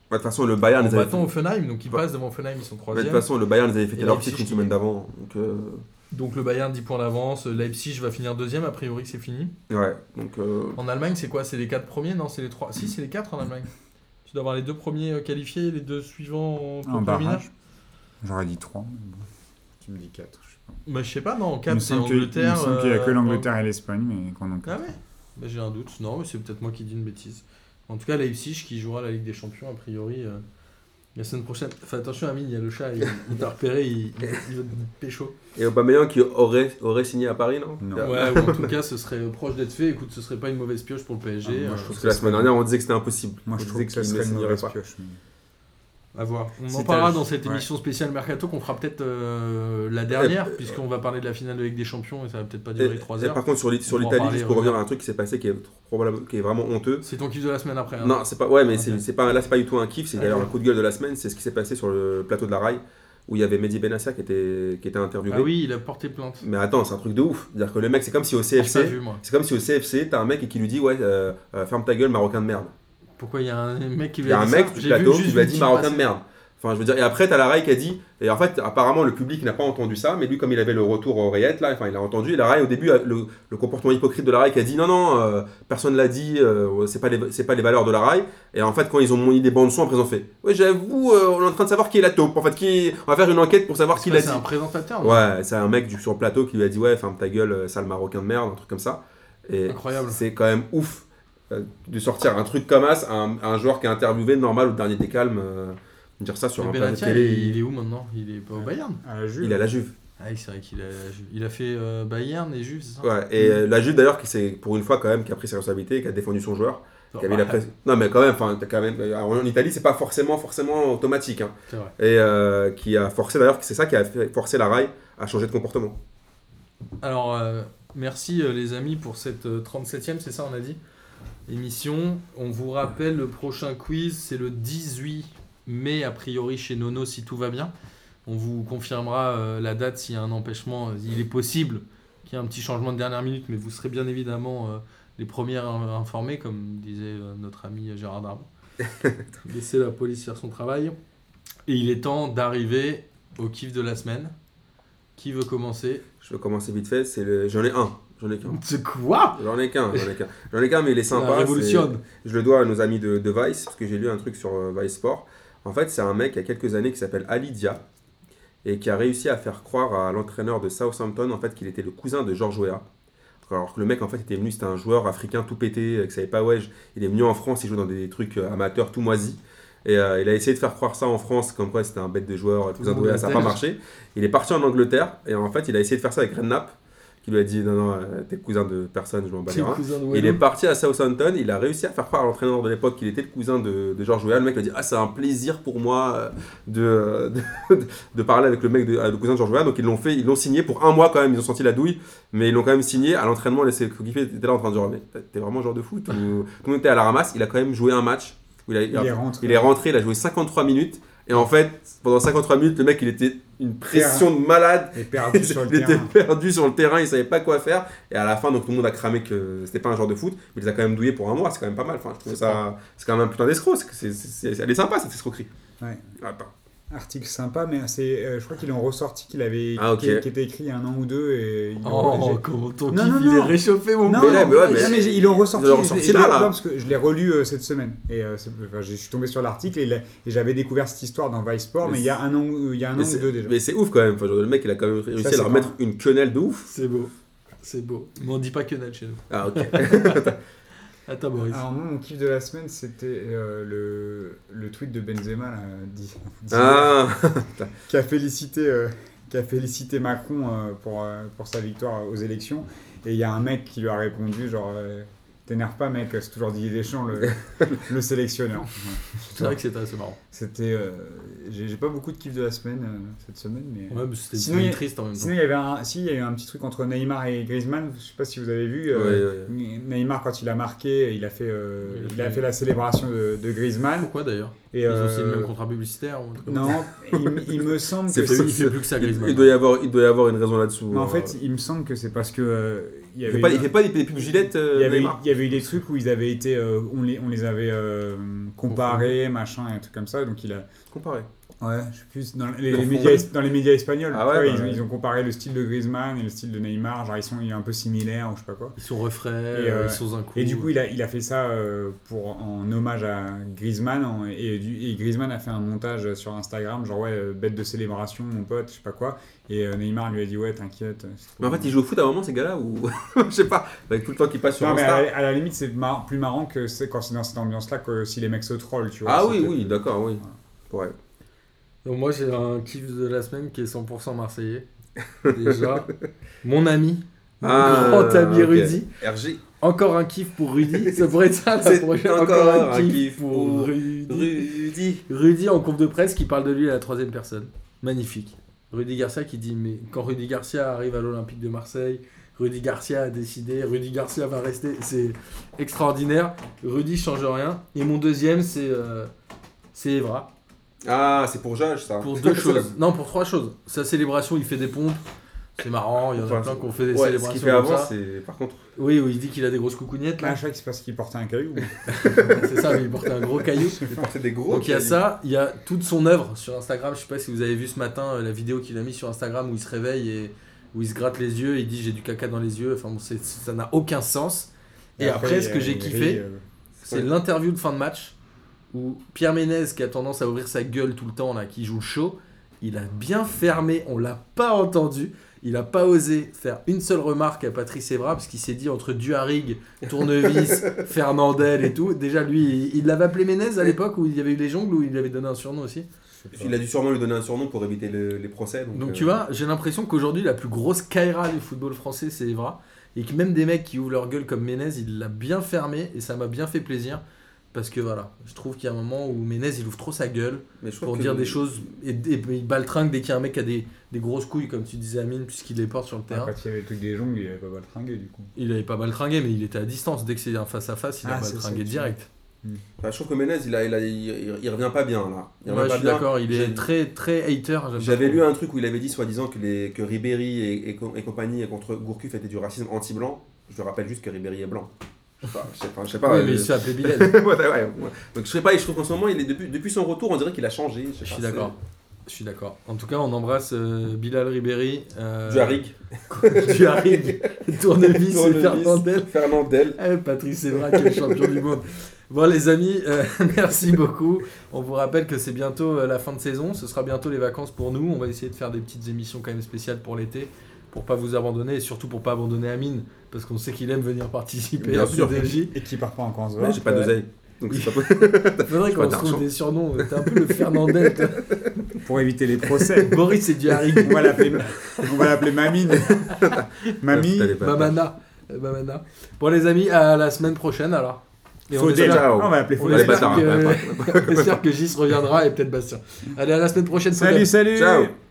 De toute façon, le Bayern En les avait battant fait... Offenheim, donc ils Ouais. passent devant Offenheim, ils sont De toute troisième. façon, le Bayern les avait fêté Et leur Leipzig titre une qui semaine gagne. d'avant. Donc, euh, Donc le Bayern dix points d'avance, Leipzig va finir deuxième, a priori que c'est fini. ouais. Donc, euh, En Allemagne, c'est quoi? C'est les quatre premiers? Non, c'est les trois. Si, c'est les quatre en Allemagne. Tu dois avoir les deux premiers euh, qualifiés et les deux suivants en En tour préliminaire. barrage. J'aurais dit trois. mais bon. Tu me dis quatre. Je sais pas. Bah, je sais pas, non, en Il me quatre c'est semble que- il me Angleterre. semble qu'il n'y a que euh, l'Angleterre et l'Espagne, mais qu'on en Ah ouais? Bah, j'ai un doute. Non, mais c'est peut-être moi qui dis une bêtise. En tout cas, Leipzig qui jouera la Ligue des Champions, a priori, euh, la semaine prochaine. Fais attention, Amine, il y a le chat, il, il t'a repéré, il, il, il veut te pécho. Et Aubameyang qui aurait, aurait signé à Paris, non Non. Ouais, ou en tout cas, ce serait proche d'être fait. Écoute, ce serait pas une mauvaise pioche pour le P S G. Ah, moi, euh, je trouve Parce que la semaine dernière, on disait que c'était impossible. Moi, On je disait trouve que ça qu'il ne serait une signerait mauvaise pas. pioche. mais- À voir. On en C'était parlera la- dans cette ouais. émission spéciale Mercato qu'on fera peut-être euh, la dernière, Euh, puisqu'on va parler de la finale de Ligue des Champions et ça va peut-être pas durer Et, trois et heures. par contre, sur l'I- sur On va en l'Italie, parler, juste pour revenir regarde. à un truc qui s'est passé qui est, probablement, qui est vraiment honteux. C'est ton kiff de la semaine après. hein. Non, c'est pas. Ouais, mais Ok. c'est, c'est pas. Là, c'est pas du tout un kiff. C'est d'ailleurs un coup de gueule de la semaine. C'est ce qui s'est passé sur le plateau de la Rai où il y avait Mehdi Benassia qui était qui était interviewé. Ah oui, il a porté plainte. Mais attends, c'est un truc de ouf. C'est-à-dire que le mec, c'est comme si au J'ai pas C F C, vu moi. c'est comme si au C F C, t'as un mec qui lui dit ouais, euh, euh, ferme ta gueule, marocain de merde. Pourquoi il y a un mec qui Il lui y a a un dit mec ça du J'ai plateau vu qui juste lui a une dit team marocain passer. de merde. Enfin, je veux dire, et après, t'as la Rai qui a dit, et en fait, apparemment, le public n'a pas entendu ça, mais lui, comme il avait le retour oreillette, là, enfin, il a entendu, et la Rai, au début, le, le comportement hypocrite de la Rai qui a dit, non, non, euh, personne l'a dit, euh, c'est pas, les, c'est pas les valeurs de la Rai, et en fait, quand ils ont mis des bandes son, après, ils ont fait, ouais, j'avoue, euh, on est en train de savoir qui est la taupe, en fait, qui, on va faire une enquête pour savoir qui Ouais, l'a C'est dit. un présentateur. non Ouais, c'est un mec du, sur le plateau qui lui a dit, ouais, ferme ta gueule, euh, sale marocain de merde, un truc comme ça. Et Incroyable. c'est quand même ouf euh, de sortir un truc comme ça, un, un joueur qui est interviewé normal au dernier des calmes, euh, dire ça sur Mais un plateau de Benatia, télé. il, il est où maintenant? Il est pas au Bayern. À la Juve. Il est à la Juve. Ah oui, c'est vrai qu'il a, il a fait euh, Bayern et Juve, c'est ça? Ouais, et euh, la Juve d'ailleurs, qui c'est pour une fois quand même qui a pris ses responsabilités et qui a défendu son joueur. Oh, Qui avait bah, la presse- Non mais quand même, enfin, t'as quand même, euh, en Italie c'est pas forcément forcément automatique. Hein. C'est vrai. Et euh, qui a forcé d'ailleurs, c'est ça qui a fait- forcé la Rai à changer de comportement. Alors, euh, merci euh, les amis pour cette euh, trente-septième, c'est ça on a dit, émission. On vous rappelle, le prochain quiz, c'est le dix-huit mai, a priori chez Nono, si tout va bien. On vous confirmera euh, la date s'il y a un empêchement. Il est possible qu'il y ait un petit changement de dernière minute, mais vous serez bien évidemment euh, les premiers à informer, comme disait euh, notre ami Gérard Darmon. Laissez la police faire son travail. Et il est temps d'arriver au kiff de la semaine. Qui veut commencer? Je vais commencer vite fait, c'est le... j'en ai un. J'en ai qu'un. C'est quoi? J'en ai qu'un, j'en ai qu'un. J'en ai qu'un, mais il est sympa. La révolution. c'est- Je le dois à nos amis de, de Vice, parce que j'ai lu un truc sur euh, Vice Sport. En fait, c'est un mec il y a quelques années qui s'appelle Ali Dia, et qui a réussi à faire croire à l'entraîneur de Southampton en fait, qu'il était le cousin de George Weah. Alors que le mec en fait était venu, c'était un joueur africain tout pété, euh, qui savait pas ouais, je- il est venu en France, il joue dans des trucs euh, amateurs tout moisis. Et euh, il a essayé de faire croire ça en France, comme quoi c'était un bête de joueur, Tout cousin le de monde Weah, ça n'a pas l'intègre. marché. Il est parti en Angleterre, et en fait il a essayé de faire ça avec Redknapp, qui lui a dit non, non, euh, t'es cousin de personne, je m'en bats les C'est le reins. cousin de Il est Walou. parti à Southampton, il a réussi à faire croire à l'entraîneur de l'époque qu'il était le cousin de, de George Weah. Le mec lui a dit ah c'est un plaisir pour moi euh, de, de, de parler avec le mec de, euh, le cousin de George Weah. Donc ils l'ont fait, ils l'ont signé pour un mois quand même. Ils ont senti la douille, mais ils l'ont quand même signé à l'entraînement. Les coéquipiers étaient là en train de dire mais t'es vraiment joueur de foot ou... Tout le monde était à la ramasse. Il a quand même joué un match. Où il, a- Il est rentré. il est rentré, il a joué cinquante-trois minutes. Et en fait, pendant cinquantre-trois minutes, le mec il était une pression de malade. Et perdu sur le il était terrain. perdu sur le terrain, il savait pas quoi faire. Et à la fin, donc tout le monde a cramé que c'était pas un joueur de foot, mais il les a quand même douillés pour un mois, c'est quand même pas mal. Enfin, je trouve ça, c'est quand même un putain d'escroc. C'est, c'est, c'est, c'est- elle est sympa cette escroquerie. Ouais. Attends. Article sympa, mais c'est, euh, je crois qu'ils l'ont ressorti, qu'il avait, Ah, ok. qui, qui était écrit il y a un an ou deux. Et ils l'ont- Oh, j'ai- comment ton Non, kiff non, il est non. réchauffé, mon Non, Mais là, mais ouais, mais- non, mais j'ai- ils l'ont ressorti. Ils l'ont je- ressorti je- là, je- là. non, parce que je l'ai relu euh, cette semaine. Et euh, c'est- enfin, je suis tombé sur l'article et, la- et j'avais découvert cette histoire dans Vice Sport, Mais mais il y a un an, ou- il y a un Mais an c'est, ou deux déjà. mais c'est ouf quand même. Enfin, genre, le mec il a quand même réussi Ça, à c'est leur quand mettre même- une quenelle de ouf. C'est beau. C'est beau. Mais on dit pas quenelle chez nous. Ah ok. Attends, Boris. Alors moi, mon kiff de la semaine, c'était euh, le, le tweet de Benzema, là, dit- dit- ah. qui a félicité, euh, qui a félicité Macron euh, pour, euh, pour sa victoire aux élections. Et il y a un mec qui lui a répondu, genre, euh, t'énerve pas mec, c'est toujours Didier Deschamps le, le sélectionneur. Ouais. C'est vrai que c'était assez marrant. C'était, euh, j'ai, j'ai pas beaucoup de kiff de la semaine euh, cette semaine, mais. Ouais, mais c'était Sinon, une il y a- triste en même temps. Sinon il y avait un, si il y a eu un petit truc entre Neymar et Griezmann. Je sais pas si vous avez vu. euh, Ouais, ouais. Neymar quand il a marqué, il a fait, euh, Il a il a fait- fait la célébration de, de Griezmann. Pourquoi d'ailleurs? Et, Ils ont aussi le euh, même contrat publicitaire ou un truc comme ça. Non, il, il me semble C'est que fait- c'est- Il fait plus que ça, Il, Griezmann. il doit y avoir, il doit y avoir une raison là-dessous. Mais en euh, fait, il me semble que c'est parce que euh, il y Il avait fait pas, eu- il fait pas des, des pubs Gillette, euh, il y avait, eu- Neymar. il y avait eu des trucs où ils avaient été, euh, on, les, on les avait euh, comparés, machin, et un truc comme ça. Donc il a, Comparé. ouais, je sais plus, dans les, les Confondus. médias, es- dans les médias espagnols, Ah tu ouais, vois, bah ils, ont- ouais. ils ont comparé le style de Griezmann et le style de Neymar, genre ils sont un peu similaires ou je sais pas quoi. Ils sont refrais, Et, euh, ils sont un coup. Et du coup, il a, il a fait ça euh, pour, en hommage à Griezmann. en- et, du- et Griezmann a fait un montage sur Instagram, genre ouais, euh, bête de célébration, mon pote, je sais pas quoi. Et euh, Neymar lui a dit ouais, t'inquiète. c'est trop Mais en fait, bien. il joue au foot à un moment, ces gars-là, ou. Je sais pas. Avec tout le temps qu'il passe sur Non, mais Insta. à, la- à la limite, c'est mar- plus marrant que c'est quand c'est dans cette ambiance-là que si les mecs se trollent, tu vois. Ah c'est oui, que- oui, d'accord, oui. Ouais. Donc moi j'ai un kiff de la semaine qui est cent pour cent marseillais. Déjà, mon ami, mon grand ami Ah, ok. Rudy. R G. Encore un kiff pour Rudy. Ça pourrait être ça la C'est prochaine. encore un kiff pour pour Rudy. Rudy. Rudy en conf de presse qui parle de lui à la troisième personne. Magnifique. Rudy Garcia qui dit mais quand Rudy Garcia arrive à l'Olympique de Marseille, Rudy Garcia a décidé, Rudy Garcia va rester, c'est extraordinaire. Rudy change rien. Et mon deuxième c'est euh, c'est Evra Ah, c'est pour Jage, ça. pour deux choses. Non pour trois choses. Sa célébration il fait des pompes. C'est marrant, il y en a Enfin, plein qui ont fait des Ouais, ce célébrations qu'il fait comme avant, ça. c'est. Par contre. Oui, où il dit qu'il a des grosses coucougnettes Ah, là. je sais que c'est parce qu'il portait un caillou. C'est ça, mais il portait un gros caillou. Il portait des gros. Donc il y a ça, il y a toute son œuvre sur Instagram. Je sais pas si vous avez vu ce matin euh, la vidéo qu'il a mis sur Instagram où il se réveille et où il se gratte les yeux et il dit j'ai du caca dans les yeux. Enfin bon, c'est- ça n'a aucun sens. Et, après, ce que j'ai kiffé, c'est Ouais. l'interview de fin de match où Pierre Ménez, qui a tendance à ouvrir sa gueule tout le temps, là, qui joue chaud, il a bien fermé, on l'a pas entendu. Il a pas osé faire une seule remarque à Patrice Evra parce qu'il s'est dit entre Duharig, Tournevis, Fernandel et tout. Déjà lui, il- il l'avait appelé Ménez à l'époque où il y avait eu les jongles ou il lui avait donné un surnom aussi. Il a dû sûrement lui donner un surnom pour éviter le- les procès. Donc, Donc euh, tu vois, j'ai l'impression qu'aujourd'hui la plus grosse caïra du football français c'est Evra et que même des mecs qui ouvrent leur gueule comme Ménez, il l'a bien fermé et ça m'a bien fait plaisir parce que voilà, je trouve qu'il y a un moment où Ménez il ouvre trop sa gueule mais je trouve pour que- dire des choses et, et il baltringue dès qu'il y a un mec qui a des, des grosses couilles comme tu disais Amine puisqu'il les porte sur le Ah, terrain. quand il y avait le truc des jongles, il avait pas baltringué du coup. Il avait pas baltringué mais il était à distance dès que c'est un face à face, il a Ah, c'est baltringué ça, tu direct. Enfin, je trouve que Ménez, il, a, il, a, il, il revient pas bien là. Il Ouais, revient je pas suis bien. d'accord, il est J'ai- très très hater. j'aime J'avais pas lu trop. un truc où il avait dit soi-disant que, les, que Ribéry et, et, co- et compagnie et contre Gourcuff étaient du racisme anti-blanc. Je te rappelle juste que Ribéry est blanc. Je sais pas, je sais pas. Je sais pas Oui, euh, mais il se fait appeler Bilal. ouais, ouais, ouais. Donc je sais pas, et je trouve qu'en ce moment, il est depuis, depuis son retour, on dirait qu'il a changé. Je, sais Je pas, suis d'accord. Je suis d'accord. En tout cas, on embrasse euh, Bilal Ribéry. Euh, c'est- Duharig, Duharig, Tournevis et Tournevis. Fernandel. Fernandel. Eh, Patrice Evra qui est le champion du monde. Bon les amis, euh, merci beaucoup. On vous rappelle que c'est bientôt euh, la fin de saison. Ce sera bientôt les vacances pour nous. On va essayer de faire des petites émissions quand même spéciales pour l'été. Pour pas vous abandonner et surtout pour pas abandonner Amine. Parce qu'on sait qu'il aime venir participer Bien à sûr. P D J. Et qui part pas encore en Ouais, j'ai pas d'oseille. Donc c'est pas Faudrait qu'on pas se trouve d'argent. des surnoms. T'es un peu le Fernandel. toi. Pour éviter les procès. Boris c'est Duharig. on va l'appeler, on va l'appeler Mamine. Mamie. T'allais pas- Mamana. Euh, Mamana. Bon les amis, à la semaine prochaine alors. Et on Faudel. espère, Ciao. On va l'appeler on Allez, Faudel. espère bâtard, que, ouais, on espère que Gis reviendra et peut-être Bastien. Allez à la semaine prochaine. Salut, salut. Ciao.